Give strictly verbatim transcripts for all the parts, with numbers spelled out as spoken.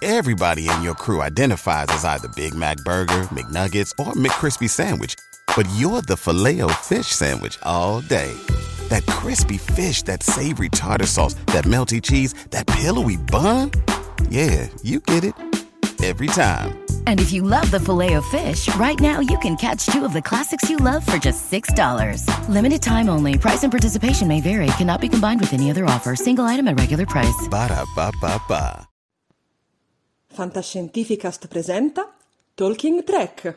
Everybody in your crew identifies as either Big Mac Burger, McNuggets, or McCrispy Sandwich. But you're the Filet-O-Fish Sandwich all day. That crispy fish, that savory tartar sauce, that melty cheese, that pillowy bun. Yeah, you get it. Every time. And if you love the Filet-O-Fish, right now you can catch two of the classics you love for just six dollars. Limited time only. Price and participation may vary. Cannot be combined with any other offer. Single item at regular price. Ba-da-ba-ba-ba. Fantascientificast presenta Talking Trek.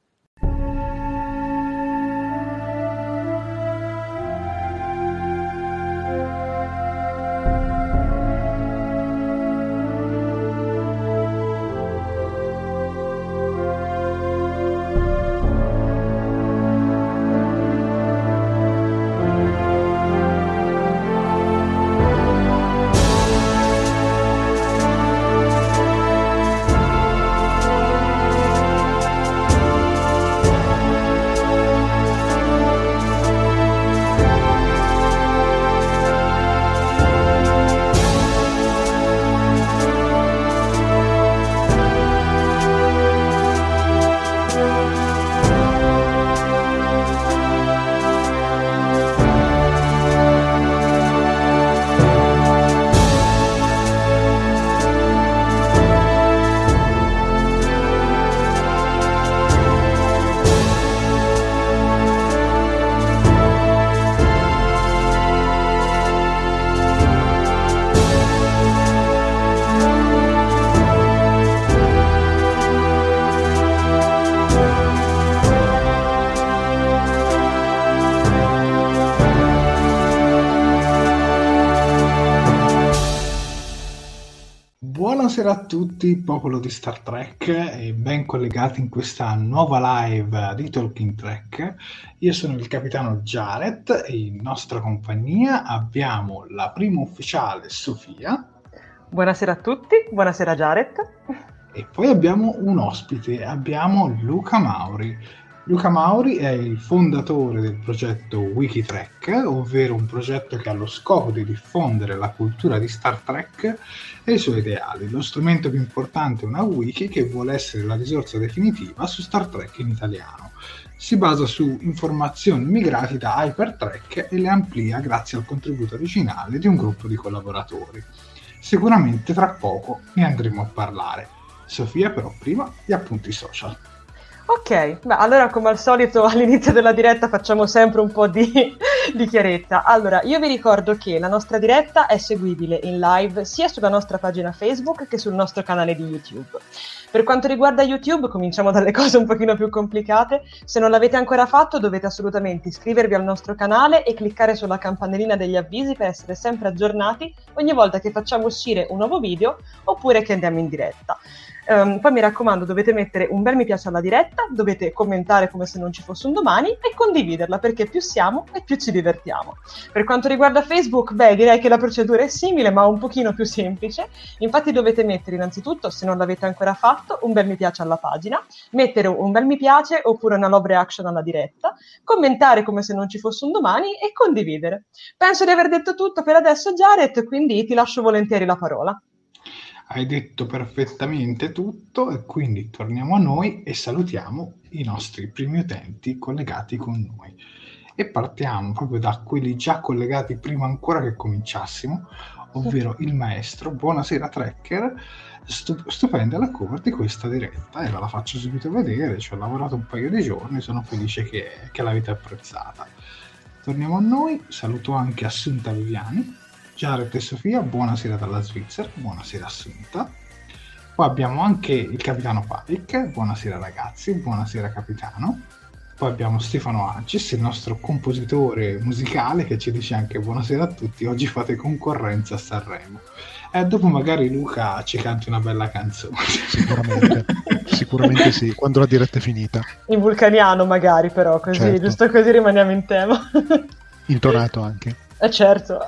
Buonasera a tutti, popolo di Star Trek, e ben collegati in questa nuova live di Talking Trek. Io sono il capitano Jared e in nostra compagnia abbiamo la prima ufficiale Sofia. Buonasera a tutti, buonasera Jared. E poi abbiamo un ospite, abbiamo Luca Mauri. Luca Mauri è il fondatore del progetto Wikitrek, ovvero un progetto che ha lo scopo di diffondere la cultura di Star Trek e i suoi ideali. Lo strumento più importante è una wiki che vuole essere la risorsa definitiva su Star Trek in italiano. Si basa su informazioni migrate da Hypertrek e le amplia grazie al contributo originale di un gruppo di collaboratori. Sicuramente tra poco ne andremo a parlare. Sofia, però prima gli appunti social. Ok, beh, allora come al solito all'inizio della diretta facciamo sempre un po' di, di chiarezza. Allora, io vi ricordo che la nostra diretta è seguibile in live sia sulla nostra pagina Facebook che sul nostro canale di YouTube. Per quanto riguarda YouTube, cominciamo dalle cose un pochino più complicate. Se non l'avete ancora fatto, dovete assolutamente iscrivervi al nostro canale e cliccare sulla campanellina degli avvisi per essere sempre aggiornati ogni volta che facciamo uscire un nuovo video oppure che andiamo in diretta. Um, poi mi raccomando, dovete mettere un bel mi piace alla diretta, dovete commentare come se non ci fosse un domani e condividerla, perché più siamo e più ci divertiamo. Per quanto riguarda Facebook, beh, direi che la procedura è simile ma un pochino più semplice. Infatti dovete mettere innanzitutto, se non l'avete ancora fatto, un bel mi piace alla pagina, mettere un bel mi piace oppure una love reaction alla diretta, commentare come se non ci fosse un domani e condividere. Penso di aver detto tutto per adesso, Jared, quindi ti lascio volentieri la parola. Hai detto perfettamente tutto e quindi torniamo a noi e salutiamo i nostri primi utenti collegati con noi. E partiamo proprio da quelli già collegati prima ancora che cominciassimo, ovvero il maestro. Buonasera Trekker, Stu- stupenda la cover di questa diretta e ve la faccio subito vedere, ci ho lavorato un paio di giorni, sono felice che, che l'avete apprezzata. Torniamo a noi, saluto anche Assunta Viviani. Jared e Sofia, buonasera dalla Svizzera, buonasera Assunta. Poi abbiamo anche il capitano Pike, buonasera ragazzi, buonasera capitano. Poi abbiamo Stefano Agis, il nostro compositore musicale, che ci dice anche buonasera a tutti, oggi fate concorrenza a Sanremo. E dopo magari Luca ci canti una bella canzone. Sicuramente, sicuramente sì, quando la diretta è finita. In vulcaniano magari però, così, certo. Giusto così rimaniamo in tema. Intonato anche. Eh certo.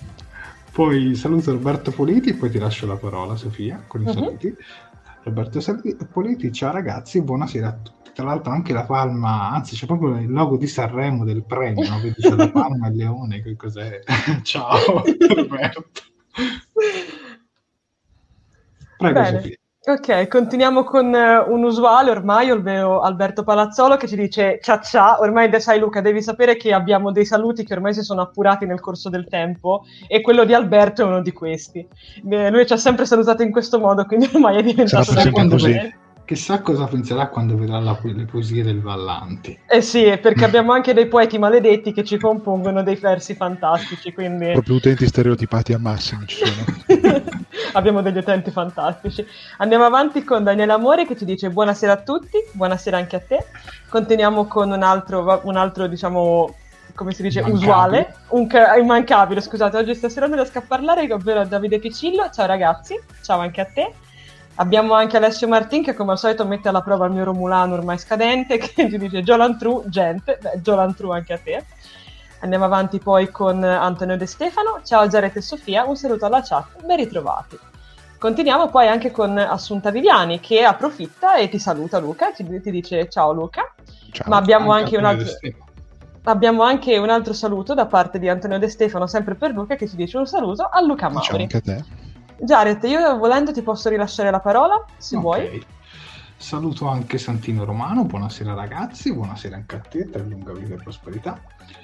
Poi saluto Roberto Politi, poi ti lascio la parola Sofia con i uh-huh. saluti. Roberto Politi, ciao ragazzi, buonasera a tutti. Tra l'altro anche la palma, anzi c'è proprio il logo di Sanremo del premio, no? Vedi c'è la palma e il leone, che cos'è? Ciao Roberto. Prego, Bene. Sofia. Ok, continuiamo con eh, un usuale ormai, ovvero Alberto Palazzolo, che ci dice ciao ciao. Ormai de- sai Luca, devi sapere che abbiamo dei saluti che ormai si sono appurati nel corso del tempo e quello di Alberto è uno di questi. Eh, lui ci ha sempre salutato in questo modo, quindi ormai è diventato Sarà per da sempre quando- così. Chissà cosa penserà quando vedrà la, le poesie del Vallanti. Eh sì, perché abbiamo anche dei poeti maledetti che ci compongono dei versi fantastici, quindi Proprio utenti stereotipati al massimo ci sono. abbiamo degli utenti fantastici. Andiamo avanti con Daniele Amore che ci dice buonasera a tutti, buonasera anche a te. Continuiamo con un altro, un altro diciamo, come si dice, Immancabile. usuale, un ca- immancabile, scusate, oggi stasera non riesco a parlare, ovvero Davide Piccillo. Ciao ragazzi, ciao anche a te. Abbiamo anche Alessio Martin che come al solito mette alla prova il mio Romulano ormai scadente, che ci dice Giolantru, gente, beh, Giolantru anche a te. Andiamo avanti poi con Antonio De Stefano, ciao Jared e Sofia, un saluto alla chat, ben ritrovati. Continuiamo poi anche con Assunta Viviani che approfitta e ti saluta Luca, ti, ti dice ciao Luca, Ciao. ma abbiamo anche, Anche un Antonio altro, De Stefano. abbiamo anche un altro saluto da parte di Antonio De Stefano, sempre per Luca, che ci dice un saluto a Luca Ciao Mauri. anche a te. Jared, io volendo ti posso rilasciare la parola, se Ok. vuoi. Saluto anche Santino Romano, buonasera ragazzi, buonasera anche a te, per lunga vita e prosperità.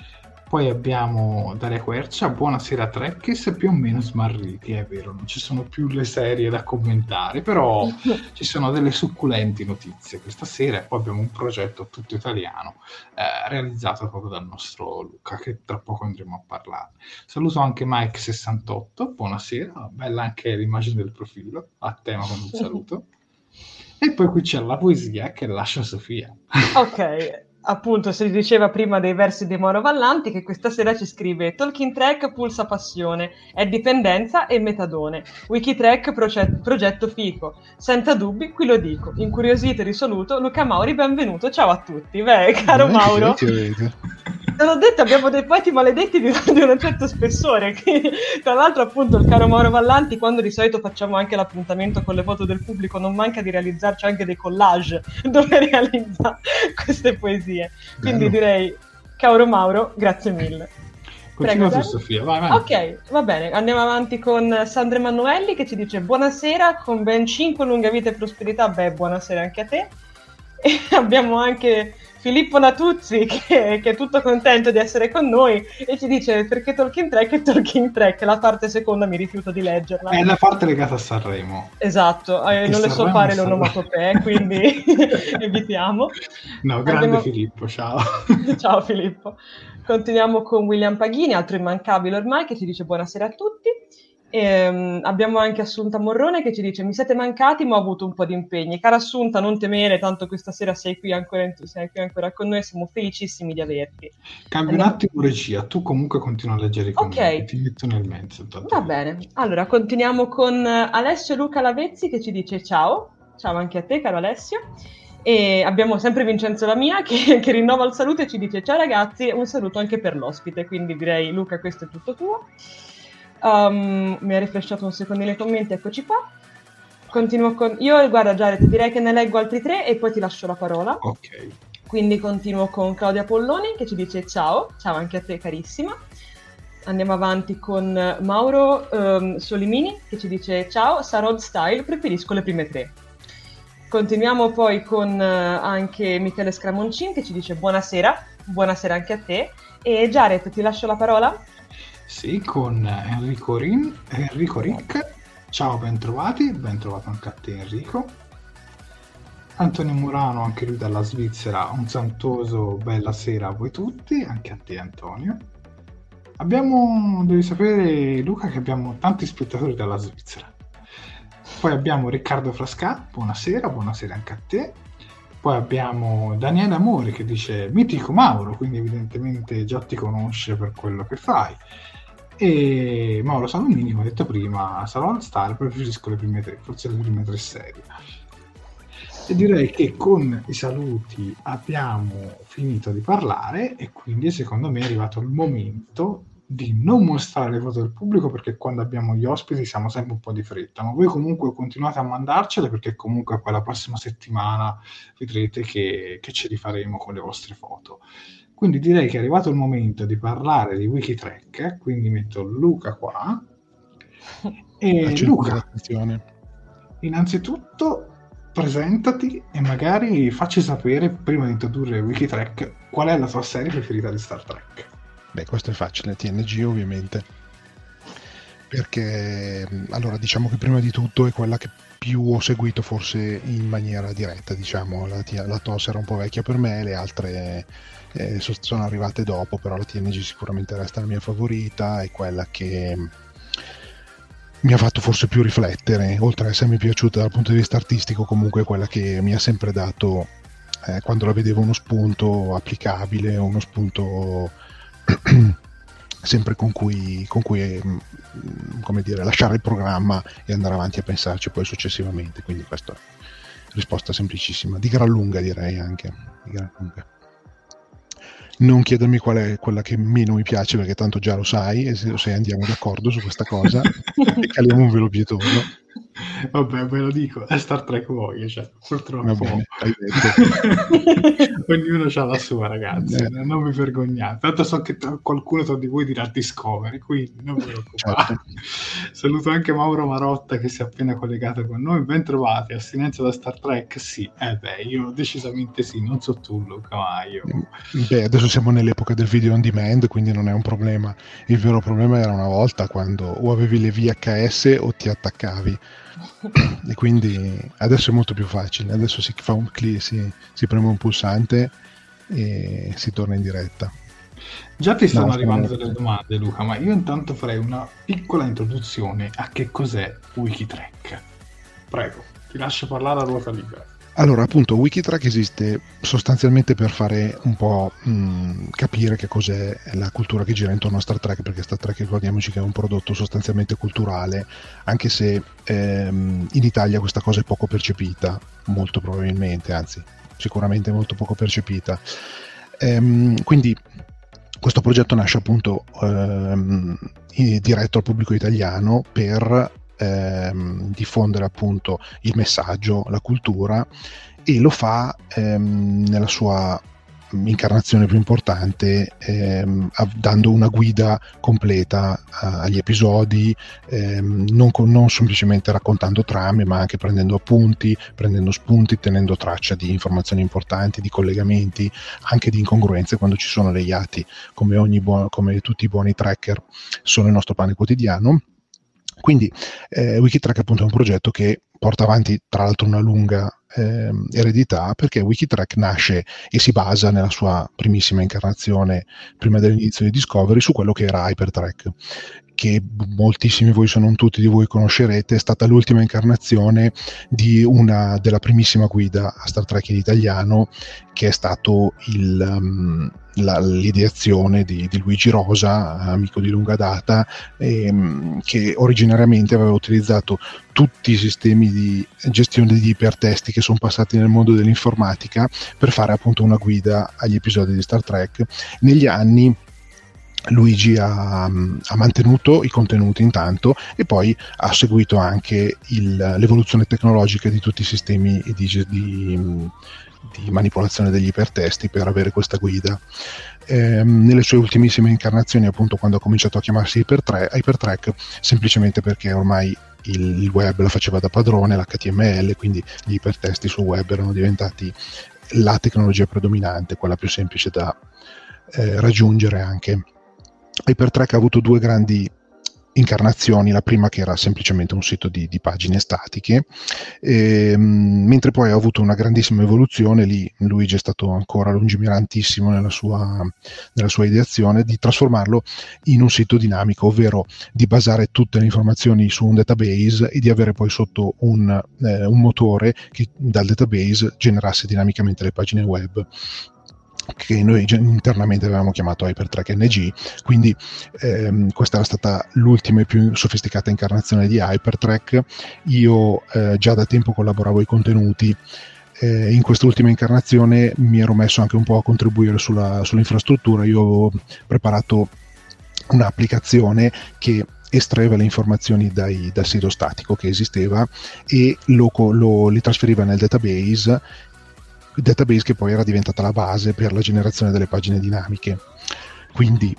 Poi abbiamo Daria Quercia, buonasera Trekkis, più o meno smarriti, è vero, non ci sono più le serie da commentare, però ci sono delle succulenti notizie questa sera e poi abbiamo un progetto tutto italiano eh, realizzato proprio dal nostro Luca, che tra poco andremo a parlare. Saluto anche Mike sessantotto, buonasera, bella anche l'immagine del profilo, a tema con un saluto. E poi qui c'è la poesia che lascia Sofia. Ok, appunto si diceva prima dei versi di Mauro Vallanti che questa sera ci scrive Talking Track pulsa passione, è dipendenza e metadone, Wikitrack proce- progetto fico, senza dubbi qui lo dico, incuriosito e risoluto Luca Mauri benvenuto, ciao a tutti. Beh caro Mauro, Ti avete. te l'ho detto, abbiamo dei poeti maledetti di, di un certo spessore. Che, tra l'altro, appunto, il caro Mauro Vallanti, quando di solito facciamo anche l'appuntamento con le foto del pubblico, non manca di realizzarci anche dei collage dove realizza queste poesie. Quindi Bello. direi, caro Mauro, grazie mille. Continua Prego, tu, Gianni. Sofia, vai, vai. Ok, va bene, andiamo avanti con Sandra Emanuelli che ci dice buonasera, con ben cinque lunga vita e prosperità. Beh, buonasera anche a te. E abbiamo anche Filippo Natuzzi che, che è tutto contento di essere con noi e ci dice perché Talking Track è Talking Track, la parte seconda mi rifiuto di leggerla. È la parte legata a Sanremo. Esatto, eh, E non le so Sanremo, fare le Sanremo. onomatopee, quindi evitiamo. No, grande Andiamo- Filippo, ciao. Ciao Filippo. Continuiamo con William Paghini, altro immancabile ormai, che ci dice buonasera a tutti. Ehm, abbiamo anche Assunta Morrone che ci dice mi siete mancati ma ho avuto un po' di impegni. Cara Assunta, non temere, tanto questa sera sei qui ancora, in- sei qui ancora con noi, siamo felicissimi di averti. Cambio un Andiamo- attimo regia, tu comunque continua a leggere i Ok. commenti, ti metto nel mezzo. tanto. Va bene, allora continuiamo con eh, Alessio Luca Lavezzi che ci dice ciao, ciao anche a te caro Alessio. E abbiamo sempre Vincenzo Lamia che, che rinnova il saluto e ci dice ciao ragazzi, un saluto anche per l'ospite, quindi direi Luca questo è tutto tuo. Um, mi ha rifresciato un secondino i commenti, eccoci qua. Continuo con... Io, guarda Jared, direi che ne leggo altri tre e poi ti lascio la parola. Ok. Quindi continuo con Claudia Polloni che ci dice ciao, ciao anche a te carissima. Andiamo avanti con Mauro ehm, Solimini che ci dice ciao, Sarod Style, preferisco le prime tre. Continuiamo poi con eh, anche Michele Scramoncin che ci dice buonasera, buonasera anche a te. E Jared, ti lascio la parola? Sì, con Enrico, Rin, Enrico Rick. Ciao, ben trovati, ben trovato anche a te Enrico. Antonio Murano, anche lui dalla Svizzera, un santoso bella sera a voi tutti, anche a te Antonio. Abbiamo, devi sapere Luca, che abbiamo tanti spettatori dalla Svizzera. Poi abbiamo Riccardo Frasca, buonasera, buonasera anche a te. Poi abbiamo Daniele Amore che dice mitico Mauro, quindi evidentemente già ti conosce per quello che fai. E Mauro Salomini, come ho detto prima, sarò All Star, preferisco le prime tre, forse le prime tre serie. E direi che con i saluti abbiamo finito di parlare e quindi secondo me è arrivato il momento di non mostrare le foto del pubblico, perché quando abbiamo gli ospiti siamo sempre un po' di fretta, ma voi comunque continuate a mandarcele perché comunque poi la prossima settimana vedrete che, che ce li faremo con le vostre foto. Quindi direi che è arrivato il momento di parlare di Wikitrack, quindi metto Luca qua. E Al centro Luca, dell'attenzione. innanzitutto presentati e magari facci sapere, prima di introdurre Wikitrack, qual è la tua serie preferita di Star Trek. Beh, questo è facile, T N G ovviamente, perché allora diciamo che prima di tutto è quella che più ho seguito forse in maniera diretta, diciamo. La, la T O S era un po' vecchia per me, le altre eh, sono arrivate dopo, però la T N G sicuramente resta la mia favorita, è quella che mi ha fatto forse più riflettere, oltre ad essermi piaciuta dal punto di vista artistico, comunque è quella che mi ha sempre dato, eh, quando la vedevo, uno spunto applicabile, uno spunto sempre con cui, con cui come dire, lasciare il programma e andare avanti a pensarci poi successivamente. Quindi questa è risposta semplicissima, di gran lunga direi anche, di gran lunga. Non chiedermi qual è quella che meno mi piace, perché tanto già lo sai, e se lo sai andiamo d'accordo su questa cosa e caliamo un velo pietoso. Vabbè, ve lo dico, è Star Trek Voyager, purtroppo. Va bene, hai detto. Ognuno ha la sua, ragazzi, eh. non vi vergognate. Tanto so che t- qualcuno tra di voi dirà Discovery, quindi non vi preoccupate. Certo. Saluto anche Mauro Marotta che si è appena collegato con noi. Ben trovati, astinenza da Star Trek? Sì, eh beh, io decisamente sì, non so tu Luca, ma io... Beh, adesso siamo nell'epoca del video on demand, quindi non è un problema. Il vero problema era una volta, quando o avevi le V H S o ti attaccavi. E quindi adesso è molto più facile, adesso si fa un clic, si, si preme un pulsante e si torna in diretta. Già ti stanno no, arrivando no. delle domande, Luca, ma io intanto farei una piccola introduzione a che cos'è Wikitrack. Prego, ti lascio parlare a ruota libera. Allora, appunto, Wikitrack esiste sostanzialmente per fare un po' mh, capire che cos'è la cultura che gira intorno a Star Trek, perché Star Trek, ricordiamoci che è un prodotto sostanzialmente culturale, anche se ehm, in Italia questa cosa è poco percepita, molto probabilmente, anzi sicuramente molto poco percepita. Ehm, quindi questo progetto nasce appunto ehm, diretto al pubblico italiano per Ehm, diffondere appunto il messaggio, la cultura, e lo fa ehm, nella sua incarnazione più importante, ehm, dando una guida completa a, agli episodi, ehm, non, con, non semplicemente raccontando trame, ma anche prendendo appunti, prendendo spunti, tenendo traccia di informazioni importanti, di collegamenti, anche di incongruenze quando ci sono legati, come, ogni buon, come tutti i buoni tracker sono il nostro pane quotidiano. Quindi eh, Wikitrack appunto è un progetto che porta avanti tra l'altro una lunga eh, eredità, perché Wikitrack nasce e si basa nella sua primissima incarnazione, prima dell'inizio di Discovery, su quello che era Hypertrack, che moltissimi di voi, se non tutti di voi, conoscerete. È stata l'ultima incarnazione di una della primissima guida a Star Trek in italiano, che è stato il, um, la, l'ideazione di, di Luigi Rosa, amico di lunga data, ehm, che originariamente aveva utilizzato tutti i sistemi di gestione di ipertesti che sono passati nel mondo dell'informatica per fare appunto una guida agli episodi di Star Trek. Negli anni Luigi ha, ha mantenuto i contenuti intanto, e poi ha seguito anche il, l'evoluzione tecnologica di tutti i sistemi di, di, di manipolazione degli ipertesti per avere questa guida. Eh, nelle sue ultimissime incarnazioni, appunto, quando ha cominciato a chiamarsi Hypertrack, Hypertrack semplicemente perché ormai il, il web la faceva da padrone, l'H T M L, quindi gli ipertesti sul web erano diventati la tecnologia predominante, quella più semplice da eh, raggiungere anche. Hypertrack ha avuto due grandi incarnazioni, la prima che era semplicemente un sito di, di pagine statiche, e, mentre poi ha avuto una grandissima evoluzione. Lì Luigi è stato ancora lungimirantissimo nella sua, nella sua ideazione di trasformarlo in un sito dinamico, ovvero di basare tutte le informazioni su un database e di avere poi sotto un, eh, un motore che dal database generasse dinamicamente le pagine web, che noi internamente avevamo chiamato Hypertrack N G. Quindi ehm, questa era stata l'ultima e più sofisticata incarnazione di Hypertrack. Io eh, già da tempo collaboravo ai contenuti, eh, in quest'ultima incarnazione mi ero messo anche un po' a contribuire sulla, sull'infrastruttura. Io avevo preparato un'applicazione che estraeva le informazioni dai, dal sito statico che esisteva e lo, lo, li trasferiva nel database, il database che poi era diventata la base per la generazione delle pagine dinamiche. Quindi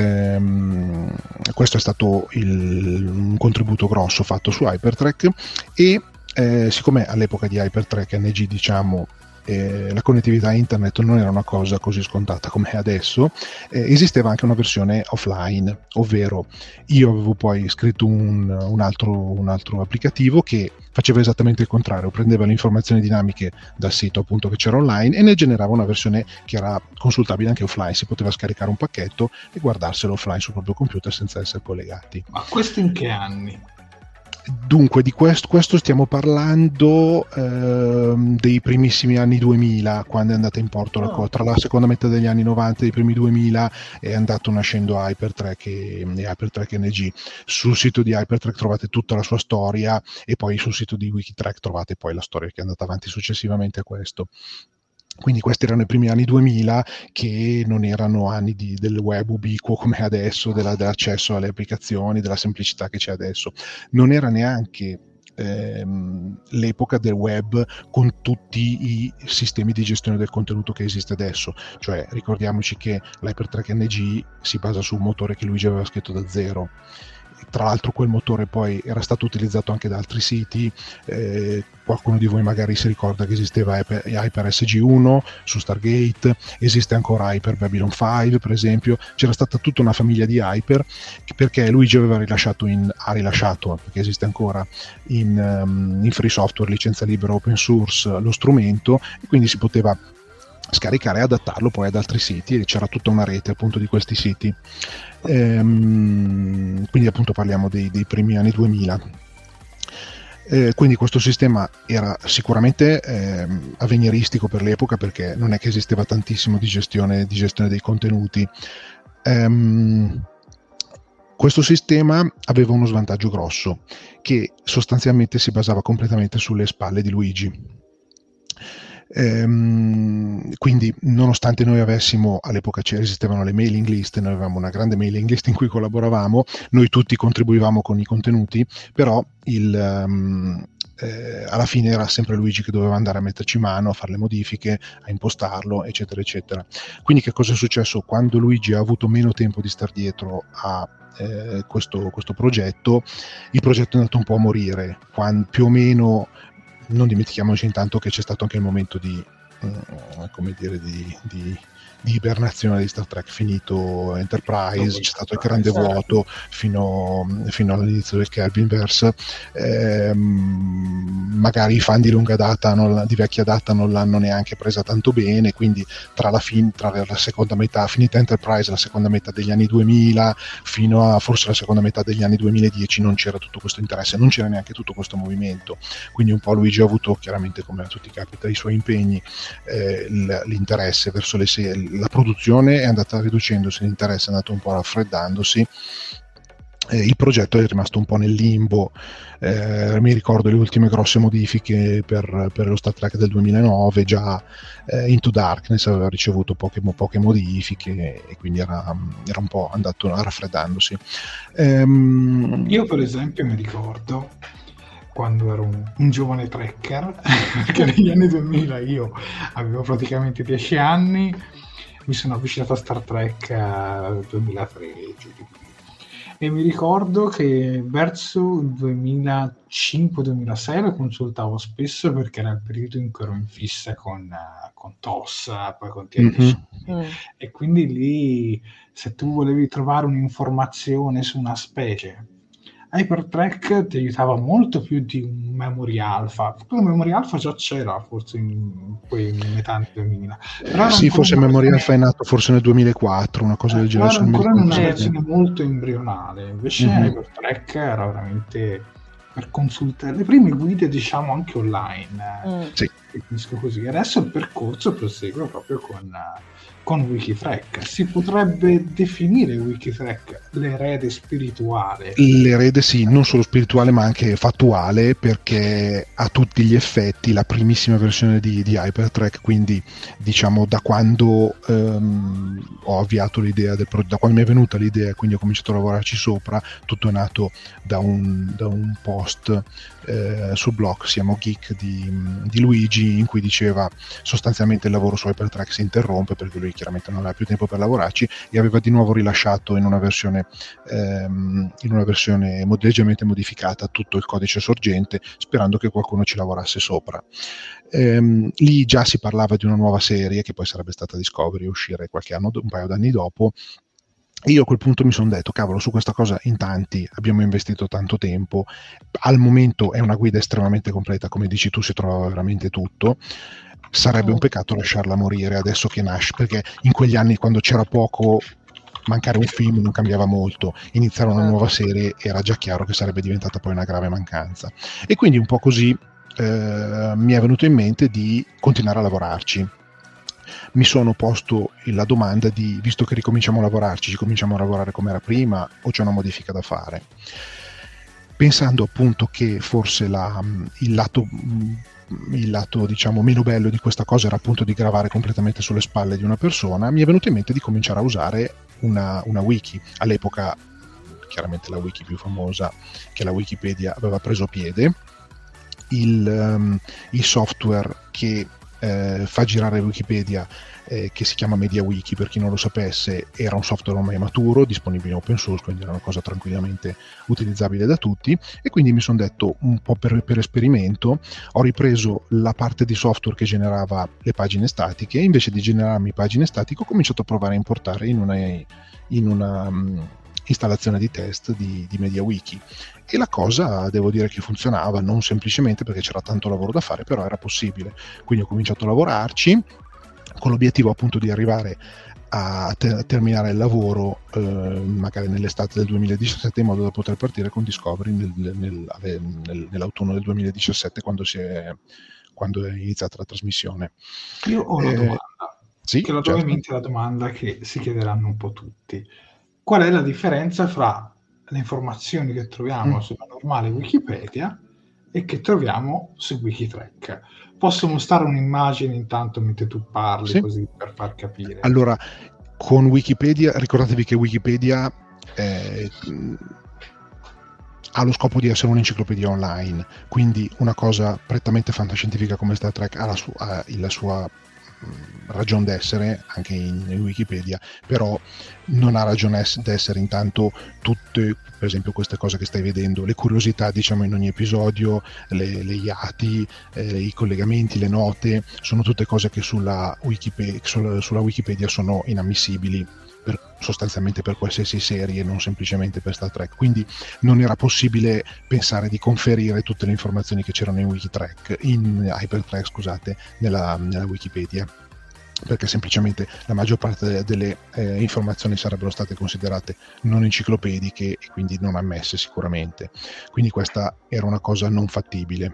ehm, questo è stato il, un contributo grosso fatto su Hypertrack. E eh, siccome all'epoca di Hypertrack N G, diciamo, eh, la connettività a internet non era una cosa così scontata come è adesso, eh, esisteva anche una versione offline, ovvero io avevo poi scritto un, un, altro, un altro applicativo che faceva esattamente il contrario, prendeva le informazioni dinamiche dal sito appunto che c'era online e ne generava una versione che era consultabile anche offline, si poteva scaricare un pacchetto e guardarselo offline sul proprio computer senza essere collegati. Ma questo in che anni? Dunque, di questo, questo stiamo parlando eh, dei primissimi anni duemila, quando è andata in porto la cosa. Tra la seconda metà degli anni novanta e i primi duemila è andato nascendo Hypertrack e, e Hypertrack N G. Sul sito di Hypertrack trovate tutta la sua storia e poi sul sito di Wikitrack trovate poi la storia che è andata avanti successivamente a questo. Quindi questi erano i primi anni duemila, che non erano anni di, del web ubiquo come adesso, della, dell'accesso alle applicazioni, della semplicità che c'è adesso. Non era neanche ehm, l'epoca del web con tutti i sistemi di gestione del contenuto che esiste adesso. Cioè, ricordiamoci che l'Hypertrack N G si basa su un motore che Luigi aveva scritto da zero. Tra l'altro quel motore poi era stato utilizzato anche da altri siti, eh, qualcuno di voi magari si ricorda che esisteva Hyper, Hyper S G uno su Stargate, esiste ancora Hyper Babylon cinque per esempio, c'era stata tutta una famiglia di Hyper, perché Luigi aveva rilasciato, in, ha rilasciato, perché esiste ancora, in, um, in free software, licenza libera, open source, lo strumento, e quindi si poteva scaricare e adattarlo poi ad altri siti, e c'era tutta una rete appunto di questi siti. Ehm, quindi appunto parliamo dei, dei primi anni duemila. Eh, quindi questo sistema era sicuramente eh, avveniristico per l'epoca, perché non è che esisteva tantissimo di gestione, di gestione dei contenuti. Ehm, questo sistema aveva uno svantaggio grosso, che sostanzialmente si basava completamente sulle spalle di Luigi. Ehm, quindi nonostante noi avessimo, all'epoca esistevano le mailing list, noi avevamo una grande mailing list in cui collaboravamo, noi tutti contribuivamo con i contenuti, però il, um, eh, alla fine era sempre Luigi che doveva andare a metterci mano, a fare le modifiche, a impostarlo, eccetera eccetera. Quindi che cosa è successo? Quando Luigi ha avuto meno tempo di star dietro a eh, questo, questo progetto, il progetto è andato un po' a morire, quando, più o meno. Non dimentichiamoci intanto che c'è stato anche il momento di, uh, come dire, di, di, di ibernazione di Star Trek, finito Enterprise, c'è stato il grande vuoto fino, fino all'inizio del Kelvinverse. Eh, magari i fan di lunga data, non, di vecchia data, non l'hanno neanche presa tanto bene, quindi tra la, fin, tra la seconda metà, finita Enterprise, la seconda metà degli anni duemila, fino a forse la seconda metà degli anni duemiladieci non c'era tutto questo interesse, non c'era neanche tutto questo movimento, quindi un po' Luigi ha avuto, chiaramente come a tutti capita, i suoi impegni, eh, l'interesse verso le serie, la produzione è andata riducendosi, l'interesse è andato un po' raffreddandosi, eh, il progetto è rimasto un po' nel limbo. Eh, mi ricordo le ultime grosse modifiche per, per lo Star Trek del duemilanove, già eh, Into Darkness aveva ricevuto poche, poche modifiche e quindi era, era un po' andato raffreddandosi. Ehm... Io per esempio mi ricordo quando ero un, un giovane trekker, perché negli anni duemila io avevo praticamente dieci anni, mi sono avvicinato a Star Trek nel duemilatré giù di qui. E mi ricordo che verso il duemilacinque duemilasei lo consultavo spesso, perché era il periodo in cui ero in fissa con, uh, con T O S, poi con T N C. Mm-hmm. E quindi lì, se tu volevi trovare un'informazione su una specie, Hypertrack ti aiutava molto più di un Memory Alpha. Il Memory Alpha già c'era forse in quei metà anni duemila. Però sì, forse Memory Alpha è nato forse nel duemilaquattro, una cosa eh, del genere. Era ancora in una versione molto embrionale, invece mm-hmm. Hypertrack era veramente per consultare le prime guide, diciamo, anche online. Mm. Sì. Così. Adesso il percorso prosegue proprio con... con Wikitrack. Si potrebbe definire Wikitrack l'erede spirituale? L'erede sì, non solo spirituale ma anche fattuale, perché a tutti gli effetti la primissima versione di, di Hypertrack, quindi diciamo da quando ehm, ho avviato l'idea del progetto, da quando mi è venuta l'idea, quindi ho cominciato a lavorarci sopra, tutto è nato da un, da un post post eh, sul blog Siamo Geek di, di Luigi, in cui diceva sostanzialmente il lavoro su Hypertrack si interrompe perché lui chiaramente non aveva più tempo per lavorarci, e aveva di nuovo rilasciato in una versione ehm, in una versione mod- leggermente modificata tutto il codice sorgente, sperando che qualcuno ci lavorasse sopra. Ehm, lì già si parlava di una nuova serie che poi sarebbe stata Discovery, uscire qualche anno, un paio d'anni dopo. E io a quel punto mi sono detto, cavolo, su questa cosa in tanti abbiamo investito tanto tempo, al momento è una guida estremamente completa, come dici tu, si trova veramente tutto, sarebbe un peccato lasciarla morire adesso che nasce, perché in quegli anni, quando c'era poco, mancare un film non cambiava molto, iniziare una nuova serie era già chiaro che sarebbe diventata poi una grave mancanza, e quindi un po' così eh, mi è venuto in mente di continuare a lavorarci. Mi sono posto la domanda di, visto che ricominciamo a lavorarci, ci cominciamo a lavorare come era prima o c'è una modifica da fare? Pensando appunto che forse la, il lato, il lato diciamo meno bello di questa cosa era appunto di gravare completamente sulle spalle di una persona, mi è venuto in mente di cominciare a usare una, una wiki. All'epoca chiaramente la wiki più famosa, che è la Wikipedia, aveva preso piede. Il, um, il software che Eh, fa girare Wikipedia, eh, che si chiama MediaWiki, per chi non lo sapesse, era un software ormai maturo, disponibile in open source, quindi era una cosa tranquillamente utilizzabile da tutti, e quindi mi sono detto, un po' per, per esperimento, ho ripreso la parte di software che generava le pagine statiche, e invece di generarmi pagine statiche ho cominciato a provare a importare in una, in una um, installazione di test di, di MediaWiki, e la cosa devo dire che funzionava, non semplicemente perché c'era tanto lavoro da fare, però era possibile. Quindi ho cominciato a lavorarci con l'obiettivo appunto di arrivare a, te- a terminare il lavoro eh, magari nell'estate del duemiladiciassette, in modo da poter partire con Discovery nel, nel, nel, nell'autunno del duemiladiciassette, quando, si è, quando è iniziata la trasmissione. Io ho una eh, domanda, sì, che certo. ovviamente è la domanda che si chiederanno un po' tutti. Qual è la differenza fra le informazioni che troviamo mm. sulla normale Wikipedia e che troviamo su Wikitrack? Posso mostrare un'immagine intanto mentre tu parli, sì, così per far capire? Allora, con Wikipedia, ricordatevi che Wikipedia eh, ha lo scopo di essere un'enciclopedia online, quindi una cosa prettamente fantascientifica come Star Trek ha la sua, ha la sua ragione d'essere anche in, in Wikipedia, però non ha ragione d'essere intanto tutte, per esempio queste cose che stai vedendo, le curiosità diciamo in ogni episodio, le, le iati, eh, i collegamenti, le note, sono tutte cose che sulla Wikipedia, sulla, sulla Wikipedia sono inammissibili per, sostanzialmente per qualsiasi serie, non semplicemente per Star Trek, quindi non era possibile pensare di conferire tutte le informazioni che c'erano in Wikitrack, in Hypertrack scusate, nella, nella Wikipedia, perché semplicemente la maggior parte delle eh, informazioni sarebbero state considerate non enciclopediche e quindi non ammesse sicuramente, quindi questa era una cosa non fattibile.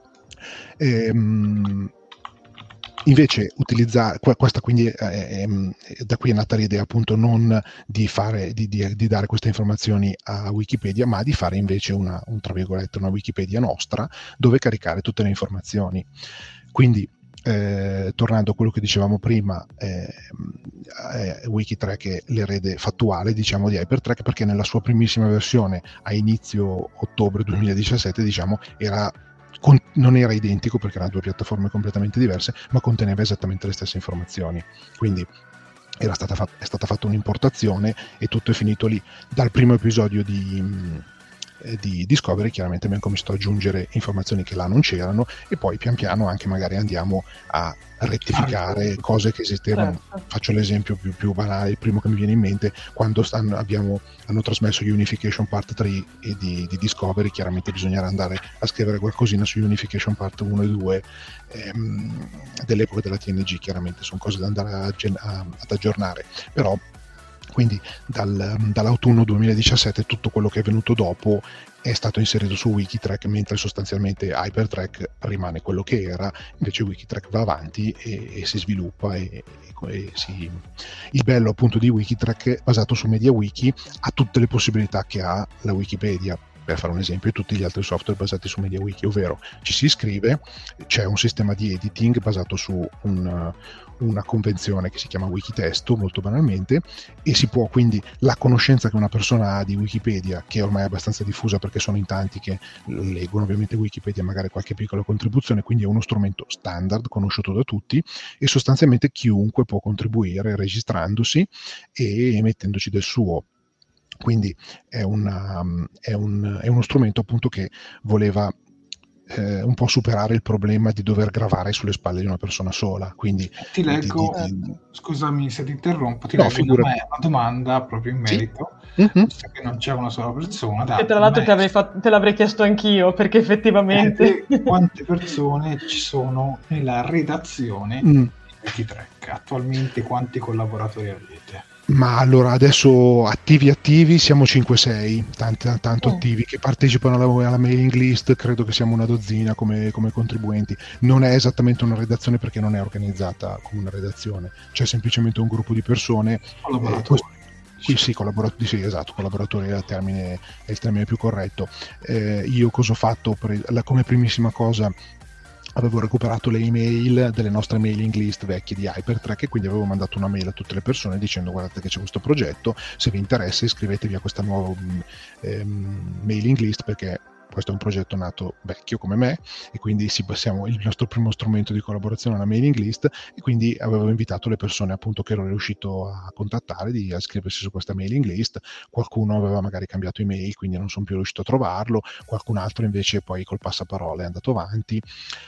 Ehm, Invece utilizzare questa, quindi è, è, è, da qui è nata l'idea appunto non di fare di, di, di dare queste informazioni a Wikipedia, ma di fare invece una, un, tra virgolette, una Wikipedia nostra dove caricare tutte le informazioni. Quindi eh, tornando a quello che dicevamo prima, eh, eh, Wikitrack è l'erede fattuale diciamo di Hypertrack, perché nella sua primissima versione a inizio ottobre duemiladiciassette diciamo era Con, non era identico perché erano due piattaforme completamente diverse, ma conteneva esattamente le stesse informazioni, quindi era stata fat- è stata fatta un'importazione e tutto è finito lì. Dal primo episodio di, eh, di Discovery chiaramente abbiamo cominciato ad aggiungere informazioni che là non c'erano, e poi pian piano anche magari andiamo a rettificare cose che esistevano. Certo. Faccio l'esempio più, più banale, il primo che mi viene in mente, quando stanno, abbiamo, hanno trasmesso Unification Part tre e di, di Discovery, chiaramente bisognerà andare a scrivere qualcosina su Unification Part uno e due ehm, dell'epoca della T N G, chiaramente sono cose da andare a, a, ad aggiornare, però quindi dal, dall'autunno duemiladiciassette tutto quello che è venuto dopo è stato inserito su Wikitrack, mentre sostanzialmente Hypertrack rimane quello che era, invece Wikitrack va avanti e, e si sviluppa e, e, e si... Il bello appunto di Wikitrack basato su MediaWiki ha tutte le possibilità che ha la Wikipedia, per fare un esempio, e tutti gli altri software basati su MediaWiki, ovvero ci si iscrive, c'è un sistema di editing basato su un, una convenzione che si chiama Wikitesto, molto banalmente, e si può quindi, la conoscenza che una persona ha di Wikipedia, che ormai è abbastanza diffusa perché sono in tanti che leggono ovviamente Wikipedia, magari qualche piccola contribuzione, quindi è uno strumento standard, conosciuto da tutti, e sostanzialmente chiunque può contribuire registrandosi e mettendoci del suo. Quindi è, una, è, un, è uno strumento appunto che voleva eh, un po' superare il problema di dover gravare sulle spalle di una persona sola. Quindi ti leggo, di, di, di... scusami se ti interrompo, ti no, leggo figura... una, una domanda proprio in merito, sì? Mm-hmm. Visto che non c'è una sola persona. Che tra l'altro te, fatto, te l'avrei chiesto anch'io, perché effettivamente... Eh, quante persone ci sono nella redazione mm. di Wikitrack? Attualmente quanti collaboratori avete? Ma allora adesso attivi attivi siamo cinque sei, tanto, tanto oh. attivi che partecipano alla, alla mailing list, credo che siamo una dozzina come, come contribuenti. Non è esattamente una redazione perché non è organizzata come una redazione, c'è semplicemente un gruppo di persone. Collaboratori. Eh, qui sì, collaboratori, sì, esatto, collaboratori è il termine, è il termine più corretto. Eh, io cosa ho fatto? Pre- la, come primissima cosa avevo recuperato le email delle nostre mailing list vecchie di Hypertrack e quindi avevo mandato una mail a tutte le persone dicendo guardate che c'è questo progetto, se vi interessa iscrivetevi a questa nuova ehm, mailing list perché questo è un progetto nato vecchio come me e quindi sì, passiamo il nostro primo strumento di collaborazione alla mailing list e quindi avevo invitato le persone appunto che ero riuscito a contattare di iscriversi su questa mailing list. Qualcuno aveva magari cambiato email quindi non sono più riuscito a trovarlo, qualcun altro invece poi col passaparola è andato avanti.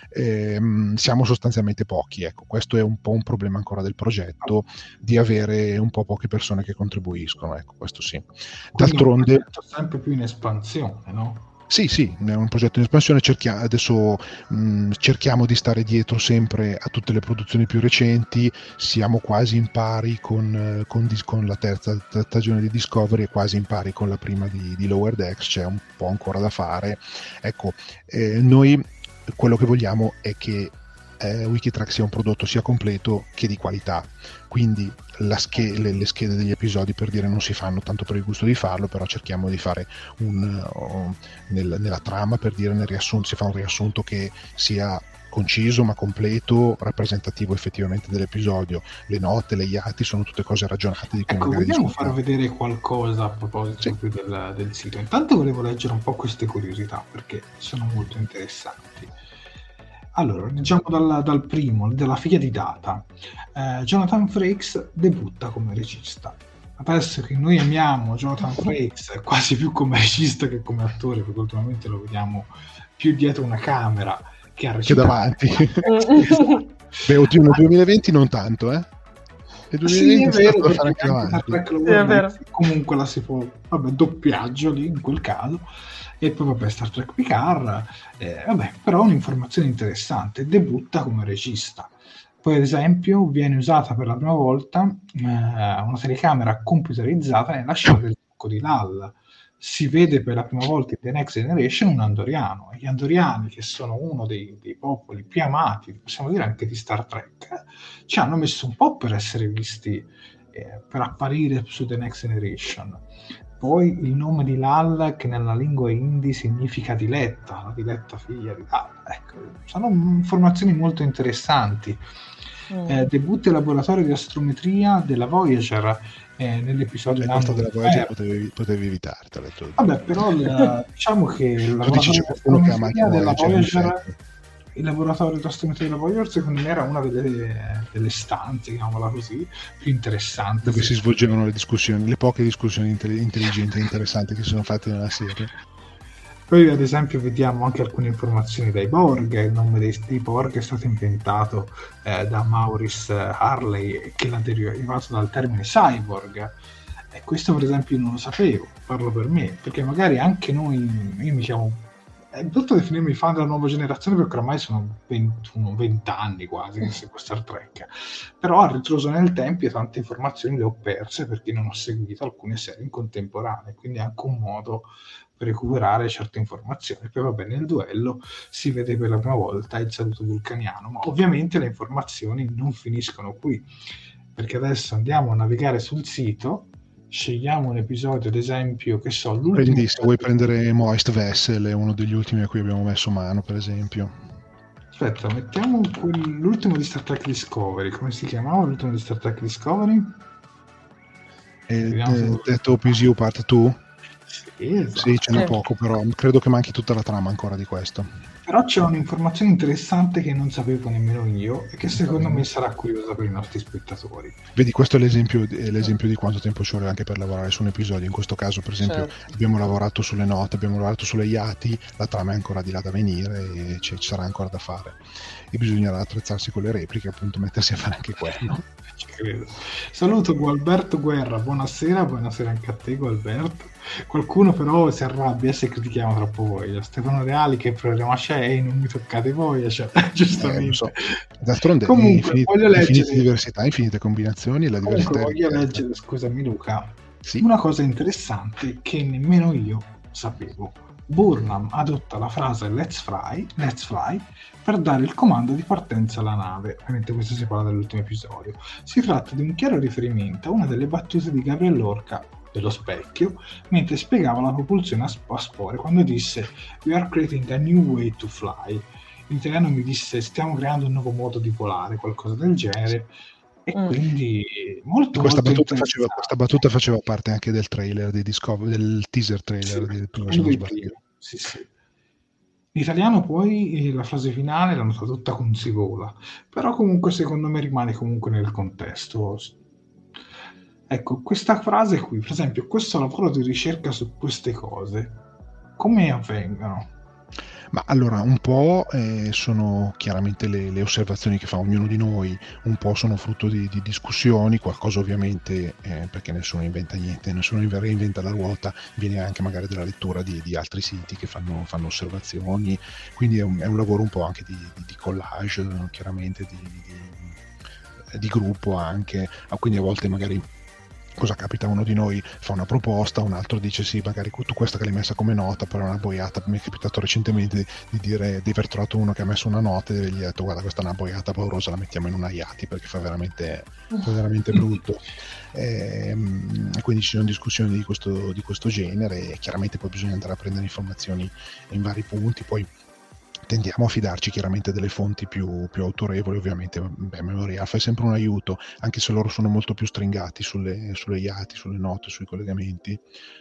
Ehm, siamo sostanzialmente pochi, ecco, questo è un po' un problema ancora del progetto, di avere un po' poche persone che contribuiscono, ecco, questo sì. D'altronde è un progetto sempre più in espansione, no? Sì, sì, è un progetto in espansione, cerchia- adesso mh, cerchiamo di stare dietro sempre a tutte le produzioni più recenti, siamo quasi in pari con, con, con la terza stagione di Discovery e quasi in pari con la prima di, di Lower Decks, c'è un po' ancora da fare. Ecco, eh, noi quello che vogliamo è che eh, Wikitrack sia un prodotto sia completo che di qualità, quindi la sch- le, le schede degli episodi per dire non si fanno tanto per il gusto di farlo, però cerchiamo di fare un uh, nel, nella trama per dire nel riassunto si fa un riassunto che sia conciso ma completo, rappresentativo effettivamente dell'episodio. Le note, le iati sono tutte cose ragionate di cui ecco, magari vogliamo discutiamo. far vedere qualcosa a proposito sì. più del, del sito. Intanto volevo leggere un po' queste curiosità perché sono molto interessanti. Allora, leggiamo dal, dal primo, della figlia di Data. Eh, Jonathan Frakes debutta come regista. Adesso che noi amiamo Jonathan Frakes quasi più come regista che come attore, perché ultimamente lo vediamo più dietro una camera che a che davanti. Beh, oddio, nel duemilaventi non tanto, eh? Nel duemilaventi sì, è vero, fare anche davanti. Sì, è vero. Comunque la si può, vabbè, doppiaggio lì in quel caso. E poi vabbè Star Trek Picard, eh, vabbè, però un'informazione interessante, debutta come regista. Poi ad esempio viene usata per la prima volta eh, una telecamera computerizzata nella scena del gioco di Lal. Si vede per la prima volta in The Next Generation un andoriano, e gli andoriani, che sono uno dei, dei popoli più amati, possiamo dire anche di Star Trek, eh, ci hanno messo un po' per essere visti, eh, per apparire su The Next Generation. Poi il nome di Lal, che nella lingua hindi significa diletta, la diletta figlia di Lal. Ecco, sono informazioni molto interessanti. Mm. Eh, debutta il laboratorio di astrometria della Voyager eh, nell'episodio L'anno della Voyager potevi, potevi evitartela. Vabbè, però il, diciamo che il laboratorio di astrometria della Voyager, il laboratorio di astrometria della Voyager secondo me era una delle, delle stanze, chiamiamola così, più interessanti, dove si svolgevano le discussioni, le poche discussioni intelligenti e interessanti che sono fatte nella serie. Poi ad esempio vediamo anche alcune informazioni dai Borg. Il nome dei, dei Borg è stato inventato eh, da Maurice Harley, che l'ha derivato dal termine cyborg, e questo per esempio io non lo sapevo, parlo per me, perché magari anche noi, io mi chiamo, è brutto definirmi fan della nuova generazione perché ormai sono ventuno, venti anni quasi che seguo Star Trek, però a ritroso nel tempo tante informazioni le ho perse perché non ho seguito alcune serie in contemporanea, quindi è anche un modo per recuperare certe informazioni. Poi vabbè, nel duello si vede per la prima volta il saluto vulcaniano, ma ovviamente le informazioni non finiscono qui, perché adesso andiamo a navigare sul sito, scegliamo un episodio, ad esempio, che so, l'ultimo... Prendi, se vuoi prendere Moist Vessel, è uno degli ultimi a cui abbiamo messo mano, per esempio. Aspetta, mettiamo quel- l'ultimo di Star Trek Discovery. Come si chiamava l'ultimo di Star Trek Discovery? E Vediamo se- Death of Is You Part due? Sì, esatto. Sì, ce n'è Sì. poco, però credo che manchi tutta la trama ancora di questo. Però c'è un'informazione interessante che non sapevo nemmeno io e che secondo me sarà curiosa per i nostri spettatori. Vedi, questo è l'esempio, è l'esempio di quanto tempo ci vuole anche per lavorare su un episodio. In questo caso, per esempio, Certo. abbiamo lavorato sulle note, abbiamo lavorato sulle iati, la trama è ancora di là da venire e ci ci sarà ancora da fare. E bisognerà attrezzarsi con le repliche, appunto, mettersi a fare anche quello. Ci credo. Saluto Gualberto Guerra, buonasera, buonasera anche a te Gualberto. Qualcuno però si arrabbia se critichiamo troppo voi. Stefano Reali, che problema c'è? E non mi toccate voi, cioè, Eh, giustamente. lo so. D'altronde, Comunque, infinite, voglio leggere- infinite diversità, infinite combinazioni, e la Comunque diversità è voglio ricchezza. leggere, scusami Luca, Sì. una cosa interessante che nemmeno io sapevo. Burnham adotta la frase Let's fly, let's fly per dare il comando di partenza alla nave. Ovviamente questo si parla dell'ultimo episodio. Si tratta di un chiaro riferimento a una delle battute di Gabriel Lorca dello Specchio mentre spiegava la propulsione a sp- a spore, quando disse "We are creating a new way to fly". In italiano mi disse "stiamo creando un nuovo modo di volare", qualcosa del genere. E Mm. quindi molto Questa molto battuta, faceva, interessante. questa battuta faceva parte anche del trailer di Discovery, del teaser trailer Sì, addirittura, se uno non dei sbaglio. primi. Sì, sì. In italiano poi eh, la frase finale l'hanno tradotta con "si vola", però comunque secondo me rimane comunque nel contesto. Ecco, questa frase qui, per esempio, questo lavoro di ricerca su queste cose, come avvengono? Ma allora, un po' eh, sono chiaramente le, le osservazioni che fa ognuno di noi, un po' sono frutto di, di discussioni, qualcosa ovviamente, eh, perché nessuno inventa niente, nessuno inve- reinventa la ruota, viene anche magari dalla lettura di, di altri siti che fanno, fanno osservazioni, quindi è un, è un lavoro un po' anche di, di- di collage, chiaramente, di, di- di gruppo anche, ah, quindi a volte magari... Cosa capita? Uno di noi fa una proposta, un altro dice sì, magari tu questa che l'hai messa come nota, però è una boiata. Mi è capitato recentemente di, di dire di aver trovato uno che ha messo una nota e gli ha detto guarda, questa è una boiata paurosa, la mettiamo in una iati perché fa veramente, fa veramente brutto. E, quindi ci sono discussioni di questo, di questo genere e chiaramente poi bisogna andare a prendere informazioni in vari punti. Poi tendiamo a fidarci chiaramente delle fonti più, più autorevoli, ovviamente. Beh, Memory Alpha è sempre un aiuto, anche se loro sono molto più stringati sulle, sulle iati, sulle note, sui collegamenti.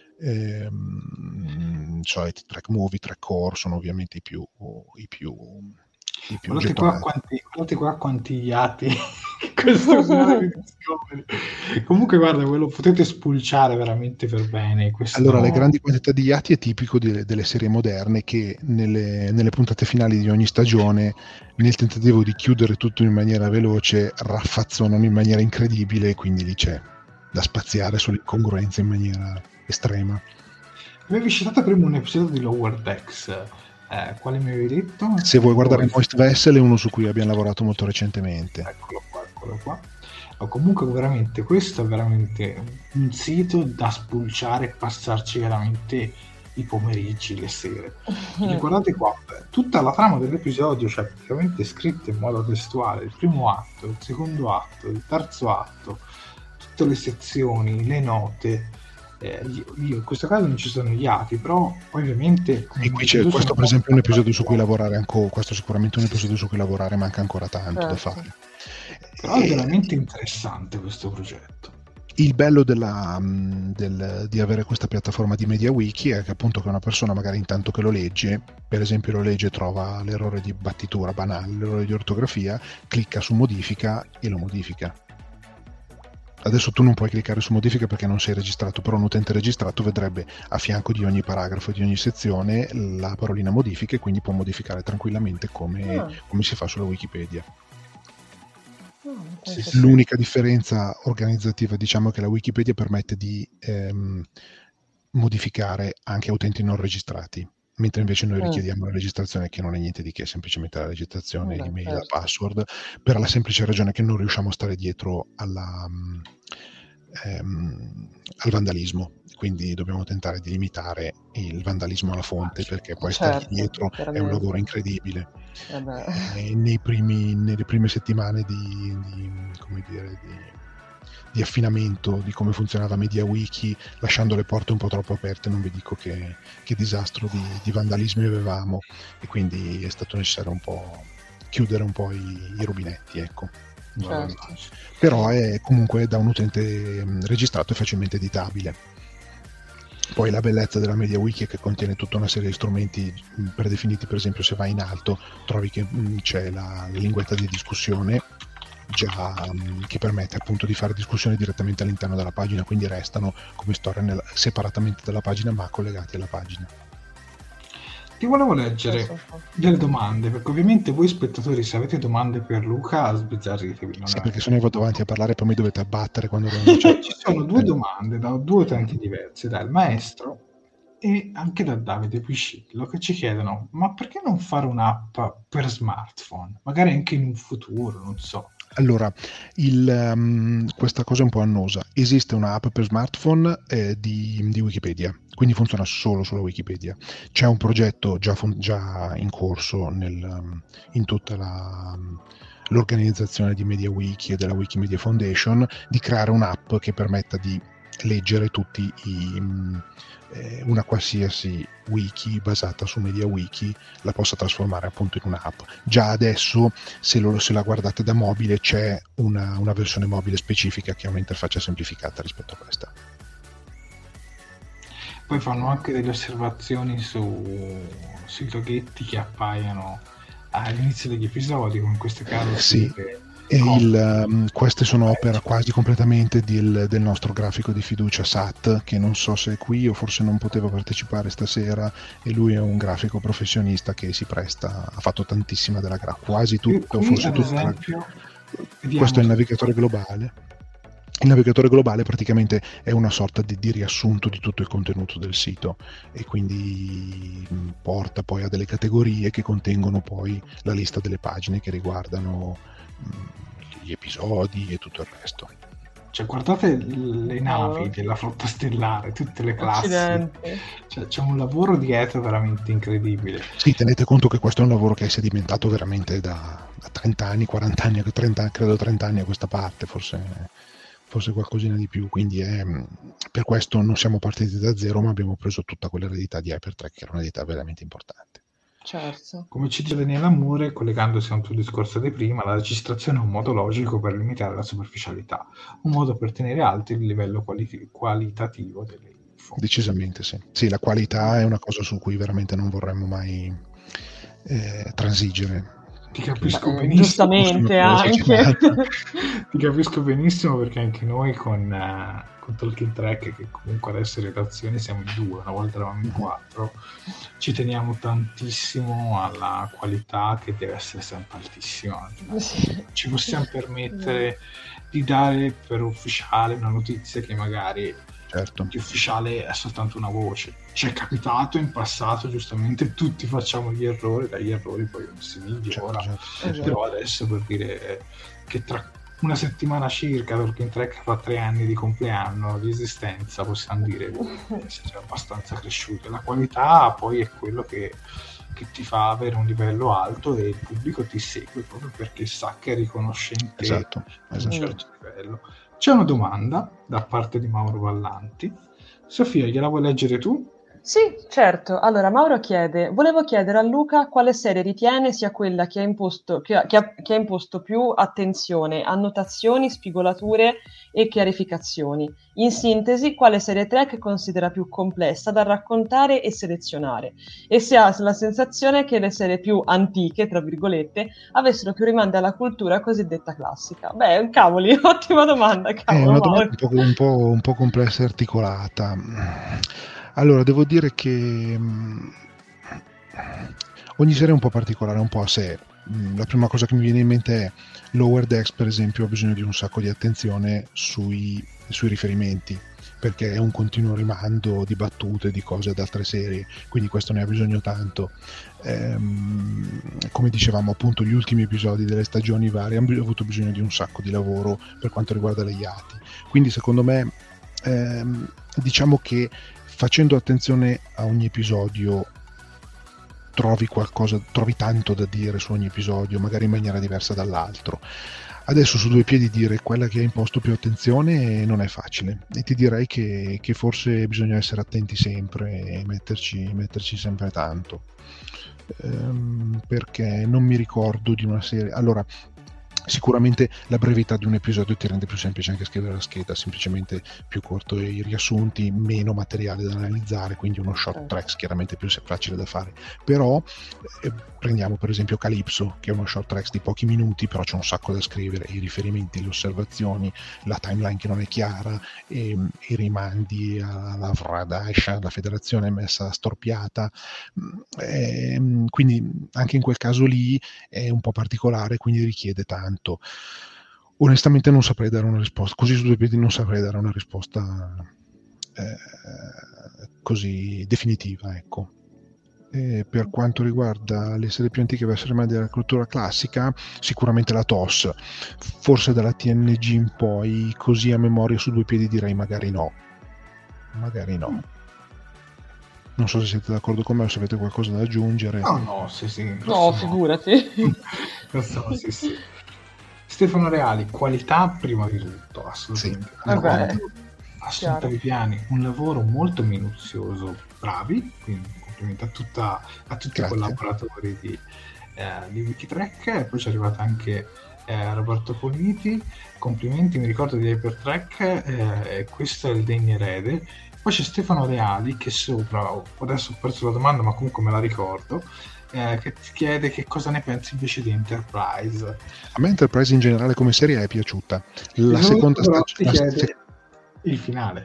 Ehm, soliti Track Movie, Track Core sono ovviamente i più, i più, i più Guardate qua gettonati. quanti, guardate qua quanti iati questo finale di Discovery. Comunque guarda, ve lo potete spulciare veramente per bene. Questo... Allora, le grandi quantità di iati è tipico di- delle serie moderne che nelle, nelle puntate finali di ogni stagione, nel tentativo di chiudere tutto in maniera veloce, raffazzonano in maniera incredibile, quindi lì c'è da spaziare sulle incongruenze in maniera estrema. Avevi citato prima un episodio di Lower Decks, eh, quale mi avevi detto? Se vuoi guardare Lower- Moist Vessel, è uno su cui abbiamo lavorato molto recentemente. Eccolo qua, eccolo qua. O comunque veramente questo è veramente un sito da spulciare e passarci veramente i pomeriggi, le sere. E guardate qua, tutta la trama dell'episodio, cioè praticamente scritta in modo testuale, il primo atto, il secondo atto, il terzo atto, tutte le sezioni, le note. Eh, io, io in questo caso non ci sono gli atti, però ovviamente E qui c'è questo, per esempio, un episodio su cui lavorare ancora. Questo è sicuramente un episodio su cui lavorare, manca ancora tanto da Certo. fare. però è E- veramente interessante questo progetto. Il bello della, mh, del- di avere questa piattaforma di MediaWiki è che appunto che una persona magari intanto che lo legge, per esempio lo legge e trova l'errore di battitura banale, l'errore di ortografia, clicca su modifica e lo modifica. Adesso tu non puoi cliccare su modifica perché non sei registrato, però un utente registrato vedrebbe a fianco di ogni paragrafo e di ogni sezione la parolina modifica e quindi può modificare tranquillamente come, Ah. come si fa sulla Wikipedia. Oh, Sì, penso sì. sì. L'unica differenza organizzativa, diciamo, è che la Wikipedia permette di ehm, modificare anche a utenti non registrati, mentre invece noi Mm. richiediamo la registrazione, che non è niente di che, è semplicemente la registrazione, Beh, l'email, la certo. password, per la semplice ragione che non riusciamo a stare dietro alla, mm, ehm, al vandalismo. Quindi dobbiamo tentare di limitare il vandalismo alla fonte, perché poi Certo, stargli dietro è un chiaramente. lavoro incredibile. Eh beh. E nei primi, nelle prime settimane di, di come dire, di di affinamento di come funzionava MediaWiki, lasciando le porte un po' troppo aperte. Non vi dico che, che disastro di, di vandalismi avevamo, e quindi è stato necessario un po' chiudere un po' i, i rubinetti, ecco. Certo. Però è comunque da un utente registrato e facilmente editabile. Poi la bellezza della MediaWiki è che contiene tutta una serie di strumenti predefiniti. Per esempio, se vai in alto trovi che c'è la, la linguetta di discussione già, che permette appunto di fare discussioni direttamente all'interno della pagina, quindi restano come storia nella, separatamente dalla pagina ma collegati alla pagina. Ti volevo leggere delle domande, perché ovviamente voi spettatori, se avete domande per Luca, sbizzarritevi. Sì, perché se ne vado avanti a parlare poi mi dovete abbattere quando cioè... Ci sono due domande da due utenti diversi, dal maestro e anche da Davide Piscillo, che ci chiedono: ma perché non fare un'app per smartphone? Magari anche in un futuro, non so. Allora, il, um, questa cosa è un po' annosa. Esiste un'app per smartphone eh, di, di Wikipedia, quindi funziona solo sulla Wikipedia. C'è un progetto già, fun- già in corso nel, um, in tutta la, um, l'organizzazione di MediaWiki e della Wikimedia Foundation di creare un'app che permetta di leggere tutti i... Um, eh, una qualsiasi wiki basata su MediaWiki la possa trasformare appunto in un'app. Già adesso, se, lo, se la guardate da mobile, c'è una, una versione mobile specifica che ha un'interfaccia semplificata rispetto a questa. Poi fanno anche delle osservazioni su, sui loghetti che appaiono all'inizio degli episodi, come in questo caso sì. Che... E il, um, queste sono opera quasi completamente del, del nostro grafico di fiducia Sat, che non so se è qui o forse non poteva partecipare stasera, e lui è un grafico professionista che si presta, ha fatto tantissima della gra- quasi tutto, qui, forse tutta esempio, la... questo è il navigatore globale. Il navigatore globale praticamente è una sorta di, di riassunto di tutto il contenuto del sito, e quindi porta poi a delle categorie che contengono poi la lista delle pagine che riguardano gli episodi e tutto il resto. Cioè, guardate le navi oh. della flotta stellare, tutte le classi. Cioè, c'è un lavoro dietro veramente incredibile. Sì, tenete conto che questo è un lavoro che è sedimentato veramente da, da trenta anni, quaranta anni, trenta, credo trenta anni a questa parte, forse, forse qualcosina di più. Quindi è, per questo non siamo partiti da zero, ma abbiamo preso tutta quell'eredità di Hypertrack, che era un'eredità veramente importante. Certo. Come ci dice Daniele Amore, collegandosi a un tuo discorso di prima, la registrazione è un modo logico per limitare la superficialità, un modo per tenere alto il livello quali- qualitativo delle info. Decisamente sì. Sì, la qualità è una cosa su cui veramente non vorremmo mai eh, transigere. Ti capisco Beh, benissimo. Giustamente anche. Ti capisco benissimo, perché anche noi con, uh, con Talking Track, che comunque adesso in redazione siamo in due, una volta eravamo in quattro, ci teniamo tantissimo alla qualità, che deve essere sempre altissima. Sì. Ci possiamo permettere di dare per ufficiale una notizia che magari certo. di ufficiale è soltanto una voce. Ci è capitato in passato, giustamente tutti facciamo gli errori, dagli errori poi non si migliora, certo, certo. Però adesso, per dire che tra una settimana circa Talking Track fa tre anni di compleanno di esistenza, possiamo dire che sia abbastanza cresciuto. La qualità poi è quello che, che ti fa avere un livello alto, e il pubblico ti segue proprio perché sa che è riconoscente esatto, a esatto. un certo livello. C'è una domanda da parte di Mauro Vallanti. Sofia, gliela vuoi leggere tu? Sì, certo. Allora, Mauro chiede: volevo chiedere a Luca quale serie ritiene sia quella che ha imposto, che ha, che ha, che ha imposto più attenzione, annotazioni, spigolature e chiarificazioni. In sintesi, quale serie track considera più complessa da raccontare e selezionare, e se ha la sensazione che le serie più antiche, tra virgolette, avessero più rimandi alla cultura cosiddetta classica. Beh, cavoli, ottima domanda, cavolo, è una Mauro. domanda un po', un po', un po' complessa e articolata. Allora, devo dire che mh, ogni serie è un po' particolare, un po' a sé. Mh, la prima cosa che mi viene in mente è Lower Decks, per esempio, ha bisogno di un sacco di attenzione sui, sui riferimenti, perché è un continuo rimando di battute, di cose ad altre serie, quindi questo ne ha bisogno tanto. Ehm, come dicevamo, appunto, gli ultimi episodi delle stagioni varie hanno avuto bisogno di un sacco di lavoro per quanto riguarda le iati. Quindi, secondo me, ehm, diciamo che facendo attenzione a ogni episodio trovi qualcosa, trovi tanto da dire su ogni episodio, magari in maniera diversa dall'altro. Adesso su due piedi dire quella che ha imposto più attenzione non è facile, e ti direi che, che forse bisogna essere attenti sempre e metterci, metterci sempre tanto, ehm, perché non mi ricordo di una serie. Allora, sicuramente la brevità di un episodio ti rende più semplice anche scrivere la scheda, semplicemente più corto i riassunti, meno materiale da analizzare, quindi uno short track chiaramente più facile da fare. Però eh, prendiamo per esempio Calypso, che è uno short track di pochi minuti, però c'è un sacco da scrivere, i riferimenti, le osservazioni, la timeline che non è chiara, e, i rimandi alla Vradash, alla federazione messa storpiata, e, quindi anche in quel caso lì è un po' particolare, quindi richiede tanto. Onestamente non saprei dare una risposta, così su due piedi non saprei dare una risposta eh, così definitiva, ecco. E per quanto riguarda le serie più antiche verso rimandi della cultura classica, sicuramente la T O S, forse dalla T N G in poi, così a memoria su due piedi direi magari no, magari no. Non so se siete d'accordo con me o se avete qualcosa da aggiungere. No, no, sì, sì. No, figurati. Questo, sì, sì. Stefano Reali, qualità prima di tutto, assolutamente. Sì. Vabbè. Assunta Viviani, un lavoro molto minuzioso, bravi, quindi complimenti a, tutta, a tutti Grazie. i collaboratori di, eh, di Wikitrack. E poi c'è arrivato anche eh, Roberto Politi, complimenti, mi ricordo di Hypertrack, eh, questo è il degno erede. Poi c'è Stefano Reali che sopra, adesso ho perso la domanda ma comunque me la ricordo, eh, che ti chiede che cosa ne pensi invece di Enterprise. A me Enterprise in generale come serie è piaciuta. La E seconda però ti stagione... chiede il finale.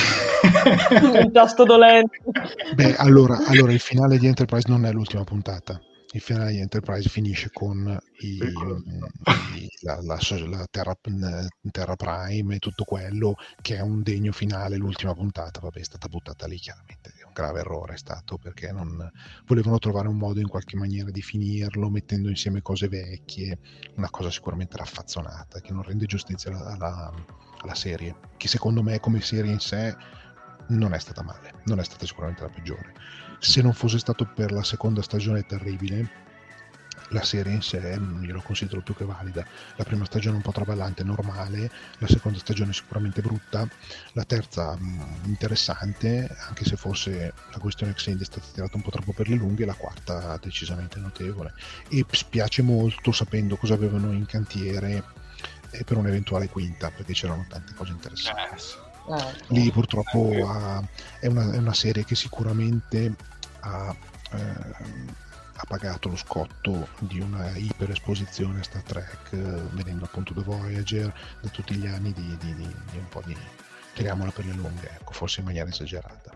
Un tasto dolente. Beh, allora, allora il finale di Enterprise non è l'ultima puntata. Il finale di Enterprise finisce con i, i, la, la, la Terra, Terra Prime e tutto quello, che è un degno finale. L'ultima puntata, vabbè, è stata buttata lì, chiaramente è un grave errore, è stato perché non volevano trovare un modo in qualche maniera di finirlo mettendo insieme cose vecchie, una cosa sicuramente raffazzonata che non rende giustizia alla, alla, alla serie, che secondo me come serie in sé non è stata male, non è stata sicuramente la peggiore. Se non fosse stato per la seconda stagione terribile, la serie in sé io lo considero più che valida. La prima stagione un po' traballante, normale, la seconda stagione sicuramente brutta, la terza mh, interessante, anche se forse la questione Xendi è stata tirata un po' troppo per le lunghe, la quarta decisamente notevole. E spiace molto sapendo cosa avevano in cantiere eh, per un'eventuale quinta, perché c'erano tante cose interessanti. Eh. Lì purtroppo ha, è, una, è una serie che sicuramente ha, eh, ha pagato lo scotto di una iperesposizione a Star Trek, eh, venendo appunto da Voyager, da tutti gli anni di, di, di, di un po' di tiriamola per le lunghe, ecco, forse in maniera esagerata.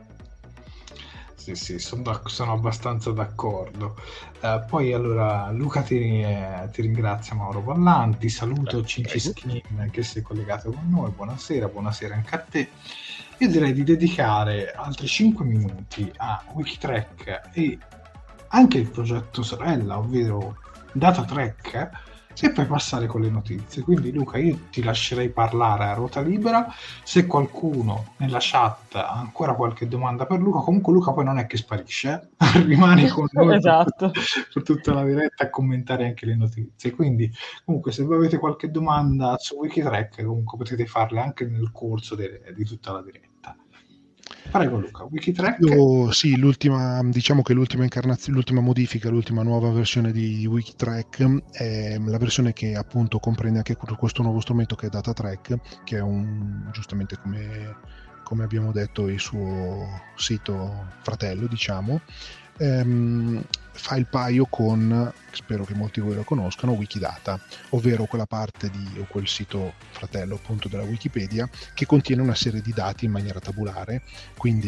Sì, sì, sono, da, sono abbastanza d'accordo. Uh, poi allora Luca ti, eh, ti ringrazia, Mauro Vallanti, saluto Cinci Skin che si è collegato con noi, buonasera, buonasera anche a te. Io direi di dedicare altri cinque minuti a Wikitrack e anche il progetto sorella, ovvero Datatrack, e poi passare con le notizie. Quindi Luca, io ti lascerei parlare a ruota libera. Se qualcuno nella chat ha ancora qualche domanda per Luca, comunque Luca poi non è che sparisce, eh? Rimane con noi Esatto. per, per tutta la diretta a commentare anche le notizie. Quindi comunque se voi avete qualche domanda su Wikitrack, comunque potete farle anche nel corso de, di tutta la diretta. Prego Luca, Wikitrack. Io, sì, l'ultima, diciamo che l'ultima incarnazione, l'ultima modifica, l'ultima nuova versione di Wikitrack è la versione che appunto comprende anche questo nuovo strumento che è Datatrack, che è un, giustamente come, come abbiamo detto, il suo sito fratello, diciamo. Ehm, fa il paio con, spero che molti di voi lo conoscano, Wikidata, ovvero quella parte di, o quel sito fratello appunto della Wikipedia, che contiene una serie di dati in maniera tabulare, quindi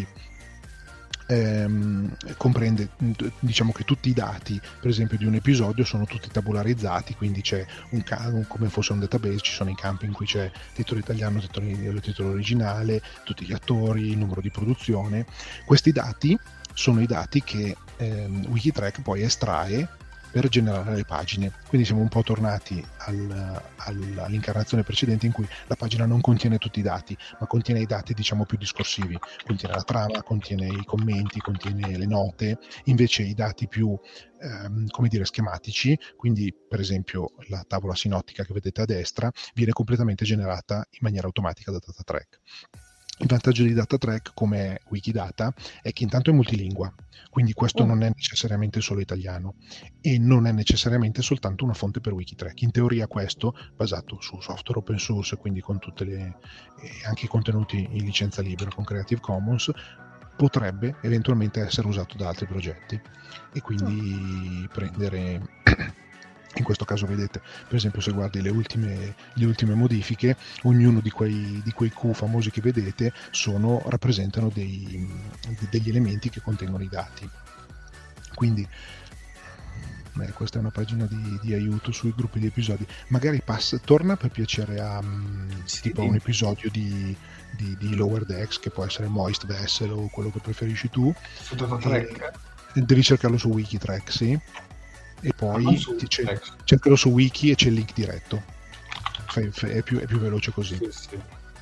ehm, comprende, diciamo che tutti i dati per esempio di un episodio sono tutti tabularizzati, quindi c'è un, un come fosse un database, ci sono i campi in cui c'è titolo italiano, titolo, titolo originale, tutti gli attori, il numero di produzione. Questi dati sono i dati che ehm, Wikitrack poi estrae per generare le pagine. Quindi siamo un po' tornati al, al, all'incarnazione precedente, in cui la pagina non contiene tutti i dati, ma contiene i dati diciamo più discorsivi, contiene la trama, contiene i commenti, contiene le note. Invece i dati più ehm, come dire schematici, quindi per esempio la tavola sinottica che vedete a destra, viene completamente generata in maniera automatica da DataTrack. Il vantaggio di DataTrack come Wikidata è che intanto è multilingua, quindi questo non è necessariamente solo italiano e non è necessariamente soltanto una fonte per Wikitrack. In teoria questo, basato su software open source, quindi con tutte le eh, anche i contenuti in licenza libera con Creative Commons, potrebbe eventualmente essere usato da altri progetti e quindi prendere in questo caso vedete, per esempio, se guardi le ultime, le ultime modifiche, ognuno di quei, di quei Q famosi che vedete sono, rappresentano dei, degli elementi che contengono i dati. Quindi beh, questa è una pagina di, di aiuto sui gruppi di episodi. Magari passa, torna per piacere a sì, tipo un episodio di, di, di Lower Decks, che può essere Moist Vessel o quello che preferisci tu. Su DataTrack. Devi cercarlo su Wikitrack, sì. E poi c'è, cercalo su Wiki e c'è il link diretto, è più, è più veloce così. Sì, sì.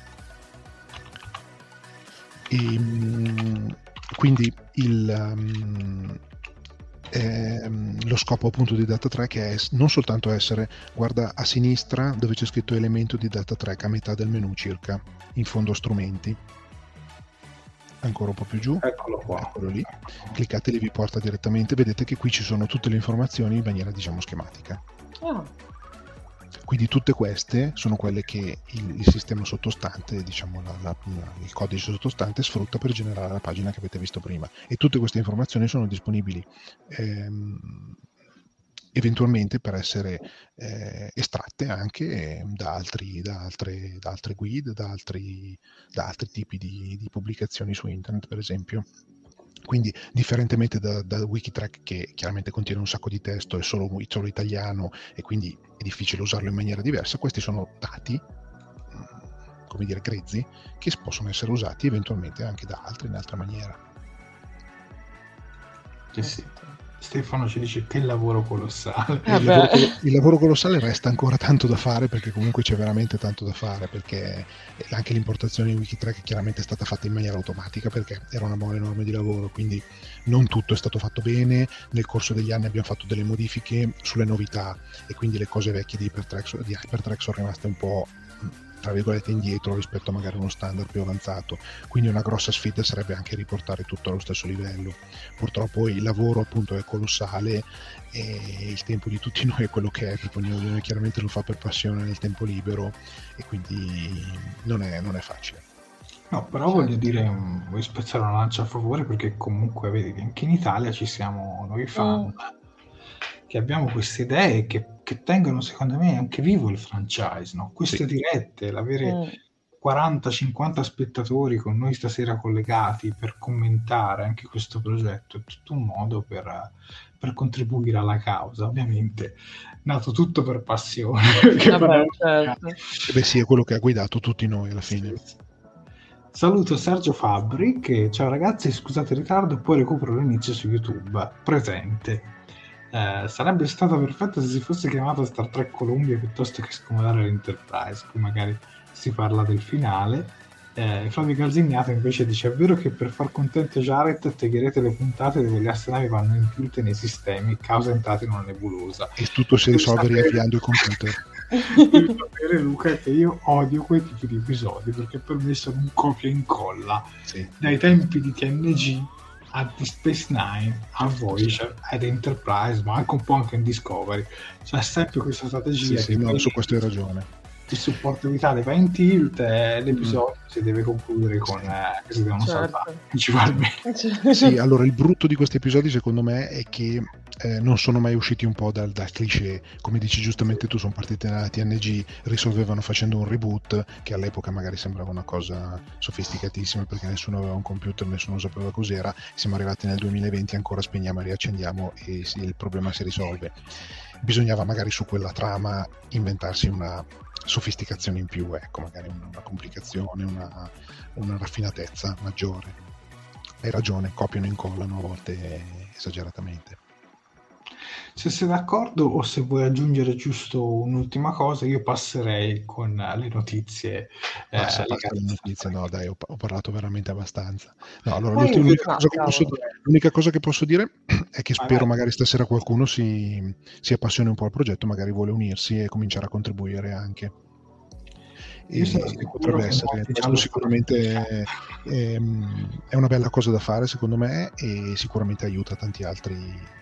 E, quindi il, um, ehm, lo scopo appunto di DataTrack è non soltanto essere, guarda a sinistra dove c'è scritto elemento di DataTrack a metà del menu circa, in fondo strumenti, ancora un po' più giù, eccolo qua, eccolo lì, cliccate lì, vi porta direttamente, vedete che qui ci sono tutte le informazioni in maniera diciamo schematica. Oh. Quindi tutte queste sono quelle che il, il sistema sottostante, diciamo la, la, la, il codice sottostante sfrutta per generare la pagina che avete visto prima, e tutte queste informazioni sono disponibili ehm, eventualmente per essere eh, estratte anche da, altri, da, altre, da altre guide, da altri, da altri tipi di, di pubblicazioni su internet, per esempio. Quindi, differentemente da, da Wikitrack, che chiaramente contiene un sacco di testo, è solo, solo italiano e quindi è difficile usarlo in maniera diversa, questi sono dati, come dire, grezzi, che possono essere usati eventualmente anche da altri in altra maniera. Sì, sì. Stefano ci dice che lavoro colossale. Eh il, lavoro, il lavoro colossale resta ancora tanto da fare, perché comunque c'è veramente tanto da fare, perché anche l'importazione in Wikitrack chiaramente è stata fatta in maniera automatica perché era una mole enorme di lavoro, quindi non tutto è stato fatto bene. Nel corso degli anni abbiamo fatto delle modifiche sulle novità e quindi le cose vecchie di Hypertrack, di Hypertrack sono rimaste un po' tra virgolette indietro rispetto magari a uno standard più avanzato, quindi una grossa sfida sarebbe anche riportare tutto allo stesso livello. Purtroppo il lavoro appunto è colossale e il tempo di tutti noi è quello che è, perché ognuno di noi chiaramente lo fa per passione nel tempo libero e quindi non è, non è facile. No, però voglio dire, voglio spezzare una lancia a favore, perché comunque vedi, anche in Italia ci siamo noi fan, mm. che abbiamo queste idee che, che tengono secondo me anche vivo il franchise, no? Queste sì. dirette, l'avere mm. quaranta cinquanta spettatori con noi stasera collegati per commentare anche questo progetto è tutto un modo per, per contribuire alla causa, ovviamente nato tutto per passione. Vabbè, certo. Beh sì, è quello che ha guidato tutti noi alla fine. Sì, sì. Saluto Sergio Fabbri che, ciao ragazzi, scusate il ritardo, poi recupero l'inizio su YouTube, presente. Eh, sarebbe stato perfetto se si fosse chiamato Star Trek Columbia piuttosto che scomodare l'Enterprise, qui magari si parla del finale. eh, Flavio Calzignato invece dice: è vero che per far contento Jared toglierete le puntate dove le astronavi vanno impilte nei sistemi causa entrate in una nebulosa e tutto si risolve riavviando i computer. Devi sapere, Luca, che io odio quei tipi di episodi perché per me sono un copia e incolla sì. dai tempi di T N G a Deep Space Nine, a Voyager, ad Enterprise, ma anche un po' anche in Discovery. C'è sempre questa strategia. Sì, sì, no, su questo hai ragione. Il supporto vitale va in tilt e l'episodio mm. si deve concludere con eh, che si devono certo. salvare principalmente. Sì, allora il brutto di questi episodi secondo me è che eh, non sono mai usciti un po' dal, dal cliché, come dici giustamente tu, sono partiti nella T N G, risolvevano facendo un reboot che all'epoca magari sembrava una cosa sofisticatissima perché nessuno aveva un computer, nessuno sapeva cos'era. Siamo arrivati nel duemilaventi, ancora spegniamo e riaccendiamo e sì, il problema si risolve. Bisognava magari su quella trama inventarsi una sofisticazione in più, ecco, magari una complicazione, una, una raffinatezza maggiore. Hai ragione, copiano e incollano a volte esageratamente. Se sei d'accordo o se vuoi aggiungere giusto un'ultima cosa, io passerei con le notizie. Passa, eh, passa le notizie, no dai, ho, ho parlato veramente abbastanza. No, allora Poi, l'unica, no, cosa che posso, cavolo. l'unica cosa che posso dire è che Vai, spero vai. magari stasera qualcuno si, si appassioni un po' al progetto, magari vuole unirsi e cominciare a contribuire anche. Io sono E sicuro potrebbe che essere, molti già questo lo sicuramente stanno è, è, è una bella cosa da fare secondo me, e sicuramente aiuta tanti altri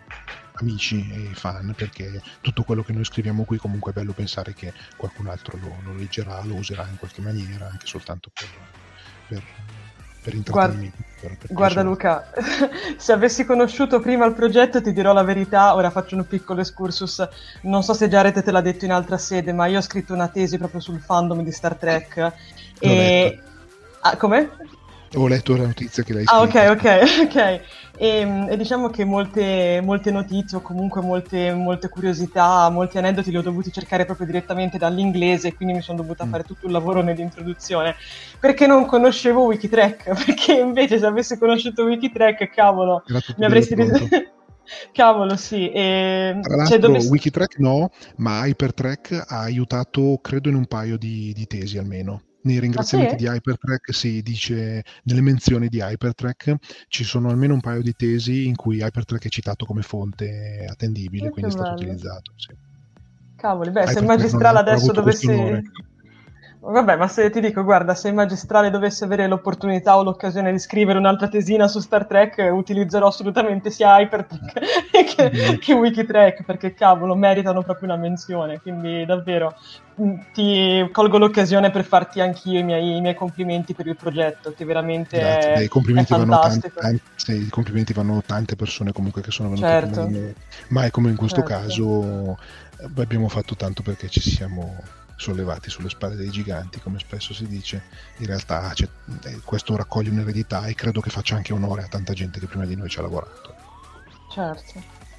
amici e fan, perché tutto quello che noi scriviamo qui comunque è bello pensare che qualcun altro lo, lo leggerà, lo userà in qualche maniera, anche soltanto per, per, per intrattenimento. Per, per Guarda piacere. Luca, se avessi conosciuto prima il progetto ti dirò la verità, ora faccio un piccolo excursus, non so se Jared te l'ha detto in altra sede, ma io ho scritto una tesi proprio sul fandom di Star Trek. L'ho E... letto. Ah, come? Ho letto la notizia che l'hai Ah, ok, scritta. ok, ok. E, e diciamo che molte, molte notizie o comunque molte, molte curiosità, molti aneddoti li ho dovuti cercare proprio direttamente dall'inglese, quindi mi sono dovuta Mm. fare tutto il lavoro nell'introduzione, perché non conoscevo Wikitrack, perché invece se avessi conosciuto Wikitrack, cavolo, Era tutto mi avresti bello detto... pronto. Cavolo, sì. E... Tra cioè, l'altro dove... Wikitrack no, ma Hypertrack ha aiutato credo in un paio di, di tesi almeno. Nei ringraziamenti Ah, sì? di Hypertrack si dice, nelle menzioni di Hypertrack ci sono almeno un paio di tesi in cui Hypertrack è citato come fonte attendibile, Oh, che quindi è stato bello. utilizzato. Sì. Cavoli, beh, se il Hypertrack non ha magistrale ancora adesso avuto questo dovesse... onore. Vabbè, ma se ti dico, guarda, se il magistrale dovesse avere l'opportunità o l'occasione di scrivere un'altra tesina su Star Trek, utilizzerò assolutamente sia Hypertrack che, Mm. che Wikitrack, perché cavolo, meritano proprio una menzione, quindi davvero mh, ti colgo l'occasione per farti anch'io i miei, i miei complimenti per il progetto, che veramente Grazie, è, dai, i complimenti è vanno tante, fantastico. tante, sì, i complimenti vanno a tante persone comunque che sono venute Certo. prima di noi, ma è come in questo Certo. caso eh, abbiamo fatto tanto perché ci siamo sollevati sulle spalle dei giganti, come spesso si dice. In realtà c'è, eh, questo raccoglie un'eredità e credo che faccia anche onore a tanta gente che prima di noi ci ha lavorato. Certo.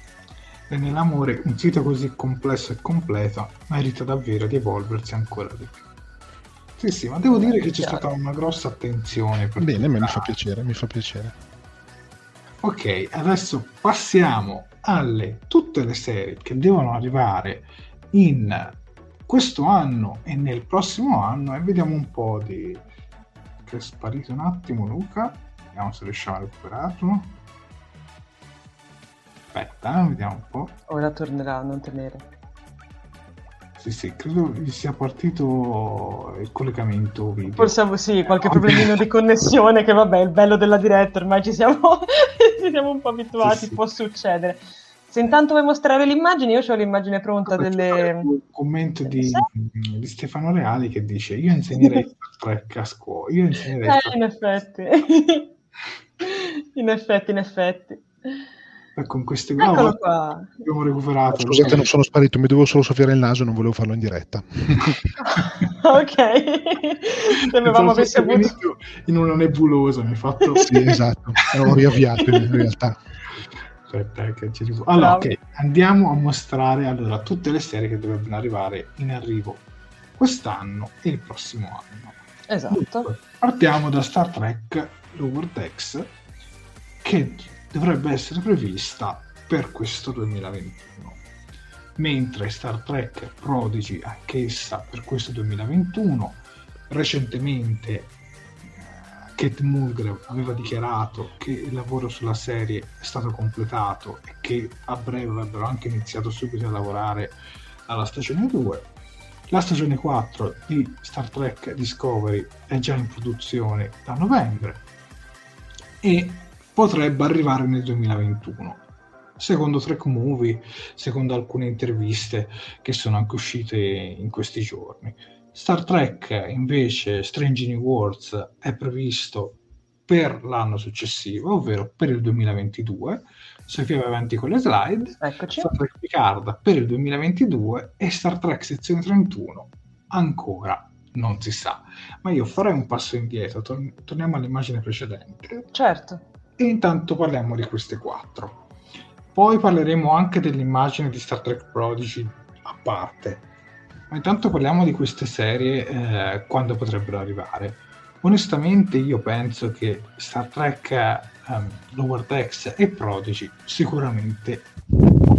E nell'amore un sito così complesso e completo merita davvero di evolversi ancora di più. Sì, sì, ma devo dire che c'è Chiaro. stata una grossa attenzione per Bene, ma mi tutta- fa piacere, mi fa piacere. Ok, adesso passiamo alle tutte le serie che devono arrivare in questo anno e nel prossimo anno, e vediamo un po' di... che è sparito un attimo Luca, vediamo se riusciamo a recuperarlo. Aspetta, eh, vediamo un po'. Ora tornerà, non temere. Sì, sì, credo gli sia partito il collegamento video. Forse av- sì, qualche Vabbè. problemino di connessione, che vabbè, il bello della diretta, ormai ci siamo, ci siamo un po' abituati, Sì, sì. può succedere. Se intanto vuoi mostrare le immagini, io ho l'immagine pronta Faccio delle... fare un commento di, Sì. di Stefano Reali che dice: io insegnerei Star Trek a scuola, io insegnerei Eh, Star in effetti. In effetti, in effetti. Trek con queste Eccolo oh, qua. abbiamo recuperato. Scusate, non sono sparito, mi dovevo solo soffiare il naso e non volevo farlo in diretta. Ok. Temevamo Pensavo avessi fosse avuto... finito in una nebulosa, mi ha fatto Sì, esatto, l'ho riavviato in realtà. Aspetta, eh, che ci rifu- allora, Bravo. ok, andiamo a mostrare allora tutte le serie che dovrebbero arrivare in arrivo quest'anno e il prossimo anno. Esatto. Dunque, partiamo da Star Trek Lower Decks, che dovrebbe essere prevista per questo duemilaventuno, mentre Star Trek Prodigy anch'essa per questo duemilaventuno. Recentemente eh, Kate Mulgrew aveva dichiarato che il lavoro sulla serie è stato completato e che a breve avrebbero anche iniziato subito a lavorare alla stagione due. La stagione quattro di Star Trek Discovery è già in produzione da novembre e potrebbe arrivare nel duemilaventuno. Secondo Trek Movie, secondo alcune interviste che sono anche uscite in questi giorni. Star Trek invece Strange New Worlds è previsto per l'anno successivo, ovvero per il duemilaventidue. Sofia va avanti con le slide. Eccoci. Star Trek Picard per il duemilaventidue e Star Trek sezione trentuno ancora non si sa. Ma io farei un passo indietro, tor- torniamo all'immagine precedente Certo. e intanto parliamo di queste quattro. Poi parleremo anche dell'immagine di Star Trek Prodigy a parte, ma intanto parliamo di queste serie eh, quando potrebbero arrivare. Onestamente io penso che Star Trek um, Lower Decks e Prodigy sicuramente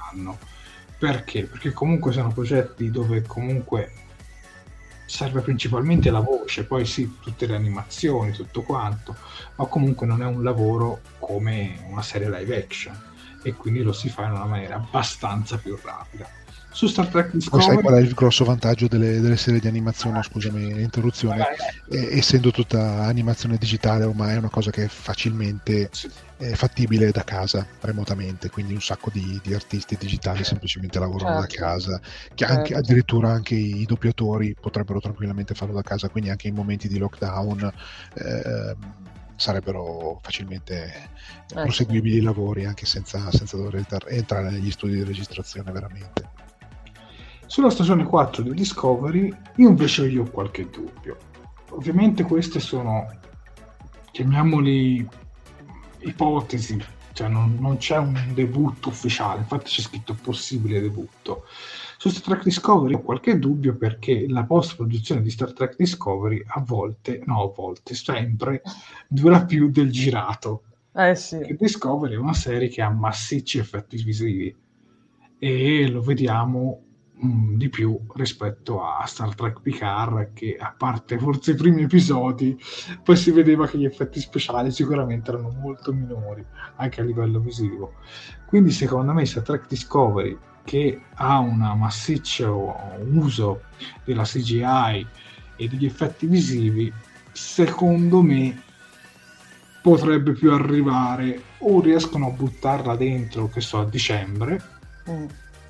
anno. Perché? Perché comunque sono progetti dove comunque serve principalmente la voce, poi sì, tutte le animazioni, tutto quanto, ma comunque non è un lavoro come una serie live action, e quindi lo si fa in una maniera abbastanza più rapida. Su Star Trek Discovery... Poi sai qual è il grosso vantaggio delle, delle serie di animazione? Scusami l'interruzione. Eh, essendo tutta animazione digitale, ormai è una cosa che è facilmente Sì. eh, fattibile da casa, remotamente, quindi un sacco di, di artisti digitali semplicemente lavorano Certo. da casa, che anche, Certo. addirittura anche i doppiatori potrebbero tranquillamente farlo da casa, quindi anche in momenti di lockdown eh, sarebbero facilmente Eh, proseguibili i lavori anche senza, senza dover entrare negli studi di registrazione veramente. Sulla stagione quattro di Discovery io invece io ho qualche dubbio. Ovviamente queste sono, chiamiamoli, ipotesi, cioè non, non c'è un debutto ufficiale, infatti c'è scritto possibile debutto. Su Star Trek Discovery ho qualche dubbio perché la post-produzione di Star Trek Discovery a volte, no a volte, sempre dura più del girato. Eh sì. Perché Discovery è una serie che ha massicci effetti visivi e lo vediamo mh, di più rispetto a Star Trek Picard, che a parte forse i primi episodi poi si vedeva che gli effetti speciali sicuramente erano molto minori anche a livello visivo. Quindi secondo me Star Trek Discovery, che ha un massiccio uso della C G I e degli effetti visivi, secondo me potrebbe più arrivare, o riescono a buttarla dentro, che so, a dicembre, Mm.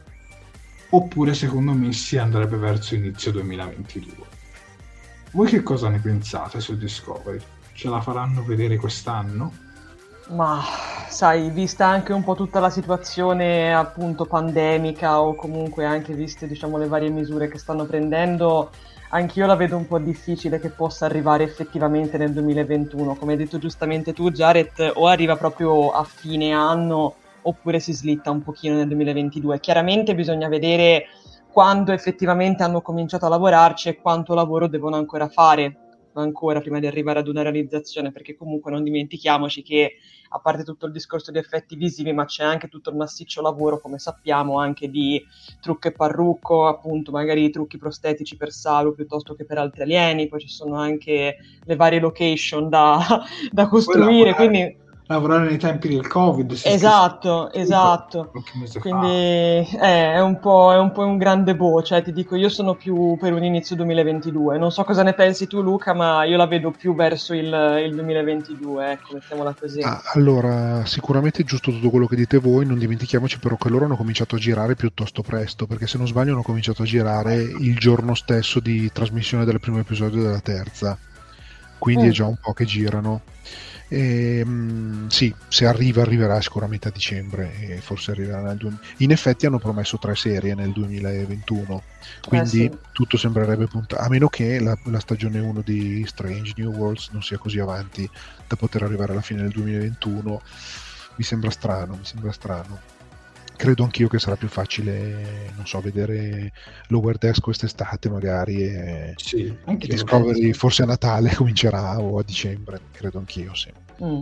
oppure secondo me si andrebbe verso inizio duemilaventidue. Voi che cosa ne pensate su Discovery? Ce la faranno vedere quest'anno? Ma sai, vista anche un po' tutta la situazione appunto pandemica, o comunque anche viste, diciamo, le varie misure che stanno prendendo, anch'io la vedo un po' difficile che possa arrivare effettivamente nel duemilaventuno. Come hai detto giustamente tu, Jared, o arriva proprio a fine anno oppure si slitta un pochino nel duemilaventidue. Chiaramente bisogna vedere quando effettivamente hanno cominciato a lavorarci e quanto lavoro devono ancora fare ancora prima di arrivare ad una realizzazione, perché comunque non dimentichiamoci che a parte tutto il discorso di effetti visivi, ma c'è anche tutto il massiccio lavoro, come sappiamo, anche di trucco e parrucco, appunto magari trucchi prostetici per Saru piuttosto che per altri alieni, poi ci sono anche le varie location da, da costruire, quindi lavorare nei tempi del Covid. Esatto, esatto. Quindi eh, è un po' è un po' un grande boh, cioè ti dico, io sono più per un inizio duemilaventidue. Non so cosa ne pensi tu, Luca, ma io la vedo più verso il, il duemilaventidue, ecco, mettiamola così. Ah, allora, sicuramente è giusto tutto quello che dite voi, non dimentichiamoci però che loro hanno cominciato a girare piuttosto presto, perché se non sbaglio hanno cominciato a girare il giorno stesso di trasmissione del primo episodio della terza, quindi Mm. è già un po' che girano. E, mh, sì, se arriva arriverà sicuramente a dicembre e forse arriverà nel duemila. In effetti hanno promesso tre serie nel duemilaventuno, quindi Eh sì. tutto sembrerebbe puntato, a meno che la, la stagione uno di Strange New Worlds non sia così avanti da poter arrivare alla fine del duemilaventuno. Mi sembra strano, mi sembra strano. Credo anch'io che sarà più facile, non so, vedere Lower Decks quest'estate magari e, Sì, e anche Discovery forse a Natale comincerà o a dicembre, credo anch'io, sì. Mm.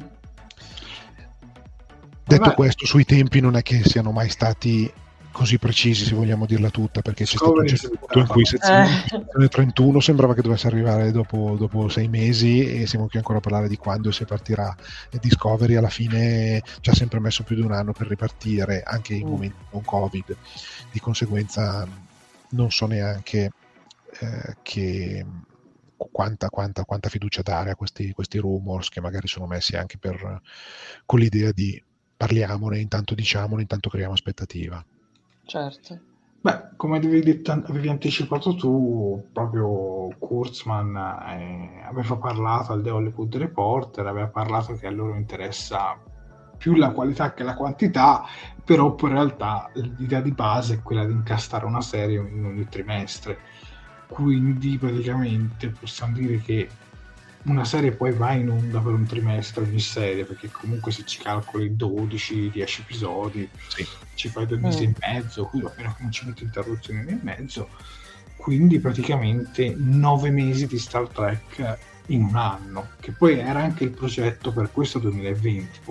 Detto Vabbè. questo, sui tempi non è che siano mai stati così precisi, se vogliamo dirla tutta, perché c'è stato un Discovery certo si punto in cui trattava. sezione, Eh. sezione trentuno sembrava che dovesse arrivare dopo, dopo sei mesi e siamo qui ancora a parlare di quando si partirà. E Discovery alla fine ci ha sempre messo più di un anno per ripartire, anche in Mm. momenti con Covid. Di conseguenza non so neanche eh, che quanta, quanta, quanta fiducia dare a questi, questi rumors che magari sono messi anche per, con l'idea di parliamone, intanto diciamone, intanto creiamo aspettativa. Certo. Beh, come avevi, detto, avevi anticipato tu, proprio Kurtzman eh, aveva parlato al The Hollywood Reporter, aveva parlato che a loro interessa più la qualità che la quantità, però poi in realtà l'idea di base è quella di incastare una serie in ogni trimestre, quindi praticamente possiamo dire che una serie poi va in onda per un trimestre ogni serie, perché comunque se ci calcoli dodici dieci episodi Sì. ci fai due mesi Mm. e mezzo, qui a meno che non ci metti interruzioni nel mezzo, quindi praticamente nove mesi di Star Trek in un anno, che poi era anche il progetto per questo duemilaventi. Poi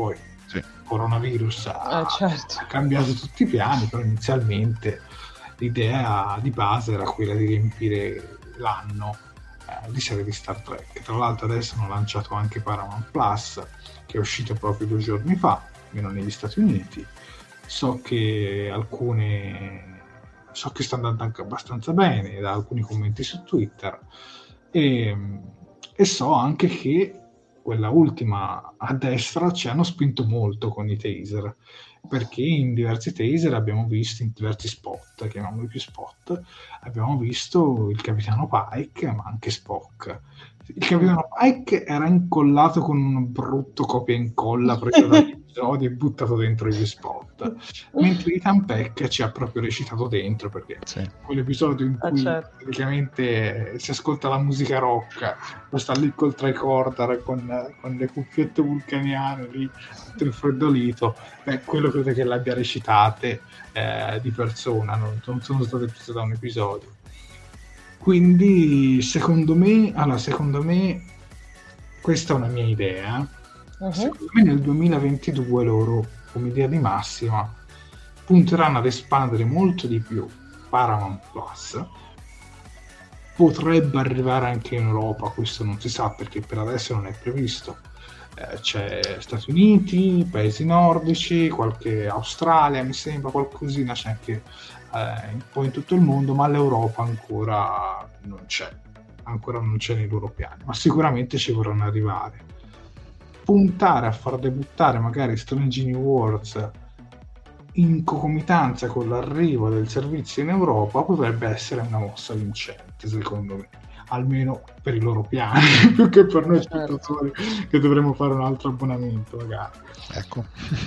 sì. coronavirus ha, eh, certo. ha cambiato tutti i piani, però inizialmente l'idea di base era quella di riempire l'anno eh, di serie di Star Trek. Tra l'altro adesso hanno lanciato anche Paramount Plus, che è uscito proprio due giorni fa, almeno negli Stati Uniti. So che alcune so che sta andando anche abbastanza bene da alcuni commenti su Twitter, e, e so anche che quella ultima a destra ci hanno spinto molto con i taser, perché in diversi taser abbiamo visto, in diversi spot, chiamiamoli più spot, abbiamo visto il capitano Pike, ma anche Spock. Il capitano Pike era incollato con un brutto copia e incolla preso dagli episodi e buttato dentro gli spot, mentre Ethan Peck ci ha proprio recitato dentro, perché sì. quell'episodio in cui ah, certo. praticamente si ascolta la musica rock, lo sta lì col tricorder con, con le cuffiette vulcaniane lì, tutto infreddolito, beh, quello credo che l'abbia recitate eh, di persona, non, non sono state prese da un episodio. Quindi secondo me, allora secondo me questa è una mia idea, uh-huh. Secondo me nel duemilaventidue loro, come idea di massima, punteranno ad espandere molto di più Paramount Plus. Potrebbe arrivare anche in Europa, questo non si sa perché per adesso non è previsto. Eh, c'è Stati Uniti, paesi nordici, qualche Australia, mi sembra, qualcosina c'è anche eh, un po' in tutto il mondo, ma l'Europa ancora non c'è, ancora non c'è nei loro piani, ma sicuramente ci vorranno arrivare. Puntare a far debuttare magari Strange New Worlds in concomitanza con l'arrivo del servizio in Europa potrebbe essere una mossa vincente, secondo me, almeno per i loro piani, più che per noi spettatori che dovremmo fare un altro abbonamento magari. Ecco.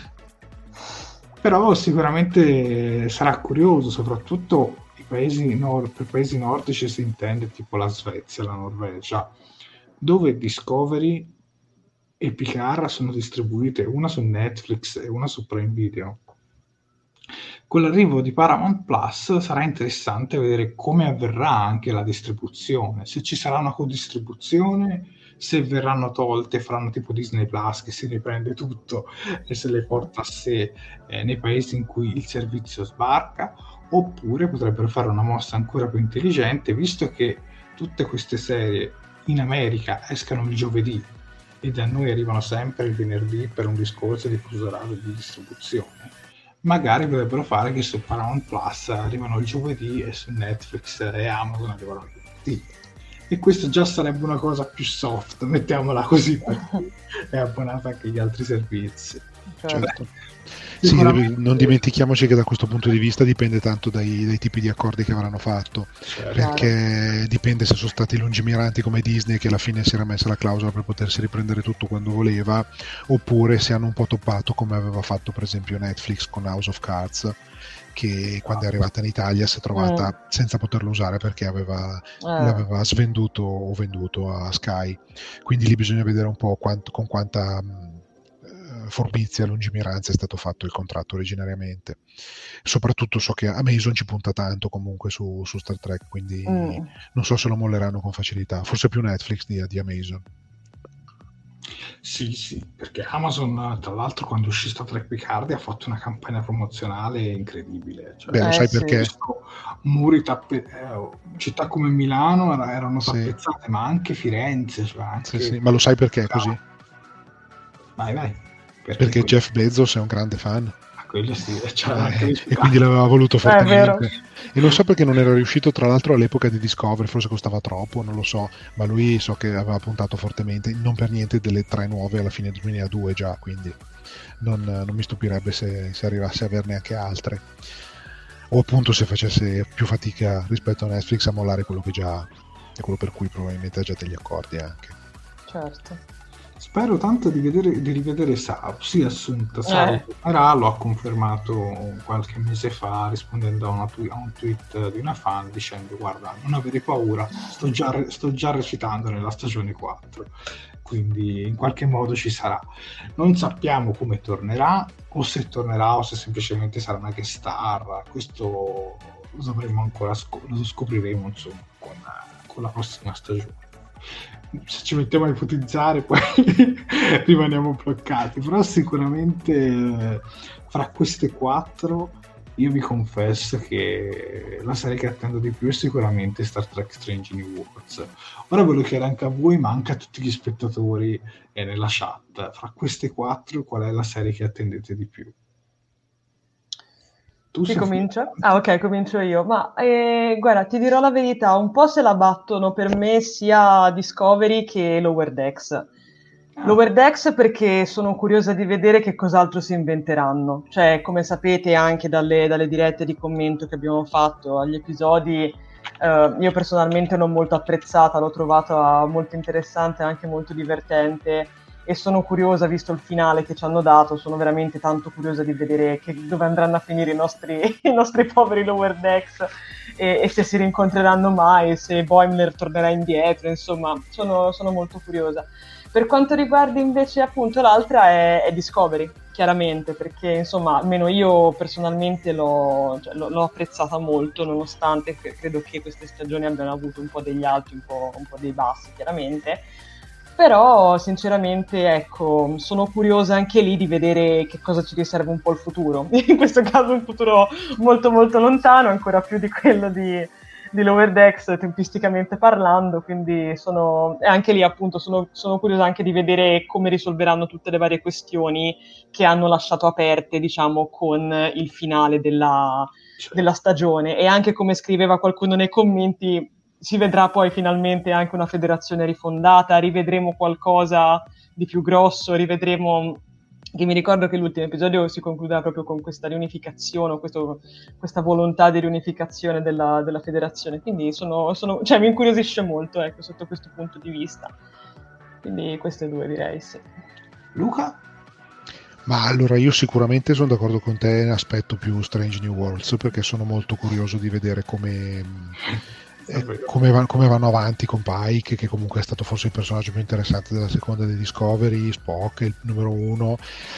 Però sicuramente sarà curioso, soprattutto i paesi nord, per paesi nordici si intende tipo la Svezia, la Norvegia, dove Discovery e Picard sono distribuite una su Netflix e una su Prime Video. Con l'arrivo di Paramount Plus sarà interessante vedere come avverrà anche la distribuzione, se ci sarà una codistribuzione, se verranno tolte, faranno tipo Disney Plus che si riprende tutto e se le porta a sé eh, nei paesi in cui il servizio sbarca, oppure potrebbero fare una mossa ancora più intelligente, visto che tutte queste serie in America escano il giovedì e da noi arrivano sempre il venerdì per un discorso di fuso orario di distribuzione. Magari potrebbero fare che su Paramount Plus arrivano il giovedì e su Netflix e Amazon arrivano il venerdì. E questo già sarebbe una cosa più soft, mettiamola così, perché è abbonata anche agli altri servizi. Certo. Sì, non dimentichiamoci che da questo punto di vista dipende tanto dai, dai tipi di accordi che avranno fatto, certo. Perché dipende se sono stati lungimiranti come Disney, che alla fine si era messa la clausola per potersi riprendere tutto quando voleva, oppure se hanno un po' toppato come aveva fatto per esempio Netflix con House of Cards, che quando è arrivata in Italia si è trovata mm. senza poterlo usare perché aveva, eh. l'aveva svenduto o venduto a Sky, quindi lì bisogna vedere un po' quanto, con quanta forbizia e lungimiranza è stato fatto il contratto originariamente. Soprattutto so che Amazon ci punta tanto comunque su, su Star Trek, quindi mm. non so se lo molleranno con facilità, forse più Netflix di, di Amazon. Sì, sì, perché Amazon tra l'altro quando uscì Star Trek Picard ha fatto una campagna promozionale incredibile, cioè, beh, lo eh, sai sì. perché muri tappe- eh, città come Milano erano tappezzate, sì. Ma anche Firenze, cioè anche... Sì, sì. Ma lo sai perché è così? Vai, vai. Perché, perché Jeff Bezos è un grande fan. Ah, quello sì, cioè eh, anche e quindi l'aveva voluto fortemente. Eh, e non so perché non era riuscito, tra l'altro all'epoca di Discovery, forse costava troppo, non lo so, ma lui so che aveva puntato fortemente, non per niente delle tre nuove alla fine del duemiladue già, quindi non, non mi stupirebbe se, se arrivasse a averne anche altre, o appunto se facesse più fatica rispetto a Netflix a mollare quello che già è, quello per cui probabilmente ha già degli accordi anche. Certo. Spero tanto di, vedere, di rivedere Saru, sì, Assunta, Saru eh. tornerà, lo ha confermato qualche mese fa rispondendo a, una tu- a un tweet di una fan dicendo guarda, non avere paura, sto già, re- sto già recitando nella stagione quattro, quindi in qualche modo ci sarà. Non sappiamo come tornerà, o se tornerà o se semplicemente sarà una guest star, questo lo dovremo ancora sc- lo scopriremo insomma con, con la prossima stagione. se ci mettiamo a ipotizzare poi rimaniamo bloccati, però sicuramente eh, fra queste quattro io vi confesso che la serie che attendo di più è sicuramente Star Trek Strange New Worlds. Ora ve lo chiedo anche a voi, ma anche a tutti gli spettatori e nella chat. Fra queste quattro, qual è la serie che attendete di più? Tu Chi comincia? Ah, ok, comincio io. Ma eh, guarda, ti dirò la verità, un po' se la battono per me sia Discovery che Lower Decks. Lower Decks perché sono curiosa di vedere che cos'altro si inventeranno. Cioè, come sapete anche dalle, dalle dirette di commento che abbiamo fatto agli episodi, eh, io personalmente l'ho molto apprezzata, l'ho trovata molto interessante e anche molto divertente e sono curiosa, visto il finale che ci hanno dato, sono veramente tanto curiosa di vedere che, dove andranno a finire i nostri, i nostri poveri Lower Decks e, e se si rincontreranno mai, se Boimler tornerà indietro, insomma, sono, sono molto curiosa. Per quanto riguarda invece appunto l'altra è, è Discovery, chiaramente, perché insomma almeno io personalmente l'ho, cioè, l'ho, l'ho apprezzata molto, nonostante che credo che queste stagioni abbiano avuto un po' degli alti, un po', un po' dei bassi chiaramente, però sinceramente ecco, sono curiosa anche lì di vedere che cosa ci riserva un po' il futuro, in questo caso un futuro molto molto lontano, ancora più di quello di... di Lower Decks tempisticamente parlando, quindi sono e anche lì appunto sono, sono curiosa anche di vedere come risolveranno tutte le varie questioni che hanno lasciato aperte, diciamo, con il finale della, della stagione, e anche come scriveva qualcuno nei commenti si vedrà poi finalmente anche una federazione rifondata, rivedremo qualcosa di più grosso, rivedremo... che mi ricordo che l'ultimo episodio si concludeva proprio con questa riunificazione, o questo, questa volontà di riunificazione della, della federazione, quindi sono, sono, cioè, mi incuriosisce molto, ecco, sotto questo punto di vista. Quindi queste due direi, sì. Luca? Ma allora io sicuramente sono d'accordo con te in aspetto più Strange New Worlds, perché sono molto curioso di vedere come... Eh, come, va, come vanno avanti con Pike, che comunque è stato forse il personaggio più interessante della seconda di Discovery. Spock è il numero uno,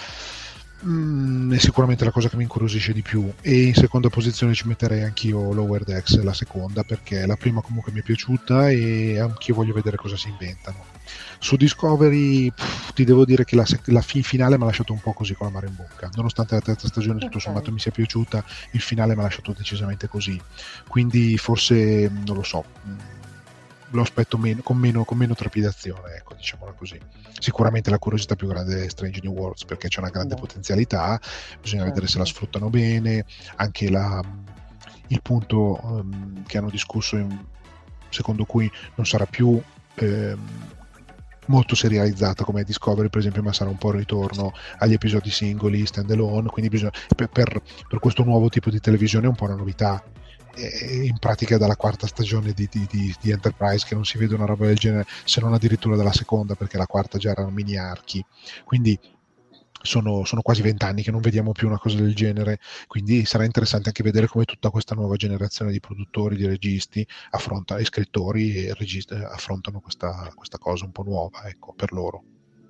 mm, è sicuramente la cosa che mi incuriosisce di più, e in seconda posizione ci metterei anch'io Lower Decks, la seconda, perché la prima comunque mi è piaciuta e anch'io voglio vedere cosa si inventano. Su Discovery pff, ti devo dire che la, la fin finale mi ha lasciato un po' così con la mano in bocca, nonostante la terza stagione tutto sommato mi sia piaciuta, il finale mi ha lasciato decisamente così, quindi forse non lo so, lo aspetto meno, con, meno, con meno trepidazione, ecco, diciamola così. Sicuramente la curiosità più grande è Strange New Worlds, perché c'è una grande potenzialità, bisogna vedere se la sfruttano bene, anche la, il punto um, che hanno discusso in, secondo cui non sarà più um, molto serializzata come Discovery per esempio, ma sarà un po' il ritorno agli episodi singoli, stand alone, quindi bisogna, per, per, per questo nuovo tipo di televisione è un po' una novità, e in pratica dalla quarta stagione di, di, di, di Enterprise che non si vede una roba del genere, se non addirittura dalla seconda, perché la quarta già erano mini archi, quindi sono, sono quasi vent'anni che non vediamo più una cosa del genere, quindi sarà interessante anche vedere come tutta questa nuova generazione di produttori, di registi affronta, e scrittori e registi affrontano questa, questa cosa un po' nuova, ecco, per loro.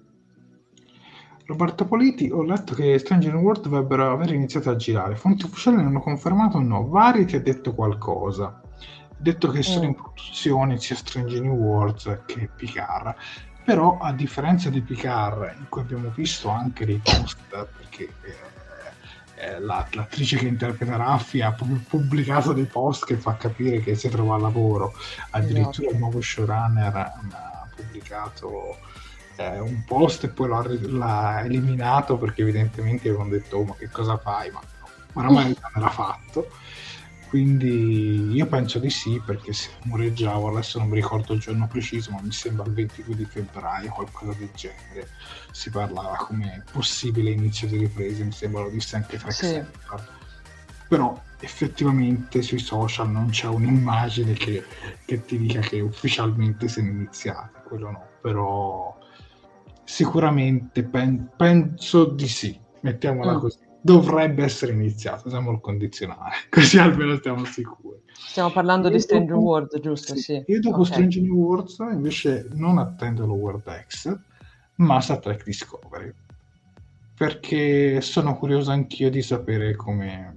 Roberto Politi, ho letto che Strange New World dovrebbero aver iniziato a girare, fonti ufficiali ne hanno confermato o no? Vari ti ha detto qualcosa, ha detto che sono mm. in produzione sia Strange New World che Picard. Però a differenza di Picard, in cui abbiamo visto anche dei post, perché eh, eh, la, l'attrice che interpreta Raffi ha pubblicato dei post che fa capire che si trova al lavoro, addirittura no. Il nuovo showrunner ha pubblicato eh, un post e poi l'ha, l'ha eliminato perché evidentemente avevano detto oh, ma che cosa fai? Ma oramai non l'ha fatto. Quindi io penso di sì, perché se mureggiavo, adesso non mi ricordo il giorno preciso, ma mi sembra il ventidue di febbraio, qualcosa del genere, si parlava come possibile inizio di riprese, mi sembra lo disse anche Trek sì. Center. Però effettivamente sui social non c'è un'immagine che, che ti dica che ufficialmente siano iniziate, quello no, però sicuramente pen- penso di sì, mettiamola mm. così. Dovrebbe essere iniziato, usiamo il condizionale, così almeno stiamo sicuri. Stiamo parlando io di Strange New Worlds, giusto? Sì. Sì. Io dopo okay. Strange New Worlds invece non attendo Lower Decks, ma Star Trek Discovery, perché sono curioso anch'io di sapere come,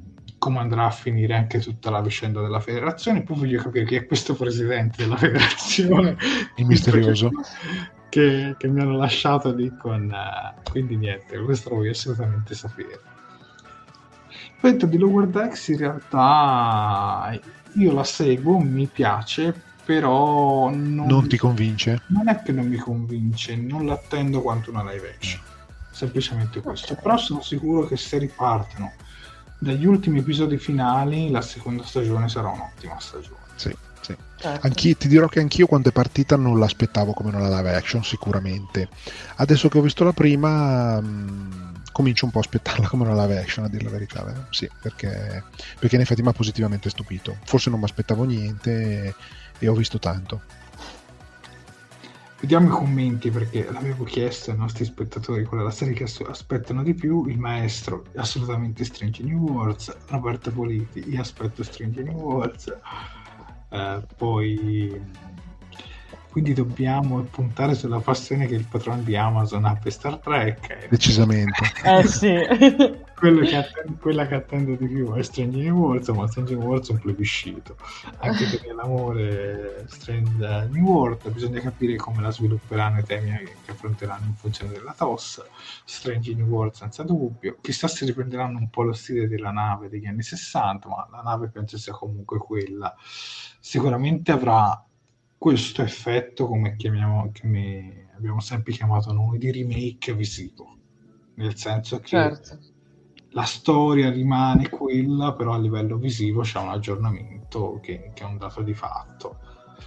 come andrà a finire anche tutta la vicenda della federazione. Poi voglio capire chi è questo presidente della federazione, il misterioso, che, che mi hanno lasciato lì con... Uh, quindi niente, questo lo voglio assolutamente sapere. Penso di Lower Decks, in realtà io la seguo, mi piace, però non, non ti convince? Non è che non mi convince, non l'attendo quanto una live action, semplicemente questo. Però sono sicuro che se ripartono dagli ultimi episodi finali, la seconda stagione sarà un'ottima stagione. Sì, sì. Certo. Anch'io, ti dirò che anch'io quando è partita non l'aspettavo come una live action, sicuramente. Adesso che ho visto la prima, mh, comincio un po' a aspettarla come una live action, a dire la verità, vero? Sì, perché, perché in effetti mi ha positivamente stupito. Forse non mi aspettavo niente e, e ho visto tanto. Vediamo i commenti, perché l'avevo chiesto ai nostri spettatori qual è la serie che aspettano di più. Il maestro, assolutamente Strange New Worlds. Roberto Politi, io aspetto Strange New Worlds. Uh, poi quindi dobbiamo puntare sulla passione che il patrono di Amazon ha per Star Trek. Decisamente. Eh sì. Quello che attendo, quella che attendo di più è Strange New Worlds, ma Strange New Worlds è un plebiscito, anche perché l'amore Strange New World bisogna capire come la svilupperanno, i temi che affronteranno in funzione della T O S. Strange New World senza dubbio, chissà se riprenderanno un po' lo stile della nave degli anni sessanta, ma la nave penso sia comunque quella. Sicuramente avrà questo effetto, come chiamiamo, che abbiamo sempre chiamato noi, di remake visivo, nel senso che certo. La storia rimane quella, però a livello visivo c'è un aggiornamento che, che è un dato di fatto.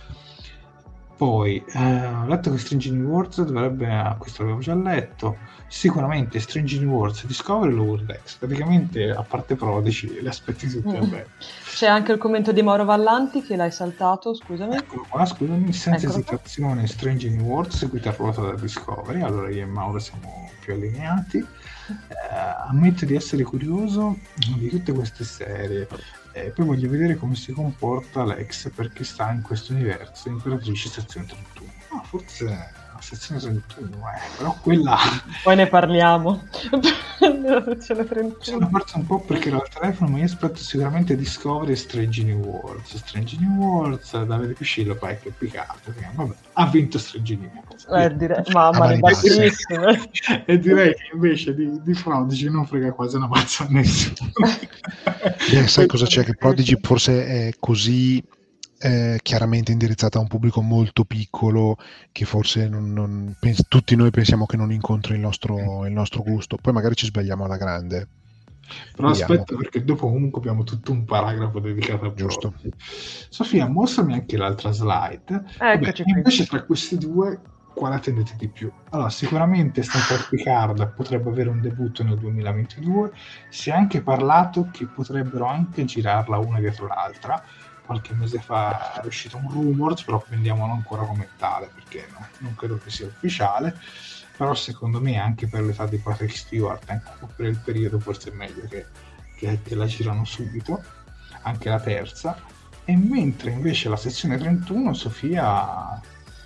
Poi eh, ho letto che Strange New Worlds dovrebbe, questo l'avevo già letto, sicuramente Strange New Worlds, Discovery e Lower Decks, praticamente a parte Prodigy le aspetti tutte a bene. C'è anche il commento di Mauro Vallanti che l'hai saltato, scusami. Eccolo qua, scusami, senza Eccolo esitazione qua. Strange New Worlds seguita a ruota da Discovery, allora io e Mauro siamo più allineati. Eh, ammetto di essere curioso di tutte queste serie, e poi voglio vedere come si comporta Lex, perché sta in questo universo Imperatrice sezione trentuno. No, forse la sezione trentuno, eh, però quella poi ne parliamo della sezione trentuno. Sono perso un po' perché ero al telefono, ma io aspetto sicuramente Discovery e Strange New Worlds. Strange New Worlds, Davide Piscillo, poi che peccato, vabbè, ha vinto Strange New Worlds. Eh, direi, mamma, le bassissime. E direi che invece di, di Prodigy non frega quasi una mazza a nessuno. Beh, sai cosa c'è? Che Prodigy forse è così eh, chiaramente indirizzata a un pubblico molto piccolo che forse non, non, pens- tutti noi pensiamo che non incontri il nostro, il nostro gusto. Poi magari ci sbagliamo alla grande. Però Vediamo. aspetta, perché dopo comunque abbiamo tutto un paragrafo dedicato a Giusto. Prodigy. Sofia, mostrami anche l'altra slide. Eccoci qui. Invece tra questi due quale attendete di più? Allora, sicuramente Star Trek Picard potrebbe avere un debutto nel duemilaventidue. Si è anche parlato che potrebbero anche girarla una dietro l'altra. Qualche mese fa è uscito un rumors, però prendiamolo ancora come tale, perché no, non credo che sia ufficiale. Però secondo me anche per l'età di Patrick Stewart, anche per il periodo, forse è meglio che, che, che la girano subito, anche la terza. E mentre invece la sezione trentuno, Sofia...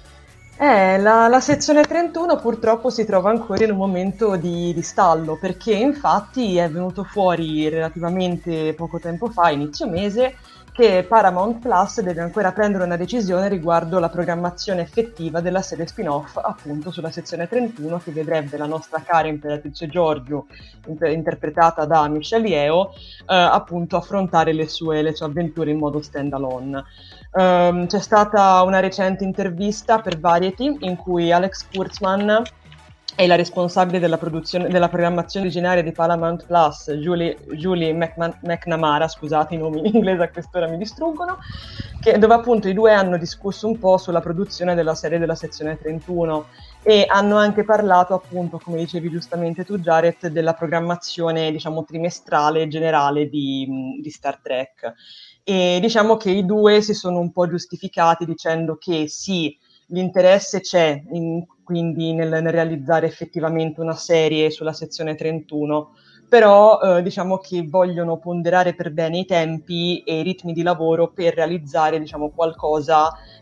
Eh, la, la sezione trentuno purtroppo si trova ancora in un momento di, di stallo, perché infatti è venuto fuori relativamente poco tempo fa, inizio mese, che Paramount Plus deve ancora prendere una decisione riguardo la programmazione effettiva della serie spin-off appunto sulla sezione trentuno, che vedrebbe la nostra cara Imperatrice Giorgio, inter- interpretata da Michelle Yeoh, eh, appunto affrontare le sue, le sue avventure in modo stand-alone. Um, c'è stata una recente intervista per Variety in cui Alex Kurtzman e la responsabile della produzione della programmazione originaria di Paramount Plus, Julie, Julie McMan- McNamara, scusate i nomi in inglese a quest'ora mi distruggono, che, dove appunto i due hanno discusso un po' sulla produzione della serie della sezione trentuno e hanno anche parlato appunto, come dicevi giustamente tu Jared, della programmazione diciamo trimestrale generale di, di Star Trek. E diciamo che i due si sono un po' giustificati dicendo che sì, l'interesse c'è in, quindi nel, nel realizzare effettivamente una serie sulla sezione trentuno, però eh, diciamo che vogliono ponderare per bene i tempi e i ritmi di lavoro per realizzare diciamo qualcosa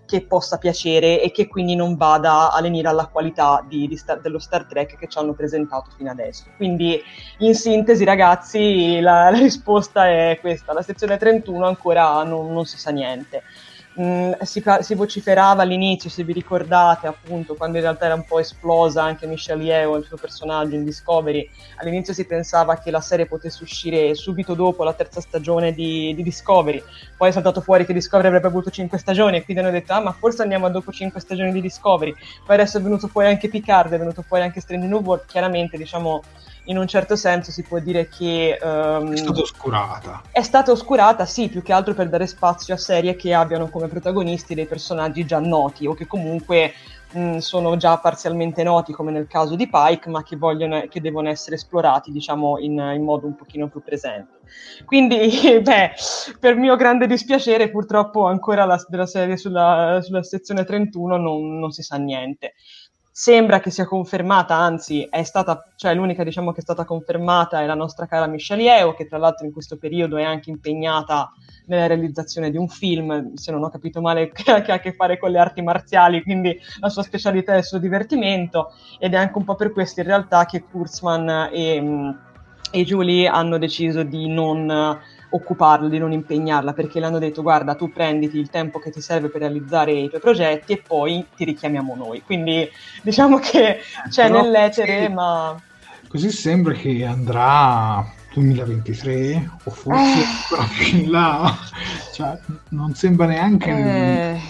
che possa piacere e che quindi non vada a lenire alla qualità di, di Star, dello Star Trek che ci hanno presentato fino adesso. Quindi in sintesi ragazzi la, la risposta è questa: la sezione trentuno ancora non, non si sa niente. Mm, si, si vociferava all'inizio, se vi ricordate, appunto, quando in realtà era un po' esplosa anche Michelle Yeoh, il suo personaggio in Discovery. All'inizio si pensava che la serie potesse uscire subito dopo la terza stagione di, di Discovery, poi è saltato fuori che Discovery avrebbe avuto cinque stagioni e quindi hanno detto ah ma forse andiamo a dopo cinque stagioni di Discovery. Poi adesso è venuto fuori anche Picard, è venuto fuori anche Strange New World. Chiaramente, diciamo, in un certo senso si può dire che um, è stata oscurata. È stata oscurata, sì, più che altro per dare spazio a serie che abbiano come protagonisti dei personaggi già noti o che comunque mh, sono già parzialmente noti, come nel caso di Pike, ma che vogliono, che devono essere esplorati, diciamo, in, in modo un pochino più presente. Quindi, beh, per mio grande dispiacere, purtroppo ancora la, della serie sulla, sulla sezione trentuno non, non si sa niente. Sembra che sia confermata, anzi è stata, cioè l'unica diciamo che è stata confermata è la nostra cara Michelle Yeoh, che tra l'altro in questo periodo è anche impegnata nella realizzazione di un film, se non ho capito male, che ha a che fare con le arti marziali, quindi la sua specialità è il suo divertimento, ed è anche un po' per questo in realtà che Kurtzman e, e Julie hanno deciso di non occuparla, di non impegnarla, perché le hanno detto guarda, tu prenditi il tempo che ti serve per realizzare i tuoi progetti e poi ti richiamiamo noi. Quindi diciamo che c'è Però nell'etere, sì, ma così sembra che andrà duemilaventitré o forse eh. ancora più in là, cioè non sembra neanche eh.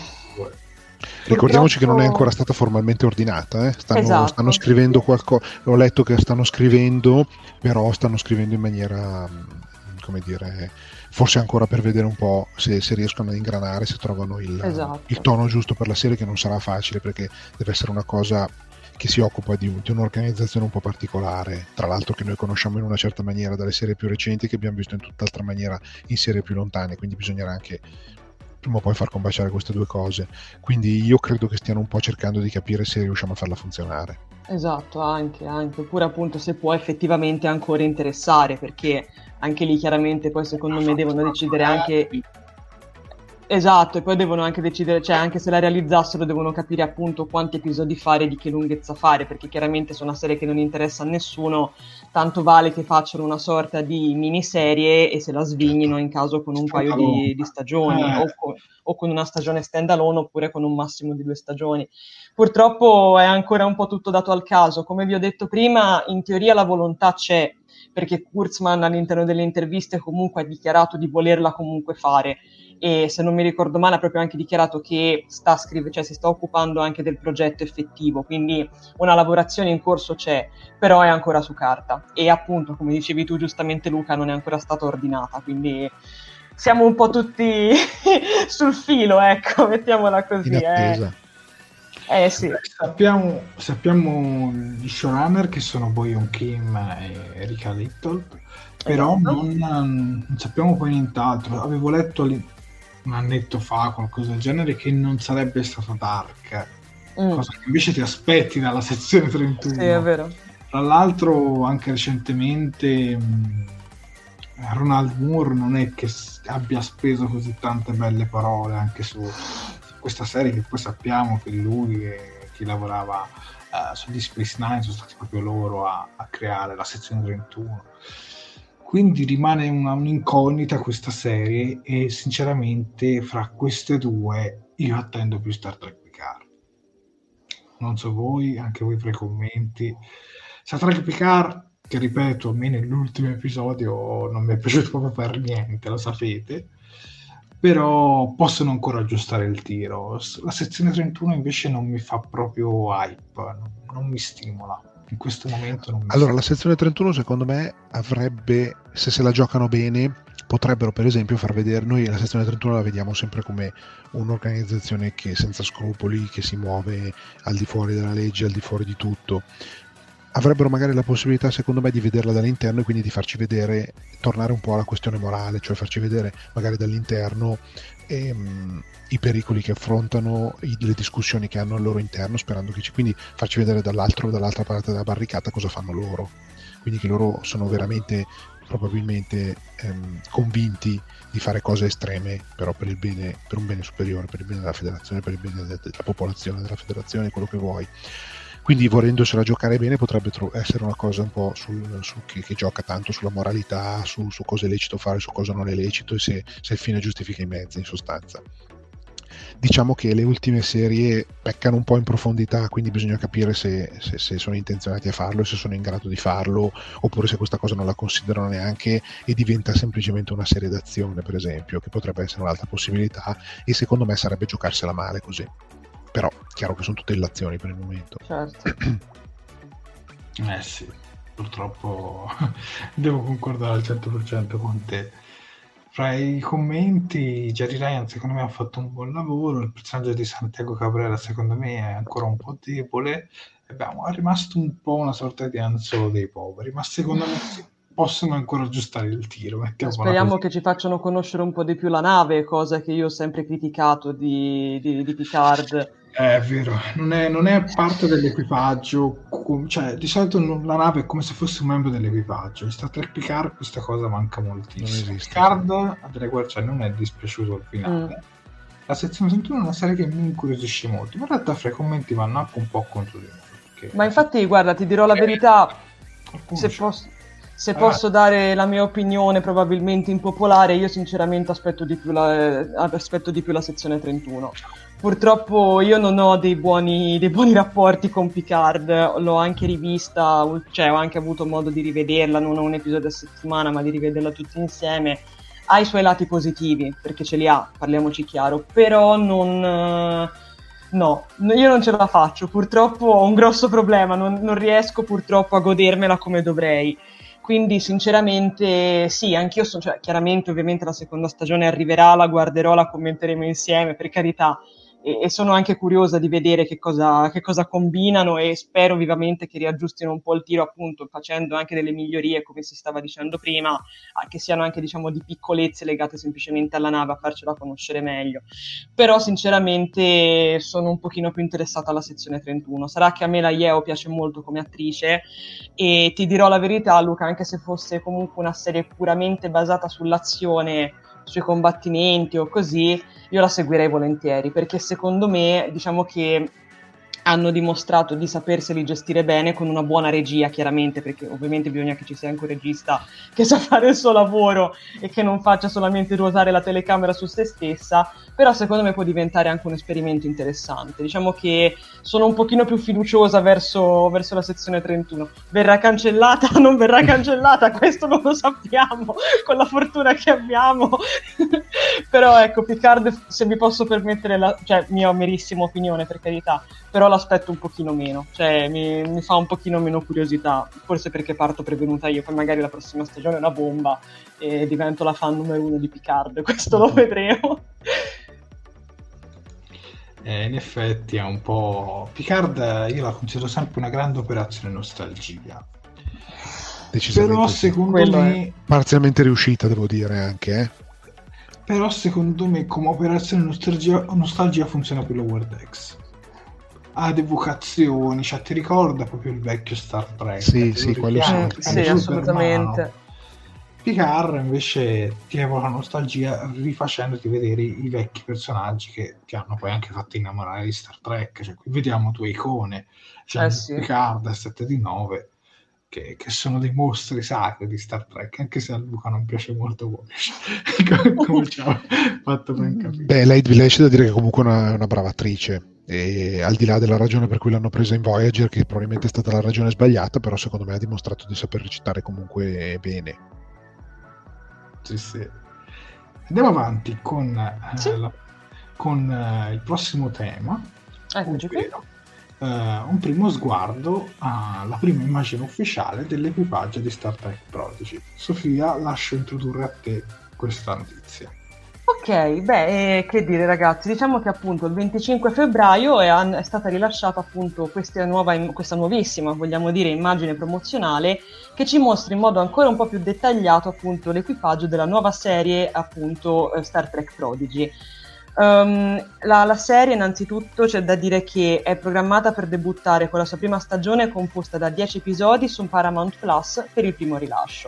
Ricordiamoci Purtroppo... che non è ancora stata formalmente ordinata, eh? stanno, esatto. stanno scrivendo qualcosa, ho letto che stanno scrivendo, però stanno scrivendo in maniera, come dire, forse ancora per vedere un po' se, se riescono ad ingranare, se trovano il, esatto. il tono giusto per la serie, che non sarà facile perché deve essere una cosa che si occupa di, di un'organizzazione un po' particolare, tra l'altro che noi conosciamo in una certa maniera dalle serie più recenti, che abbiamo visto in tutt'altra maniera in serie più lontane, quindi bisognerà anche prima o poi far combaciare queste due cose. Quindi io credo che stiano un po' cercando di capire se riusciamo a farla funzionare. Esatto, anche, anche, oppure appunto se può effettivamente ancora interessare, perché anche lì chiaramente poi secondo me devono decidere anche... Esatto, e poi devono anche decidere, cioè anche se la realizzassero devono capire appunto quanti episodi fare e di che lunghezza fare, perché chiaramente se è una serie che non interessa a nessuno, tanto vale che facciano una sorta di miniserie e se la svignino in caso con un paio di, di stagioni o con, o con una stagione stand alone oppure con un massimo di due stagioni. Purtroppo è ancora un po' tutto dato al caso. Come vi ho detto prima, in teoria la volontà c'è, perché Kurtzman all'interno delle interviste comunque ha dichiarato di volerla comunque fare, e se non mi ricordo male ha proprio anche dichiarato che sta scrivendo, cioè si sta occupando anche del progetto effettivo, quindi una lavorazione in corso c'è, però è ancora su carta e appunto, come dicevi tu giustamente Luca, non è ancora stata ordinata, quindi siamo un po' tutti sul filo, ecco, mettiamola così. In attesa. Eh. Eh sì. Sappiamo, sappiamo gli showrunner che sono Boyon Kim e Erika Little, però esatto. non, non sappiamo poi nient'altro. Avevo letto lì un annetto fa, qualcosa del genere, che non sarebbe stata Dark, mm. cosa che invece ti aspetti dalla sezione trentuno. Sì, è vero. Tra l'altro anche recentemente mh, Ronald Moore non è che abbia speso così tante belle parole anche su, su questa serie, che poi sappiamo che lui e chi lavorava uh, su Deep Space Nine sono stati proprio loro a, a creare la sezione trentuno. Quindi rimane una, un'incognita questa serie e sinceramente fra queste due io attendo più Star Trek Picard. Non so voi, anche voi fra i commenti. Star Trek Picard, che ripeto, a me nell'ultimo episodio non mi è piaciuto proprio per niente, lo sapete, però possono ancora aggiustare il tiro. La sezione trentuno invece non mi fa proprio hype, non, non mi stimola. In questo momento non mi allora la sezione trentuno secondo me avrebbe, se se la giocano bene, potrebbero per esempio far vedere, noi la sezione trentuno la vediamo sempre come un'organizzazione che senza scrupoli, che si muove al di fuori della legge, al di fuori di tutto. Avrebbero magari la possibilità secondo me di vederla dall'interno e quindi di farci vedere, tornare un po' alla questione morale, cioè farci vedere magari dall'interno ehm, i pericoli che affrontano, i, le discussioni che hanno al loro interno, sperando che ci, quindi farci vedere dall'altro, dall'altra parte della barricata cosa fanno loro, quindi che loro sono veramente probabilmente ehm, convinti di fare cose estreme, però per il bene, per un bene superiore, per il bene della federazione, per il bene de- della popolazione, della federazione, quello che vuoi. Quindi volendosela giocare bene potrebbe tro- essere una cosa un po' sul, su, che, che gioca tanto sulla moralità, su, su cosa è lecito fare, su cosa non è lecito, e se, se il fine giustifica i mezzi, in sostanza. Diciamo che le ultime serie peccano un po' in profondità, quindi bisogna capire se, se, se sono intenzionati a farlo, se sono in grado di farlo, oppure se questa cosa non la considerano neanche e diventa semplicemente una serie d'azione, per esempio, che potrebbe essere un'altra possibilità, e secondo me sarebbe giocarsela male così. Però chiaro che sono tutte illazioni per il momento. Certo. Eh sì, purtroppo devo concordare al cento per cento con te. Fra i commenti, Jerry Ryan secondo me ha fatto un buon lavoro, il personaggio di Santiago Cabrera secondo me è ancora un po' debole, e beh, è rimasto un po' una sorta di Han Solo dei poveri, ma secondo me sì, possono ancora aggiustare il tiro. Speriamo che ci facciano conoscere un po' di più la nave, cosa che io ho sempre criticato di, di, di Picard. È vero, non è, non è parte dell'equipaggio, cioè di solito non, la nave è come se fosse un membro dell'equipaggio. In Star Trek Picard questa cosa manca moltissimo. Picard a delle guerce non è dispiaciuto al finale. Mm. La sezione trentuno è una serie che mi incuriosisce molto, ma in realtà fra i commenti vanno anche un po' contro di me. Perché... Ma infatti guarda, ti dirò la verità, se posso... Se posso ah. dare la mia opinione probabilmente impopolare, io sinceramente aspetto di più la, aspetto di più la sezione trentuno. Purtroppo io non ho dei buoni, dei buoni rapporti con Picard, l'ho anche rivista, cioè ho anche avuto modo di rivederla, non un episodio a settimana, ma di rivederla tutti insieme. Ha i suoi lati positivi, perché ce li ha, parliamoci chiaro, però non... No, io non ce la faccio, purtroppo ho un grosso problema, non, non riesco purtroppo a godermela come dovrei. Quindi sinceramente sì, anch'io sono, cioè, chiaramente ovviamente la seconda stagione arriverà, la guarderò, la commenteremo insieme, per carità, e, e sono anche curiosa di vedere che cosa, che cosa combinano, e spero vivamente che riaggiustino un po' il tiro, appunto facendo anche delle migliorie, come si stava dicendo prima, che siano anche diciamo di piccolezze legate semplicemente alla nave, a farcela conoscere meglio. Però sinceramente sono un pochino più interessata alla sezione trentuno. Sarà che a me la Yeo piace molto come attrice, e ti dirò la verità, Luca, anche se fosse comunque una serie puramente basata sull'azione, sui combattimenti o così, io la seguirei volentieri, perché secondo me diciamo che hanno dimostrato di saperseli gestire bene, con una buona regia chiaramente, perché ovviamente bisogna che ci sia anche un regista che sa fare il suo lavoro e che non faccia solamente ruotare la telecamera su se stessa, però secondo me può diventare anche un esperimento interessante. Diciamo che sono un pochino più fiduciosa verso, verso la sezione trentuno. Verrà cancellata o non verrà cancellata? Questo non lo sappiamo, con la fortuna che abbiamo. Però ecco, Picard, se mi posso permettere, la, cioè mia merissima opinione per carità, però l'aspetto un pochino meno, cioè mi, mi fa un pochino meno curiosità, forse perché parto prevenuta io, poi magari la prossima stagione è una bomba e divento la fan numero uno di Picard, questo lo vedremo. Eh, in effetti è un po'... Picard io la considero sempre una grande operazione nostalgia. Però secondo me... È parzialmente riuscita, devo dire, anche, eh. Però secondo me come operazione nostalgia, nostalgia funziona più Lower Decks. Ha evocazioni, cioè ti ricorda proprio il vecchio Star Trek. Sì, sì, quello sì. Eh, sì, assolutamente. Picard invece ti evoca nostalgia rifacendoti vedere i, i vecchi personaggi che ti hanno poi anche fatto innamorare di Star Trek. Cioè, qui vediamo tue icone, cioè eh sì. Picard e sette di nove, che, che sono dei mostri sacri di Star Trek, anche se a Luca non piace molto come, come ci ha fatto ben capire. Beh, lei, lei c'è da dire che comunque è una, una brava attrice, e al di là della ragione per cui l'hanno presa in Voyager, che probabilmente è stata la ragione sbagliata, però secondo me ha dimostrato di saper recitare comunque bene. Sì, sì. Andiamo avanti con, sì. eh, la, con eh, il prossimo tema, ovvero eh, un primo sguardo alla prima immagine ufficiale dell'equipaggio di Star Trek Prodigy. Sofia, lascio introdurre a te questa notizia. Ok, beh, eh, che dire ragazzi, diciamo che appunto il venticinque febbraio è, an- è stata rilasciata appunto questa, nuova, questa nuovissima, vogliamo dire, immagine promozionale che ci mostra in modo ancora un po' più dettagliato appunto l'equipaggio della nuova serie appunto eh, Star Trek Prodigy. Um, la, la serie innanzitutto c'è da dire che è programmata per debuttare con la sua prima stagione composta da dieci episodi su Paramount Plus per il primo rilascio.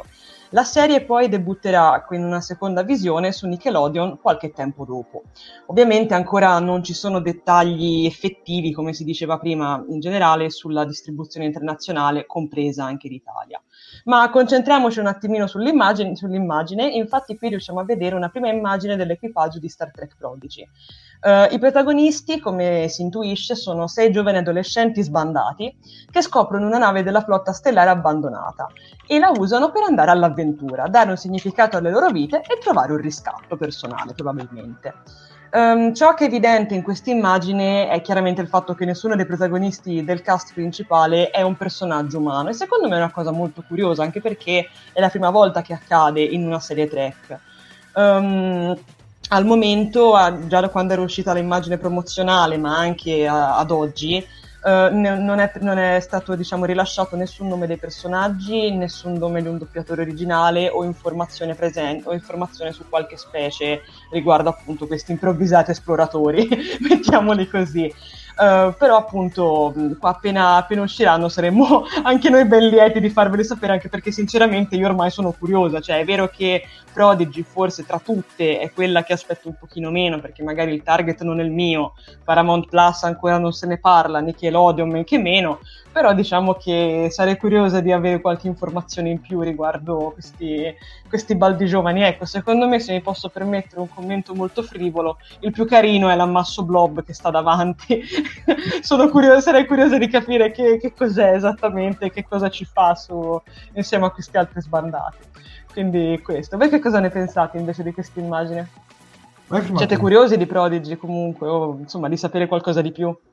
La serie poi debutterà in una seconda visione su Nickelodeon qualche tempo dopo. Ovviamente ancora non ci sono dettagli effettivi, come si diceva prima, in generale sulla distribuzione internazionale, compresa anche l'Italia. Ma concentriamoci un attimino sull'immagine, sull'immagine, infatti qui riusciamo a vedere una prima immagine dell'equipaggio di Star Trek Prodigy. Uh, I protagonisti, come si intuisce, sono sei giovani adolescenti sbandati che scoprono una nave della flotta stellare abbandonata e la usano per andare all'avventura, dare un significato alle loro vite e trovare un riscatto personale, probabilmente. Um, ciò che è evidente in questa immagine è chiaramente il fatto che nessuno dei protagonisti del cast principale è un personaggio umano, e secondo me è una cosa molto curiosa, anche perché è la prima volta che accade in una serie Trek. Um, al momento, già da quando era uscita l'immagine promozionale, ma anche a, ad oggi, Uh, non, è, non è stato, diciamo, rilasciato nessun nome dei personaggi, nessun nome di un doppiatore originale o informazione presente o informazione su qualche specie riguardo appunto questi improvvisati esploratori, mettiamoli così. Uh, però appunto appena, appena usciranno saremo anche noi ben lieti di farveli sapere, anche perché sinceramente io ormai sono curiosa. Cioè è vero che Prodigy forse tra tutte è quella che aspetto un pochino meno, perché magari il target non è il mio, Paramount Plus ancora non se ne parla, Nickelodeon men che meno, però diciamo che sarei curiosa di avere qualche informazione in più riguardo questi, questi baldi giovani. Ecco, secondo me, se mi posso permettere un commento molto frivolo, il più carino è l'ammasso blob che sta davanti. Sono curiosa, sarei curiosa di capire che, che cos'è esattamente, che cosa ci fa su, insieme a questi altri sbandati. Quindi questo. Voi che cosa ne pensate invece di questa immagine? Siete curiosi di Prodigy comunque, o insomma di sapere qualcosa di più?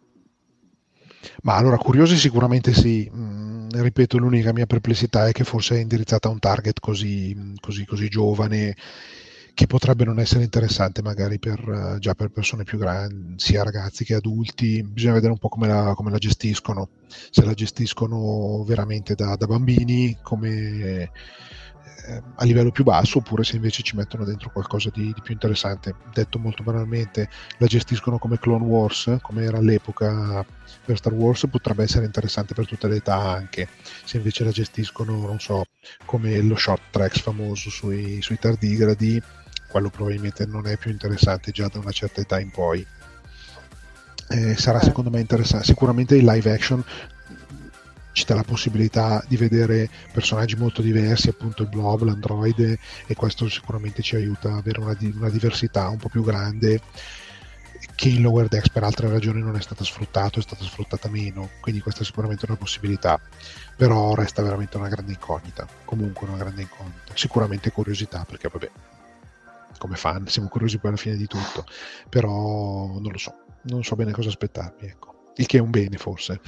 Ma allora, curiosi sicuramente sì. Mm, ripeto, l'unica mia perplessità è che forse è indirizzata a un target così, così, così giovane, che potrebbe non essere interessante magari per, già per persone più grandi, sia ragazzi che adulti. Bisogna vedere un po' come la, come la gestiscono, se la gestiscono veramente da, da bambini, come eh, a livello più basso, oppure se invece ci mettono dentro qualcosa di, di più interessante. Detto molto banalmente, la gestiscono come Clone Wars, come era all'epoca per Star Wars, potrebbe essere interessante per tutte le età anche. Se invece la gestiscono, non so, come lo short tracks famoso sui, sui tardigradi, quello probabilmente non è più interessante già da una certa età in poi. Eh, sarà secondo me interessante. Sicuramente il live action ci dà la possibilità di vedere personaggi molto diversi, appunto il blob, l'androide, e questo sicuramente ci aiuta a avere una, di- una diversità un po' più grande, che in Lower Decks per altre ragioni non è stata sfruttata, è stata sfruttata meno, quindi questa è sicuramente una possibilità, però resta veramente una grande incognita, comunque una grande incognita, sicuramente curiosità, perché vabbè, come fan siamo curiosi poi alla fine di tutto, però non lo so, non so bene cosa aspettarmi, ecco, il che è un bene forse.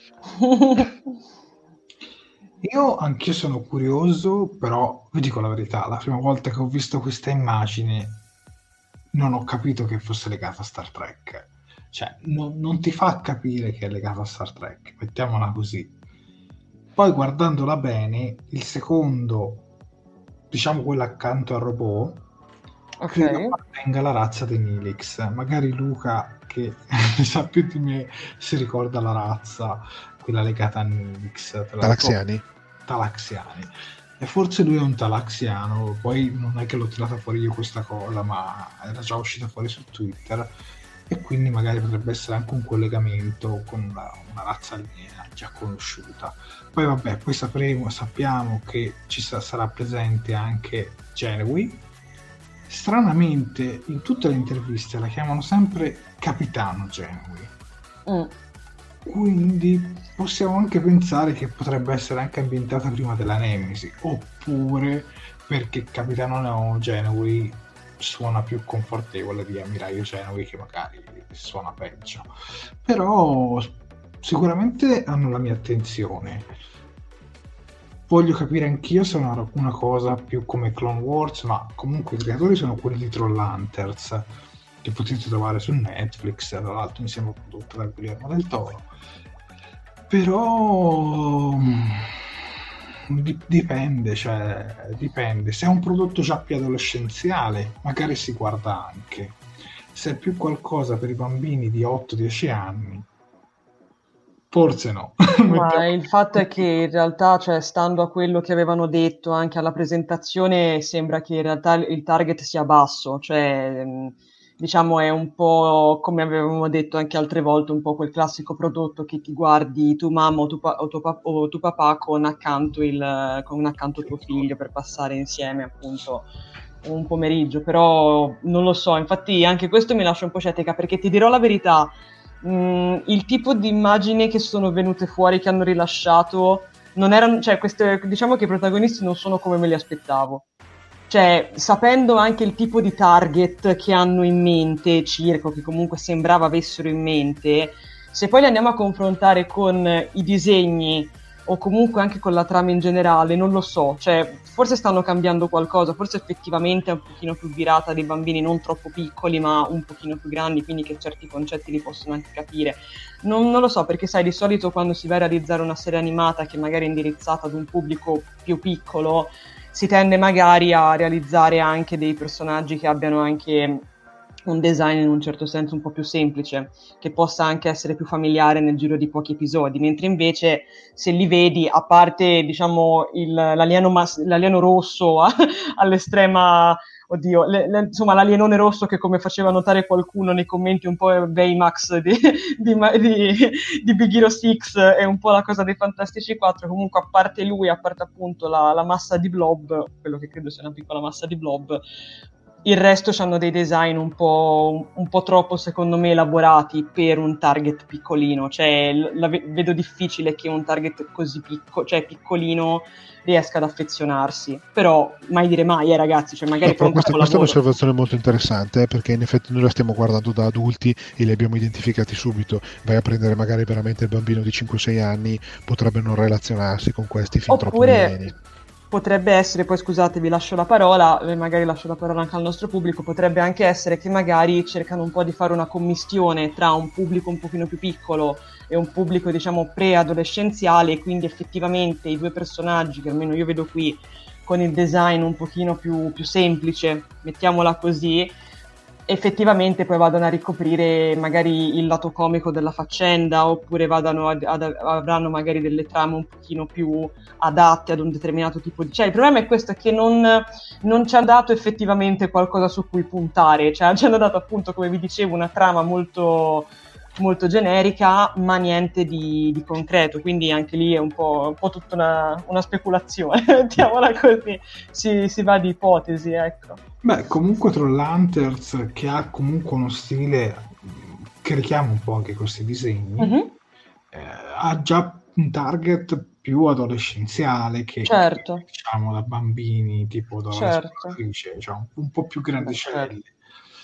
Io anch'io sono curioso, però vi dico la verità, la prima volta che ho visto questa immagine non ho capito che fosse legata a Star Trek. Cioè, no- non ti fa capire che è legata a Star Trek, mettiamola così. Poi guardandola bene, il secondo, diciamo quello accanto al robot, credo Ok. appartenga alla razza dei Nilix. Magari Luca, che ne sa più di me, si ricorda la razza, quella legata a Nilix. Te la ricordi? Talaxiani? Talaxiani. E forse lui è un talaxiano, poi non è che l'ho tirata fuori io questa cosa, ma era già uscita fuori su Twitter, e quindi magari potrebbe essere anche un collegamento con una, una razza aliena già conosciuta. Poi vabbè, poi sapremo, sappiamo che ci sa- sarà presente anche Janeway. Stranamente in tutte le interviste la chiamano sempre Capitano Janeway, Mm. quindi possiamo anche pensare che potrebbe essere anche ambientata prima della Nemesi, oppure perché Capitano Janeway suona più confortevole di Ammiraglio Janeway, che magari suona peggio. Però sicuramente hanno la mia attenzione. Voglio capire anch'io se è una, una cosa più come Clone Wars, ma comunque i creatori sono quelli di Trollhunters, che potete trovare su Netflix, tra l'altro mi sembra prodotta da Guillermo del Toro. Però mm, di- dipende, cioè dipende. Se è un prodotto già più adolescenziale, magari si guarda anche. Se è più qualcosa per i bambini di otto dieci anni, Forse no. Ma il fatto è che in realtà, cioè, stando a quello che avevano detto anche alla presentazione, sembra che in realtà il target sia basso, cioè mh, diciamo è un po' come avevamo detto anche altre volte, un po' quel classico prodotto che ti guardi tu mamma o tu, pa- o tu, pa- o tu papà con accanto, il, con accanto tuo figlio per passare insieme appunto un pomeriggio, però non lo so, infatti anche questo mi lascia un po' scettica perché ti dirò la verità. Mm, il tipo di immagini che sono venute fuori, che hanno rilasciato, non erano, cioè, queste, diciamo che i protagonisti non sono come me li aspettavo. Cioè, sapendo anche il tipo di target che hanno in mente, circa, che comunque sembrava avessero in mente, se poi li andiamo a confrontare con i disegni o comunque anche con la trama in generale, non lo so, cioè forse stanno cambiando qualcosa, forse effettivamente è un pochino più virata dei bambini non troppo piccoli ma un pochino più grandi, quindi che certi concetti li possono anche capire. Non, non lo so, perché sai, di solito quando si va a realizzare una serie animata che magari è indirizzata ad un pubblico più piccolo, si tende magari a realizzare anche dei personaggi che abbiano anche un design in un certo senso un po' più semplice, che possa anche essere più familiare nel giro di pochi episodi, mentre invece se li vedi, a parte diciamo il, l'alieno, mas- l'alieno rosso a- all'estrema, oddio, le, le, insomma l'alienone rosso che come faceva notare qualcuno nei commenti un po' Baymax di, di, di, di Big Hero sei è un po' la cosa dei Fantastici quattro, comunque a parte lui, a parte appunto la, la massa di blob, quello che credo sia una piccola massa di blob, il resto hanno dei design un po', un po' troppo, secondo me, elaborati per un target piccolino. Cioè, la vedo difficile che un target così piccolo, cioè piccolino, riesca ad affezionarsi. Però, mai dire mai, eh, ragazzi. Cioè, magari no, però un questa, questa è capolavoro. un'osservazione molto interessante, eh, perché in effetti noi la stiamo guardando da adulti e li abbiamo identificati subito. Vai a prendere magari veramente il bambino di cinque sei anni, potrebbe non relazionarsi con questi fin troppo alieni. Potrebbe essere, poi scusate vi lascio la parola, e magari lascio la parola anche al nostro pubblico, potrebbe anche essere che magari cercano un po' di fare una commistione tra un pubblico un pochino più piccolo e un pubblico diciamo pre-adolescenziale, e quindi effettivamente i due personaggi, che almeno io vedo qui, con il design un pochino più, più semplice, mettiamola così, effettivamente poi vadano a ricoprire magari il lato comico della faccenda, oppure vadano ad, ad, avranno magari delle trame un pochino più adatte ad un determinato tipo di... Cioè il problema è questo, è che non, non ci ha dato effettivamente qualcosa su cui puntare, cioè ci hanno dato appunto, come vi dicevo, una trama molto molto generica, ma niente di, di concreto, quindi anche lì è un po', un po' tutta una, una speculazione, mettiamola così, si, si va di ipotesi, ecco. Beh, comunque Trollhunters, che ha comunque uno stile che richiama un po' anche questi disegni, mm-hmm. eh, ha già un target più adolescenziale che, certo. che diciamo da bambini tipo da certo. cioè un, un po' più grandicelli. Certo.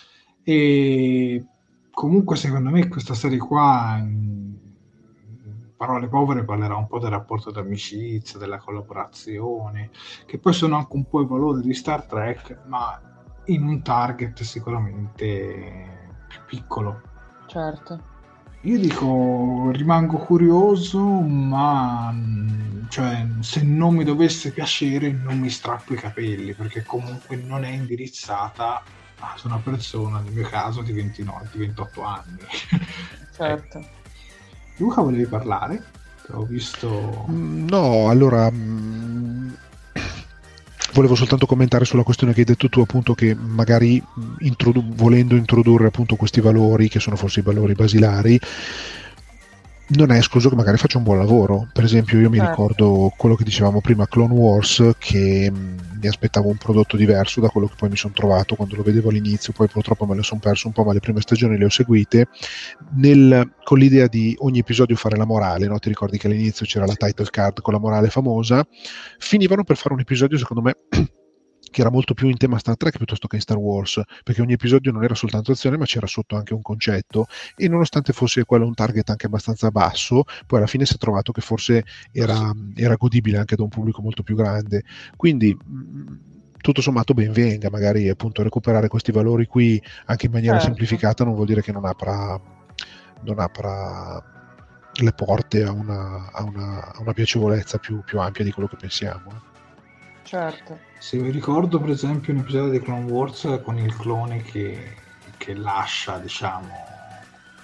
E comunque secondo me questa serie qua, in parole povere, parlerà un po' del rapporto d'amicizia, della collaborazione, che poi sono anche un po' i valori di Star Trek, ma in un target sicuramente più piccolo. Certo. Io dico, rimango curioso, ma cioè, se non mi dovesse piacere non mi strappo i capelli, perché comunque non è indirizzata ad una persona, nel mio caso, di ventinove, di ventotto anni. Certo. Eh. Luca, volevi parlare? Ho visto... No, allora... Mh... Volevo soltanto commentare sulla questione che hai detto tu, appunto, che magari introdu- volendo introdurre appunto questi valori, che sono forse i valori basilari, non è escluso che magari faccia un buon lavoro. Per esempio io mi certo. ricordo quello che dicevamo prima, Clone Wars, che mh, mi aspettavo un prodotto diverso da quello che poi mi sono trovato quando lo vedevo all'inizio, poi purtroppo me lo sono perso un po', ma le prime stagioni le ho seguite, nel, con l'idea di ogni episodio fare la morale, no? Ti ricordi che all'inizio c'era la title card con la morale famosa, finivano per fare un episodio secondo me che era molto più in tema Star Trek piuttosto che in Star Wars, perché ogni episodio non era soltanto azione, ma c'era sotto anche un concetto, e nonostante fosse quello un target anche abbastanza basso, poi alla fine si è trovato che forse era, era godibile anche da un pubblico molto più grande. Quindi mh, tutto sommato ben venga, magari appunto recuperare questi valori qui anche in maniera certo. semplificata non vuol dire che non apra, non apra le porte a una, a una, a una piacevolezza più, più ampia di quello che pensiamo. Eh. Certo. Se vi ricordo per esempio un episodio di Clone Wars con il clone che, che lascia, diciamo,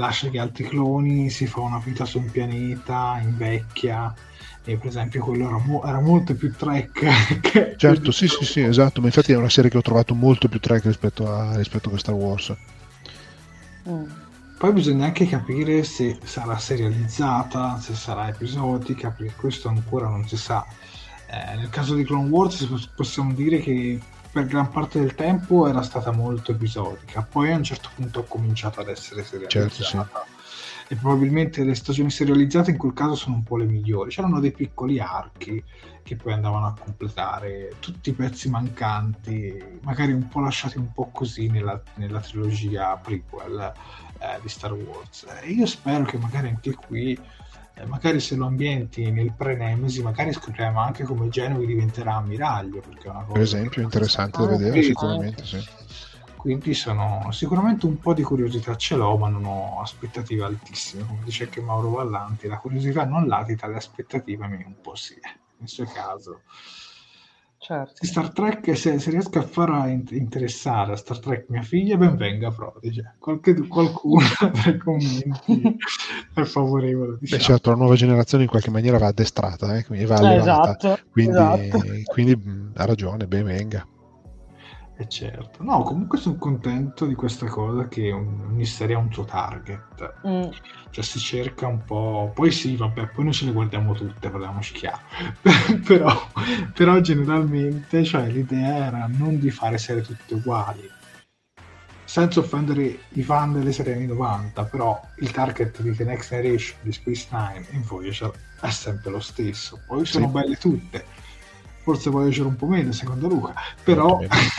lascia che altri cloni, si fa una vita su un pianeta, invecchia, e per esempio quello era, mo- era molto più Trek che certo, sì, sì, sì, esatto, ma infatti è una serie che ho trovato molto più Trek rispetto a, rispetto a Star Wars. Mm. Poi bisogna anche capire se sarà serializzata, se sarà episodica, perché questo ancora non si sa. Eh, nel caso di Clone Wars possiamo dire che per gran parte del tempo era stata molto episodica, poi a un certo punto ha cominciato ad essere serializzata. Certo, sì. E probabilmente le stagioni serializzate in quel caso sono un po' le migliori. C'erano dei piccoli archi che poi andavano a completare tutti i pezzi mancanti, magari un po' lasciati un po' così nella, nella trilogia prequel eh, di Star Wars. E io spero che magari anche qui, eh, magari se lo ambienti nel pre-Nemesi, magari scopriamo anche come Genoa diventerà ammiraglio, perché è una cosa Per esempio, interessante da Ah, vedere, sì. sicuramente, sì. Quindi sono sicuramente un po' di curiosità ce l'ho, ma non ho aspettative altissime. Come dice anche Mauro Vallanti, la curiosità non latita, le aspettative a me un po' sì. Nel suo caso, Certo. se Star Trek, se, se riesco a far interessare a Star Trek mia figlia, ben venga Prodigy. Qualche, qualcuno tra i commenti è favorevole. Diciamo. Beh, certo, la nuova generazione in qualche maniera va addestrata, eh, quindi va allevata. Esatto, quindi, esatto. quindi mh, ha ragione, ben venga. E certo, no, comunque sono contento di questa cosa che ogni serie ha un suo target, Mm. cioè si cerca un po', poi sì, vabbè, poi noi ce le guardiamo tutte, parliamoci chiaro, però, però generalmente, cioè, l'idea era non di fare serie tutte uguali, senza offendere i fan delle serie anni novanta, però il target di The Next Generation, di Space Nine e Voyager è sempre lo stesso, poi sono Sì. belle tutte. Forse Voyager un po' meno secondo Luca, però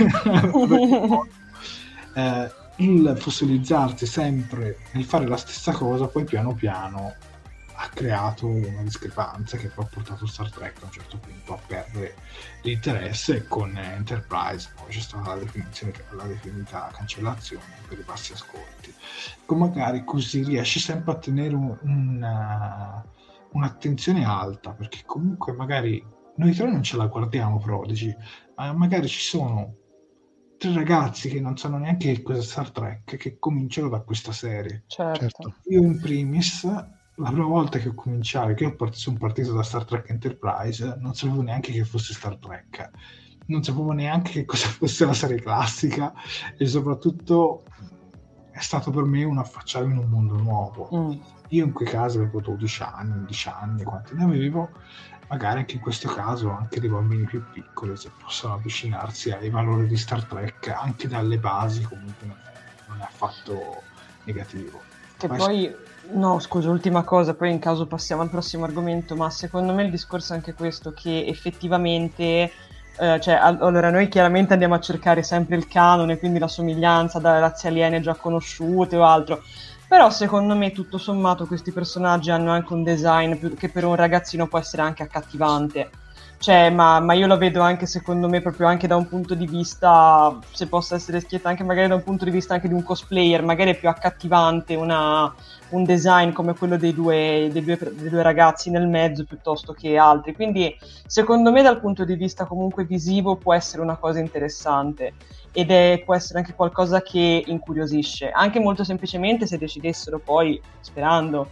eh, il fossilizzarsi sempre nel fare la stessa cosa poi piano piano ha creato una discrepanza che poi ha portato Star Trek a un certo punto a perdere l'interesse, e con Enterprise poi c'è stata la definizione che l'ha definita cancellazione per i bassi ascolti. Con magari così riesci sempre a tenere un, una, un'attenzione alta, perché comunque magari noi tre non ce la guardiamo Prodigy, ma magari ci sono tre ragazzi che non sanno neanche che cos'è Star Trek, che cominciano da questa serie. Certo. Certo. Io in primis, la prima volta che ho cominciato, che io sono partito da Star Trek Enterprise, non sapevo neanche che fosse Star Trek, non sapevo neanche che cosa fosse la serie classica, e soprattutto è stato per me un affacciarmi in un mondo nuovo. Mm. Io in quei casi avevo dodici anni, undici anni, quanti ne avevo, magari anche in questo caso anche dei bambini più piccoli, se possono avvicinarsi ai valori di Star Trek anche dalle basi, comunque non è, non è affatto negativo. Che Poi- poi, no, scusa, ultima cosa, poi in caso passiamo al prossimo argomento, ma secondo me il discorso è anche questo, che effettivamente, eh, cioè, all- allora noi chiaramente andiamo a cercare sempre il canone, quindi la somiglianza dalle razze aliene già conosciute o altro, però secondo me tutto sommato questi personaggi hanno anche un design più- che per un ragazzino può essere anche accattivante. Cioè, ma, ma io lo vedo anche, secondo me, proprio anche da un punto di vista, se possa essere schietta, anche magari da un punto di vista anche di un cosplayer, magari è più accattivante una, un design come quello dei due, dei, due, dei due ragazzi nel mezzo piuttosto che altri. Quindi, secondo me, dal punto di vista comunque visivo può essere una cosa interessante, ed è, può essere anche qualcosa che incuriosisce, anche molto semplicemente se decidessero poi, sperando,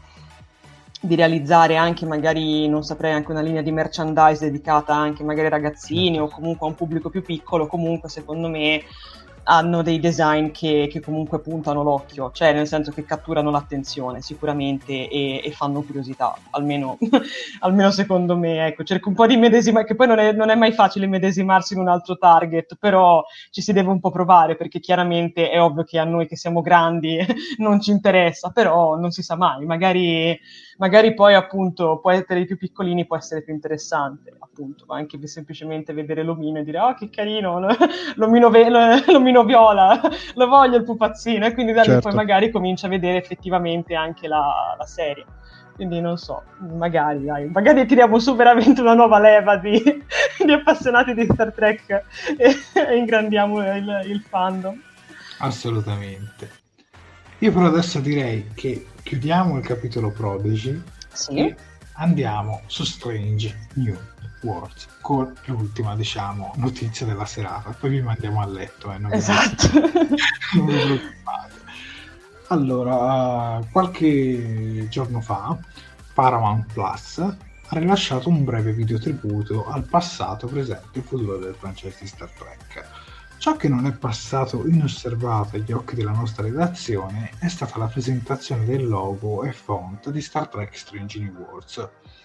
di realizzare anche magari, non saprei, anche una linea di merchandise dedicata anche magari ai ragazzini o comunque a un pubblico più piccolo. Comunque secondo me hanno dei design che, che comunque puntano l'occhio, cioè nel senso che catturano l'attenzione sicuramente e, e fanno curiosità, almeno, almeno secondo me, ecco, cerco un po' di medesimare, che poi non è, non è mai facile medesimarsi in un altro target, però ci si deve un po' provare, perché chiaramente è ovvio che a noi che siamo grandi non ci interessa, però non si sa mai, magari, magari poi appunto può essere i più piccolini, può essere più interessante, appunto, anche semplicemente vedere l'omino e dire oh che carino, l'omino, ve- l'omino viola, lo voglio il pupazzino, e quindi da lì Certo. poi magari comincia a vedere effettivamente anche la, la serie. Quindi non so, magari dai, magari tiriamo su veramente una nuova leva di, di appassionati di Star Trek e, e ingrandiamo il, il fandom. Assolutamente. Io però adesso direi che chiudiamo il capitolo Prodigy Sì. e andiamo su Strange New Worlds con l'ultima, diciamo, notizia della serata. Poi vi mandiamo a letto, eh, non vi- Esatto. non vi preoccupate. Allora, qualche giorno fa Paramount Plus ha rilasciato un breve video tributo al passato, presente e futuro del franchise di Star Trek. Ciò che non è passato inosservato agli occhi della nostra redazione è stata la presentazione del logo e font di Star Trek Strange New Worlds.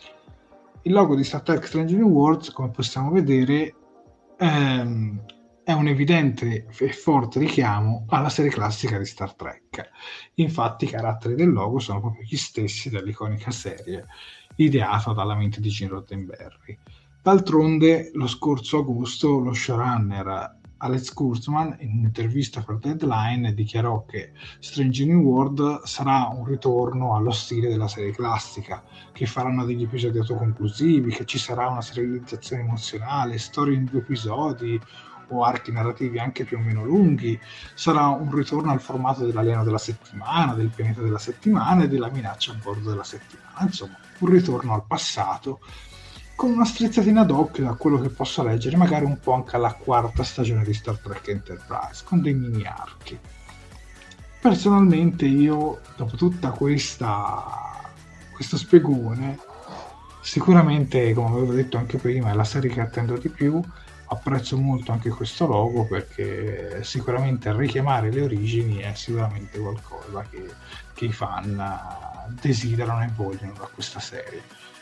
Il logo di Star Trek Strange New Worlds, come possiamo vedere, ehm, è un evidente e forte richiamo alla serie classica di Star Trek. Infatti i caratteri del logo sono proprio gli stessi dell'iconica serie ideata dalla mente di Gene Roddenberry. D'altronde, lo scorso agosto lo showrunner Alex Kurtzman, in un'intervista per Deadline, dichiarò che Strange New World sarà un ritorno allo stile della serie classica, che faranno degli episodi autoconclusivi, che ci sarà una serializzazione emozionale, storie in due episodi o archi narrativi anche più o meno lunghi. Sarà un ritorno al formato dell'alieno della settimana, del pianeta della settimana e della minaccia a bordo della settimana. Insomma, un ritorno al passato, con una strizzatina d'occhio, da quello che posso leggere, magari un po' anche alla quarta stagione di Star Trek Enterprise, con dei mini archi. Personalmente io, dopo tutta questa questo spiegone, sicuramente, come avevo detto anche prima, è la serie che attendo di più. Apprezzo molto anche questo logo, perché sicuramente richiamare le origini è sicuramente qualcosa che, che i fan desiderano e vogliono da questa serie.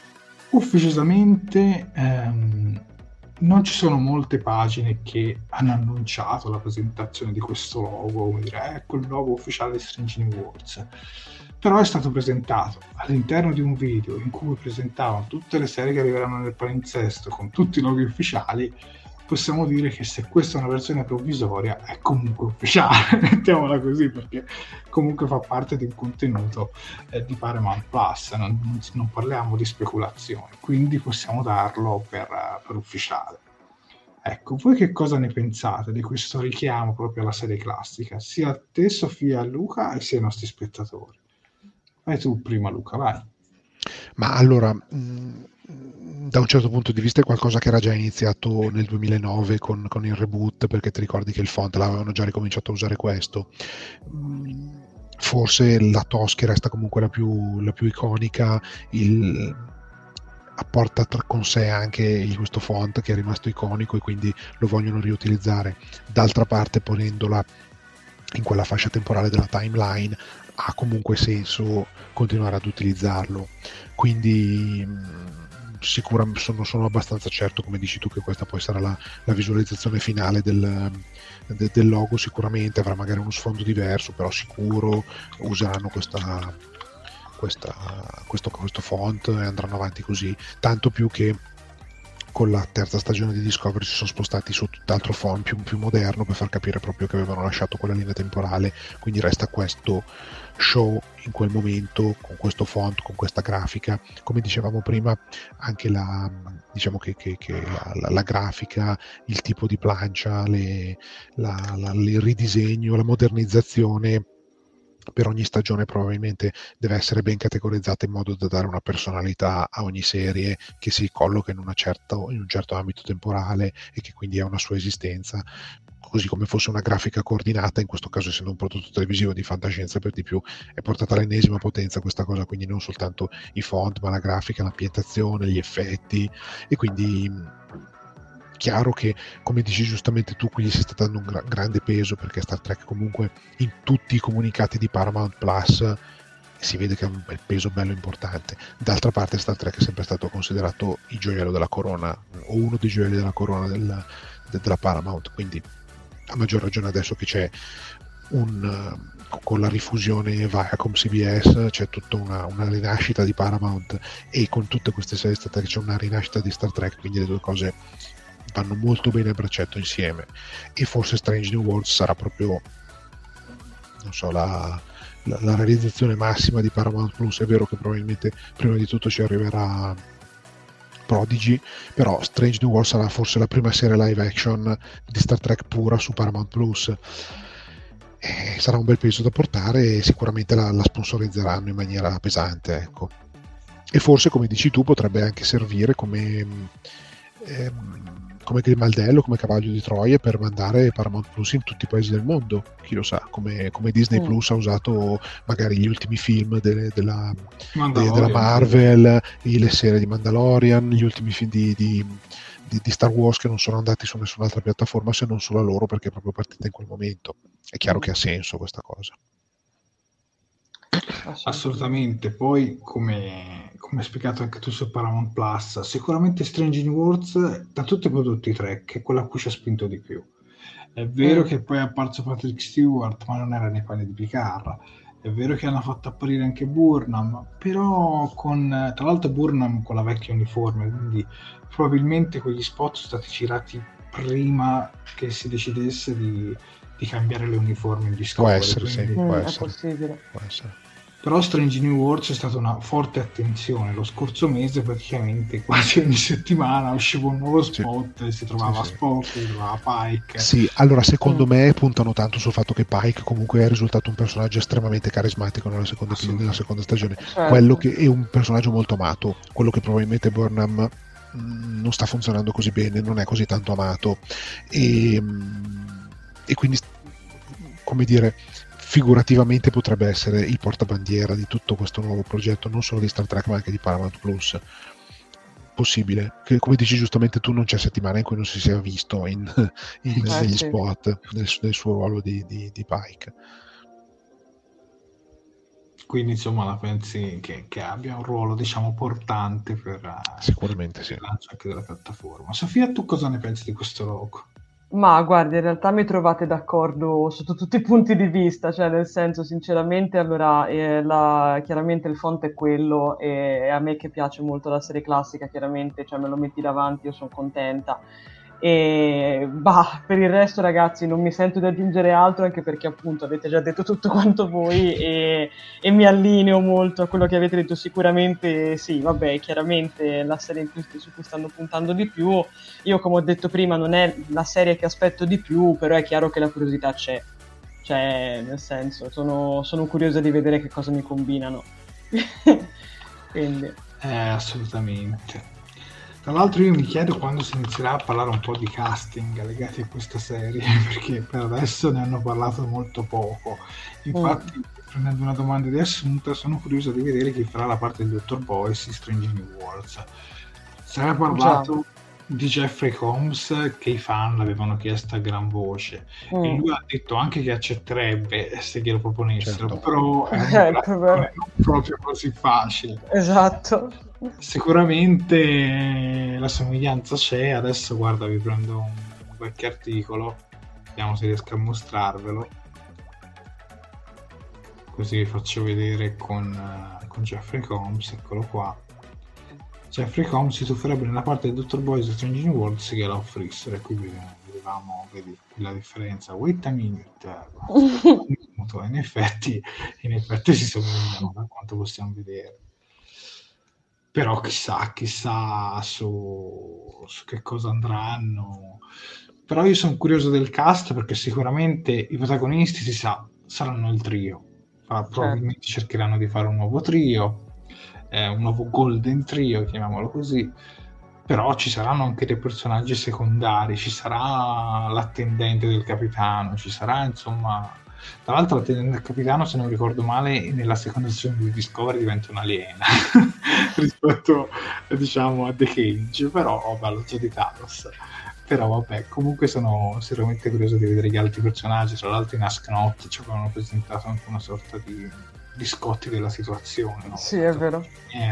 Ufficiosamente ehm, non ci sono molte pagine che hanno annunciato la presentazione di questo logo, come dire, ecco il logo ufficiale di Strange New Worlds, però è stato presentato all'interno di un video in cui presentavano tutte le serie che arriveranno nel palinsesto con tutti i loghi ufficiali. Possiamo dire che se questa è una versione provvisoria è comunque ufficiale, mettiamola così, perché comunque fa parte di un contenuto eh, di Paramount Plus, non, non, non parliamo di speculazioni, quindi possiamo darlo per, per ufficiale. Ecco, voi che cosa ne pensate di questo richiamo proprio alla serie classica, sia a te Sofia, a Luca, e sia ai nostri spettatori? Vai tu prima, Luca, vai. Ma allora, mh, da un certo punto di vista è qualcosa che era già iniziato nel duemilanove con, con il reboot, perché ti ricordi che il font l'avevano già ricominciato a usare questo. Mh, forse la Toschi resta comunque la più, la più iconica, il, apporta tra, con sé anche questo font che è rimasto iconico e quindi lo vogliono riutilizzare. D'altra parte, ponendola in quella fascia temporale della timeline, ha comunque senso continuare ad utilizzarlo, quindi sicuramente sono, sono abbastanza certo, come dici tu, che questa poi sarà la, la visualizzazione finale del, de, del logo. Sicuramente avrà magari uno sfondo diverso, però sicuro useranno questa, questa, questo, questo font e andranno avanti così, tanto più che con la terza stagione di Discovery si sono spostati su tutt'altro font più, più moderno, per far capire proprio che avevano lasciato quella linea temporale, quindi resta questo show in quel momento con questo font, con questa grafica. Come dicevamo prima, anche la, diciamo che, che, che la, la, la grafica, il tipo di plancia, le, la, la, il ridisegno, la modernizzazione per ogni stagione probabilmente deve essere ben categorizzata in modo da dare una personalità a ogni serie che si colloca in, una certa, in un certo ambito temporale e che quindi ha una sua esistenza, così come fosse una grafica coordinata. In questo caso, essendo un prodotto televisivo di fantascienza per di più, è portata all'ennesima potenza questa cosa, quindi non soltanto i font ma la grafica, l'ambientazione, gli effetti, e quindi chiaro che, come dici giustamente tu, qui gli si sta dando un gra- grande peso, perché Star Trek comunque in tutti i comunicati di Paramount Plus si vede che ha un bel peso bello importante. D'altra parte Star Trek è sempre stato considerato il gioiello della corona, o uno dei gioielli della corona del, de, della Paramount, quindi a maggior ragione adesso che c'è un, con la rifusione Viacom C B S c'è tutta una, una rinascita di Paramount, e con tutte queste serie Star Trek c'è una rinascita di Star Trek, quindi le due cose vanno molto bene a braccetto insieme. E forse Strange New Worlds sarà proprio, non so, la, la, la realizzazione massima di Paramount Plus. È vero che probabilmente prima di tutto ci arriverà Prodigy, però Strange New Worlds sarà forse la prima serie live action di Star Trek pura su Paramount Plus. E sarà un bel peso da portare, e sicuramente la, la sponsorizzeranno in maniera pesante, ecco. E forse, come dici tu, potrebbe anche servire come ehm, come grimaldello, come cavallo di Troia per mandare Paramount Plus in tutti i paesi del mondo, chi lo sa, come, come Disney mm. Plus ha usato magari gli ultimi film delle, della, de, della Marvel, sì. Le serie di Mandalorian, gli ultimi film di, di, di, di Star Wars che non sono andati su nessun'altra piattaforma se non sulla loro, perché è proprio partita in quel momento. È chiaro mm. che ha senso questa cosa. Assolutamente. Poi come, come hai spiegato anche tu su Paramount Plus, sicuramente Strange New Worlds da tutti i prodotti Trek è quella a cui ci ha spinto di più. È vero mm. che poi è apparso Patrick Stewart, ma non era nei panni di Picard. È vero che hanno fatto apparire anche Burnham, però con, tra l'altro Burnham con la vecchia uniforme, quindi probabilmente quegli spot sono stati girati prima che si decidesse di, di cambiare le uniformi in Discovery. Può essere, quindi... sì, può mm, essere. È possibile. Può essere. Però Strange New Worlds c'è stata una forte attenzione. Lo scorso mese praticamente quasi ogni settimana usciva un nuovo spot, sì. Si trovava sì, Spock, sì. Si trovava Pike. Sì, allora secondo mm. me puntano tanto sul fatto che Pike comunque è risultato un personaggio estremamente carismatico nella seconda, nella seconda stagione, certo. Quello che è un personaggio molto amato, quello che probabilmente Burnham mh, non sta funzionando così bene, non è così tanto amato e, mh, e quindi come dire, figurativamente potrebbe essere il portabandiera di tutto questo nuovo progetto, non solo di Star Trek ma anche di Paramount Plus. Possibile, che come dici giustamente tu non c'è settimana in cui non si sia visto in, in, eh, negli sì. spot nel, nel suo ruolo di, di, di Pike. Quindi insomma la pensi che, che abbia un ruolo diciamo portante per sicuramente per il sì. lancio anche della piattaforma. Sofia, tu cosa ne pensi di questo logo? Ma guardi, in realtà mi trovate d'accordo sotto tutti i punti di vista, cioè nel senso, sinceramente, allora, eh, la, chiaramente il font è quello e, e a me che piace molto la serie classica, chiaramente, cioè me lo metti davanti, io sono contenta. E bah, per il resto ragazzi non mi sento di aggiungere altro, anche perché appunto avete già detto tutto quanto voi e, e mi allineo molto a quello che avete detto. Sicuramente sì, vabbè, chiaramente la serie in cui, su cui stanno puntando di più. Io come ho detto prima non è la serie che aspetto di più, però è chiaro che la curiosità c'è, cioè nel senso sono, sono curiosa di vedere che cosa mi combinano. Quindi eh, assolutamente. Tra l'altro io mi chiedo quando si inizierà a parlare un po' di casting legati a questa serie, perché per adesso ne hanno parlato molto poco. Infatti, mm. prendendo una domanda di assunta, sono curioso di vedere chi farà la parte del dottor Boyce in Strange New Worlds. Si era parlato Già. di Jeffrey Combs, che i fan l'avevano chiesto a gran voce, mm. e lui ha detto anche che accetterebbe se glielo proponessero, certo. Però è non proprio così facile. Esatto. Sicuramente la somiglianza c'è. Adesso guarda, vi prendo un qualche articolo, vediamo se riesco a mostrarvelo, così vi faccio vedere con, uh, con Jeffrey Combs. Eccolo qua. Jeffrey Combs si tufferebbe nella parte del dottor Boyce di Strange New Worlds che la offrissero, e qui vedevamo, vedi la differenza. Wait a minute, un minuto. In effetti in effetti si somigliano da quanto possiamo vedere. Però chissà, chissà su, su che cosa andranno. Però io sono curioso del cast, perché sicuramente i protagonisti si sa, saranno il trio. Certo. Probabilmente cercheranno di fare un nuovo trio, eh, un nuovo golden trio, chiamiamolo così. Però ci saranno anche dei personaggi secondari, ci sarà l'attendente del capitano, ci sarà insomma... Tra l'altro l'attendente del capitano, se non ricordo male, nella seconda stagione di Discovery diventa un'aliena rispetto diciamo a The Cage, però vabbè, lo so di Talos. Però vabbè, comunque sono sicuramente curioso di vedere gli altri personaggi. Tra l'altro in Ask Not ci avevano presentato anche una sorta di, di scotti della situazione, no? Sì, è vero.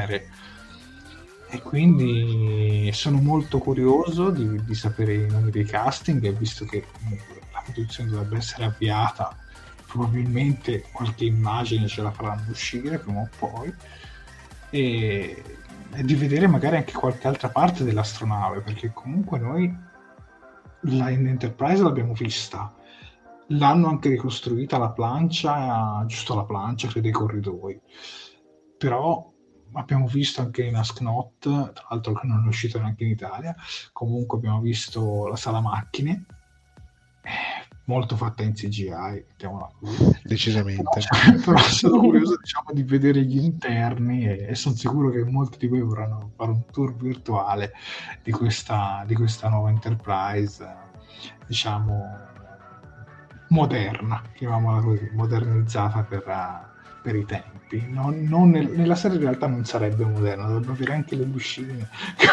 E quindi sono molto curioso di, di sapere i nomi dei casting, e visto che comunque la produzione dovrebbe essere avviata, probabilmente qualche immagine ce la faranno uscire prima o poi, e, e di vedere magari anche qualche altra parte dell'astronave, perché comunque noi la in Enterprise l'abbiamo vista, l'hanno anche ricostruita la plancia, giusto la plancia, credo i corridoi, però abbiamo visto anche in Ask Not, tra l'altro che non è uscito neanche in Italia, comunque abbiamo visto la sala macchine, molto fatta in C G I, mettiamola così. Decisamente. Però, però sono curioso, diciamo, di vedere gli interni e, e sono sicuro che molti di voi vorranno fare un tour virtuale di questa, di questa nuova Enterprise, diciamo, moderna, chiamiamola così, modernizzata per, uh, per i tempi. Non, non nel, nella serie in realtà non sarebbe moderna, dovrebbe avere anche le lucine.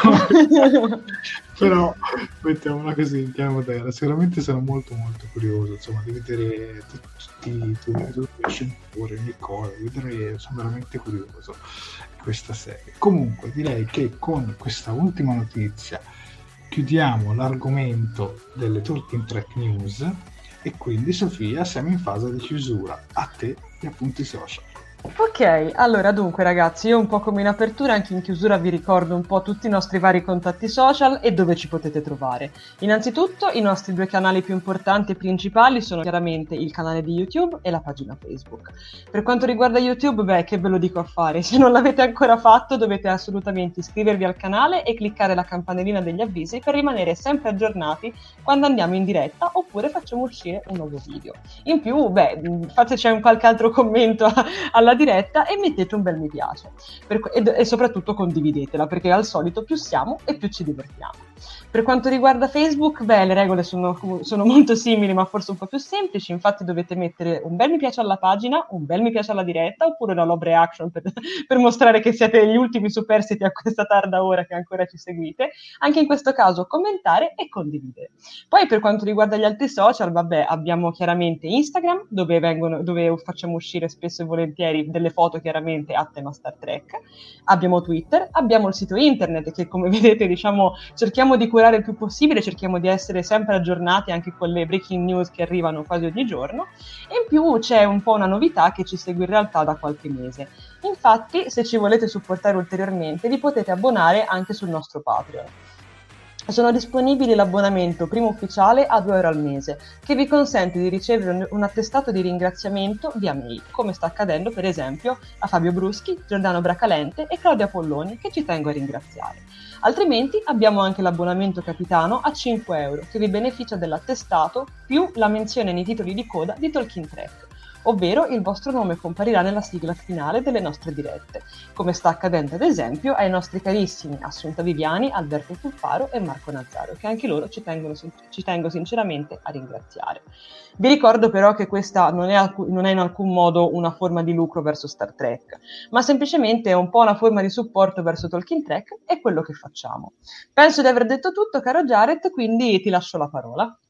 Però mettiamola così in chiave moderna. Sicuramente sono molto molto curioso, insomma, di vedere tutti i sceneggiatori, ogni cosa, vedere, sono veramente curioso di questa serie. Comunque direi che con questa ultima notizia chiudiamo l'argomento delle Talking Trek News e quindi, Sofia, siamo in fase di chiusura. A te gli appunti social. Ok, allora dunque ragazzi, io un po' come in apertura, anche in chiusura vi ricordo un po' tutti i nostri vari contatti social e dove ci potete trovare. Innanzitutto i nostri due canali più importanti e principali sono chiaramente il canale di YouTube e la pagina Facebook. Per quanto riguarda YouTube, beh, che ve lo dico a fare, se non l'avete ancora fatto dovete assolutamente iscrivervi al canale e cliccare la campanellina degli avvisi per rimanere sempre aggiornati quando andiamo in diretta oppure facciamo uscire un nuovo video. In più, beh, fateci un qualche altro commento alla diretta e mettete un bel mi piace per, e, e soprattutto condividetela, perché al solito più siamo e più ci divertiamo. Per quanto riguarda Facebook, beh, le regole sono, sono molto simili ma forse un po' più semplici. Infatti dovete mettere un bel mi piace alla pagina, un bel mi piace alla diretta oppure una love reaction per, per mostrare che siete gli ultimi superstiti a questa tarda ora che ancora ci seguite. Anche in questo caso commentare e condividere. Poi per quanto riguarda gli altri social, vabbè, abbiamo chiaramente Instagram dove, vengono, dove facciamo uscire spesso e volentieri delle foto chiaramente a tema Star Trek. Abbiamo Twitter, abbiamo il sito internet che, come vedete, diciamo, cerchiamo di curare il più possibile, cerchiamo di essere sempre aggiornati anche con le breaking news che arrivano quasi ogni giorno, e in più c'è un po' una novità che ci segue in realtà da qualche mese. Infatti, se ci volete supportare ulteriormente, vi potete abbonare anche sul nostro Patreon. Sono disponibili l'abbonamento primo ufficiale a due euro al mese, che vi consente di ricevere un attestato di ringraziamento via mail, come sta accadendo per esempio a Fabio Bruschi, Giordano Bracalente e Claudia Polloni, che ci tengo a ringraziare. Altrimenti abbiamo anche l'abbonamento capitano a cinque euro, che vi beneficia dell'attestato più la menzione nei titoli di coda di Talking Trek, ovvero il vostro nome comparirà nella sigla finale delle nostre dirette, come sta accadendo ad esempio ai nostri carissimi Assunta Viviani, Alberto Puffaro e Marco Nazzaro, che anche loro ci, tengono, ci tengo sinceramente a ringraziare. Vi ricordo però che questa non è, alc- non è in alcun modo una forma di lucro verso Star Trek, ma semplicemente è un po' una forma di supporto verso Talking Trek e quello che facciamo. Penso di aver detto tutto, caro Jared, quindi ti lascio la parola.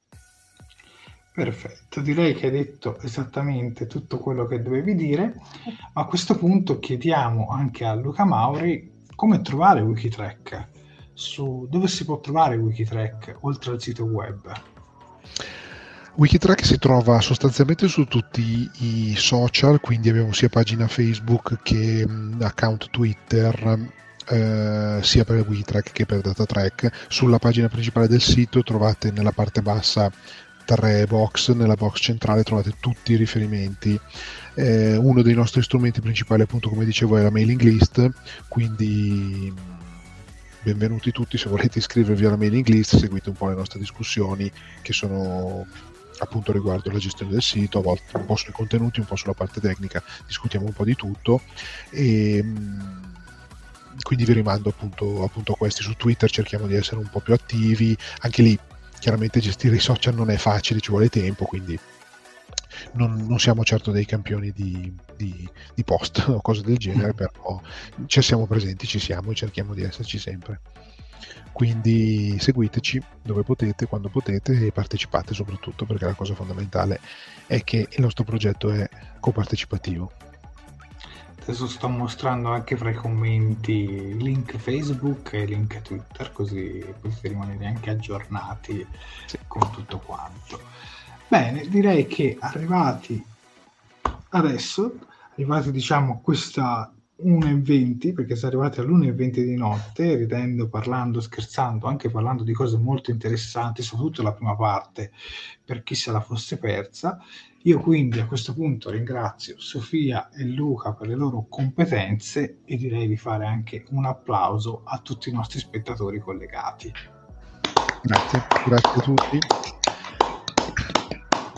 Perfetto, direi che hai detto esattamente tutto quello che dovevi dire. A questo punto chiediamo anche a Luca Mauri come trovare Wikitrek, su dove si può trovare Wikitrek oltre al sito web. Wikitrek si trova sostanzialmente su tutti i social, quindi abbiamo sia pagina Facebook che um, account Twitter, eh, sia per Wikitrek che per DataTrek. Sulla pagina principale del sito trovate nella parte bassa tre box, nella box centrale trovate tutti i riferimenti. Eh, uno dei nostri strumenti principali, appunto, come dicevo, è la mailing list, quindi benvenuti tutti. Se volete iscrivervi alla mailing list, seguite un po' le nostre discussioni che sono appunto riguardo la gestione del sito, a volte un po' sui contenuti, un po' sulla parte tecnica, discutiamo un po' di tutto, e quindi vi rimando appunto, appunto a questi. Su Twitter cerchiamo di essere un po' più attivi, anche lì chiaramente gestire i social non è facile, ci vuole tempo, quindi non, non siamo certo dei campioni di, di, di post o cose del genere, però ci siamo presenti, ci siamo e cerchiamo di esserci sempre. Quindi seguiteci dove potete, quando potete, e partecipate soprattutto, perché la cosa fondamentale è che il nostro progetto è copartecipativo. Adesso sto mostrando anche fra i commenti link Facebook e link Twitter, così potete rimanere anche aggiornati, sì, con tutto quanto. Bene, direi che arrivati adesso, arrivati diciamo a questa una e venti, perché siamo arrivati all'una e venti di notte, ridendo, parlando, scherzando, anche parlando di cose molto interessanti, soprattutto la prima parte, per chi se la fosse persa. Io quindi a questo punto ringrazio Sofia e Luca per le loro competenze e direi di fare anche un applauso a tutti i nostri spettatori collegati. Grazie, grazie a tutti.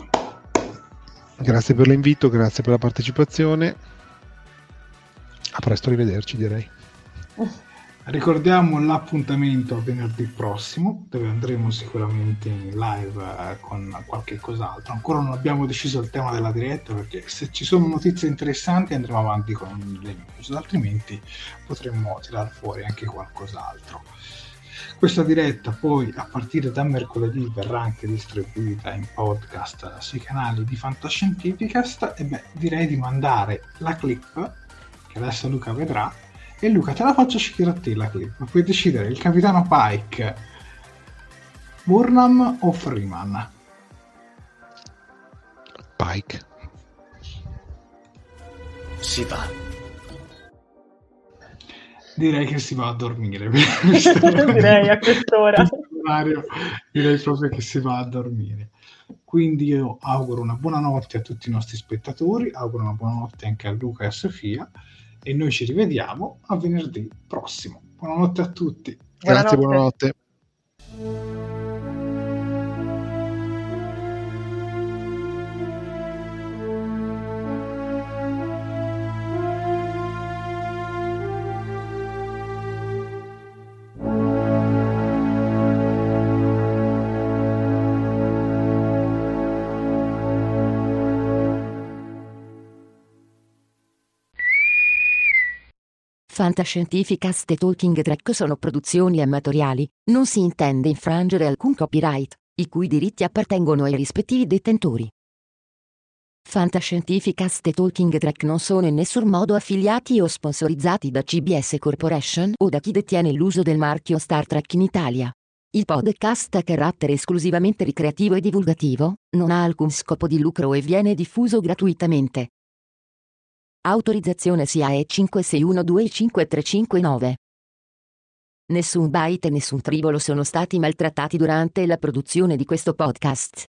Grazie per l'invito, grazie per la partecipazione. A presto, arrivederci, direi. Ricordiamo l'appuntamento a venerdì prossimo, dove andremo sicuramente in live eh, con qualche cos'altro. Ancora non abbiamo deciso il tema della diretta, perché se ci sono notizie interessanti andremo avanti con le news, altrimenti potremmo tirar fuori anche qualcos'altro. Questa diretta poi a partire da mercoledì verrà anche distribuita in podcast sui canali di Fantascientificast, e beh, direi di mandare la clip che adesso Luca vedrà. E Luca, te la faccio scegliere a te la clip, puoi decidere il capitano Pike, Burnham o Freeman. Pike. Si va. Direi che si va a dormire. Direi a quest'ora. Direi proprio che si va a dormire. Quindi io auguro una buonanotte a tutti i nostri spettatori, auguro una buonanotte anche a Luca e a Sofia, e noi ci rivediamo a venerdì prossimo. Buonanotte a tutti. Grazie, buonanotte. Fantascientificast e Talking Track sono produzioni amatoriali, non si intende infrangere alcun copyright, i cui diritti appartengono ai rispettivi detentori. Fantascientificast e Talking Track non sono in nessun modo affiliati o sponsorizzati da C B S Corporation o da chi detiene l'uso del marchio Star Trek in Italia. Il podcast ha carattere esclusivamente ricreativo e divulgativo, non ha alcun scopo di lucro e viene diffuso gratuitamente. Autorizzazione S I A E cinque sei uno due cinque tre cinque nove. Nessun byte e nessun tribolo sono stati maltrattati durante la produzione di questo podcast.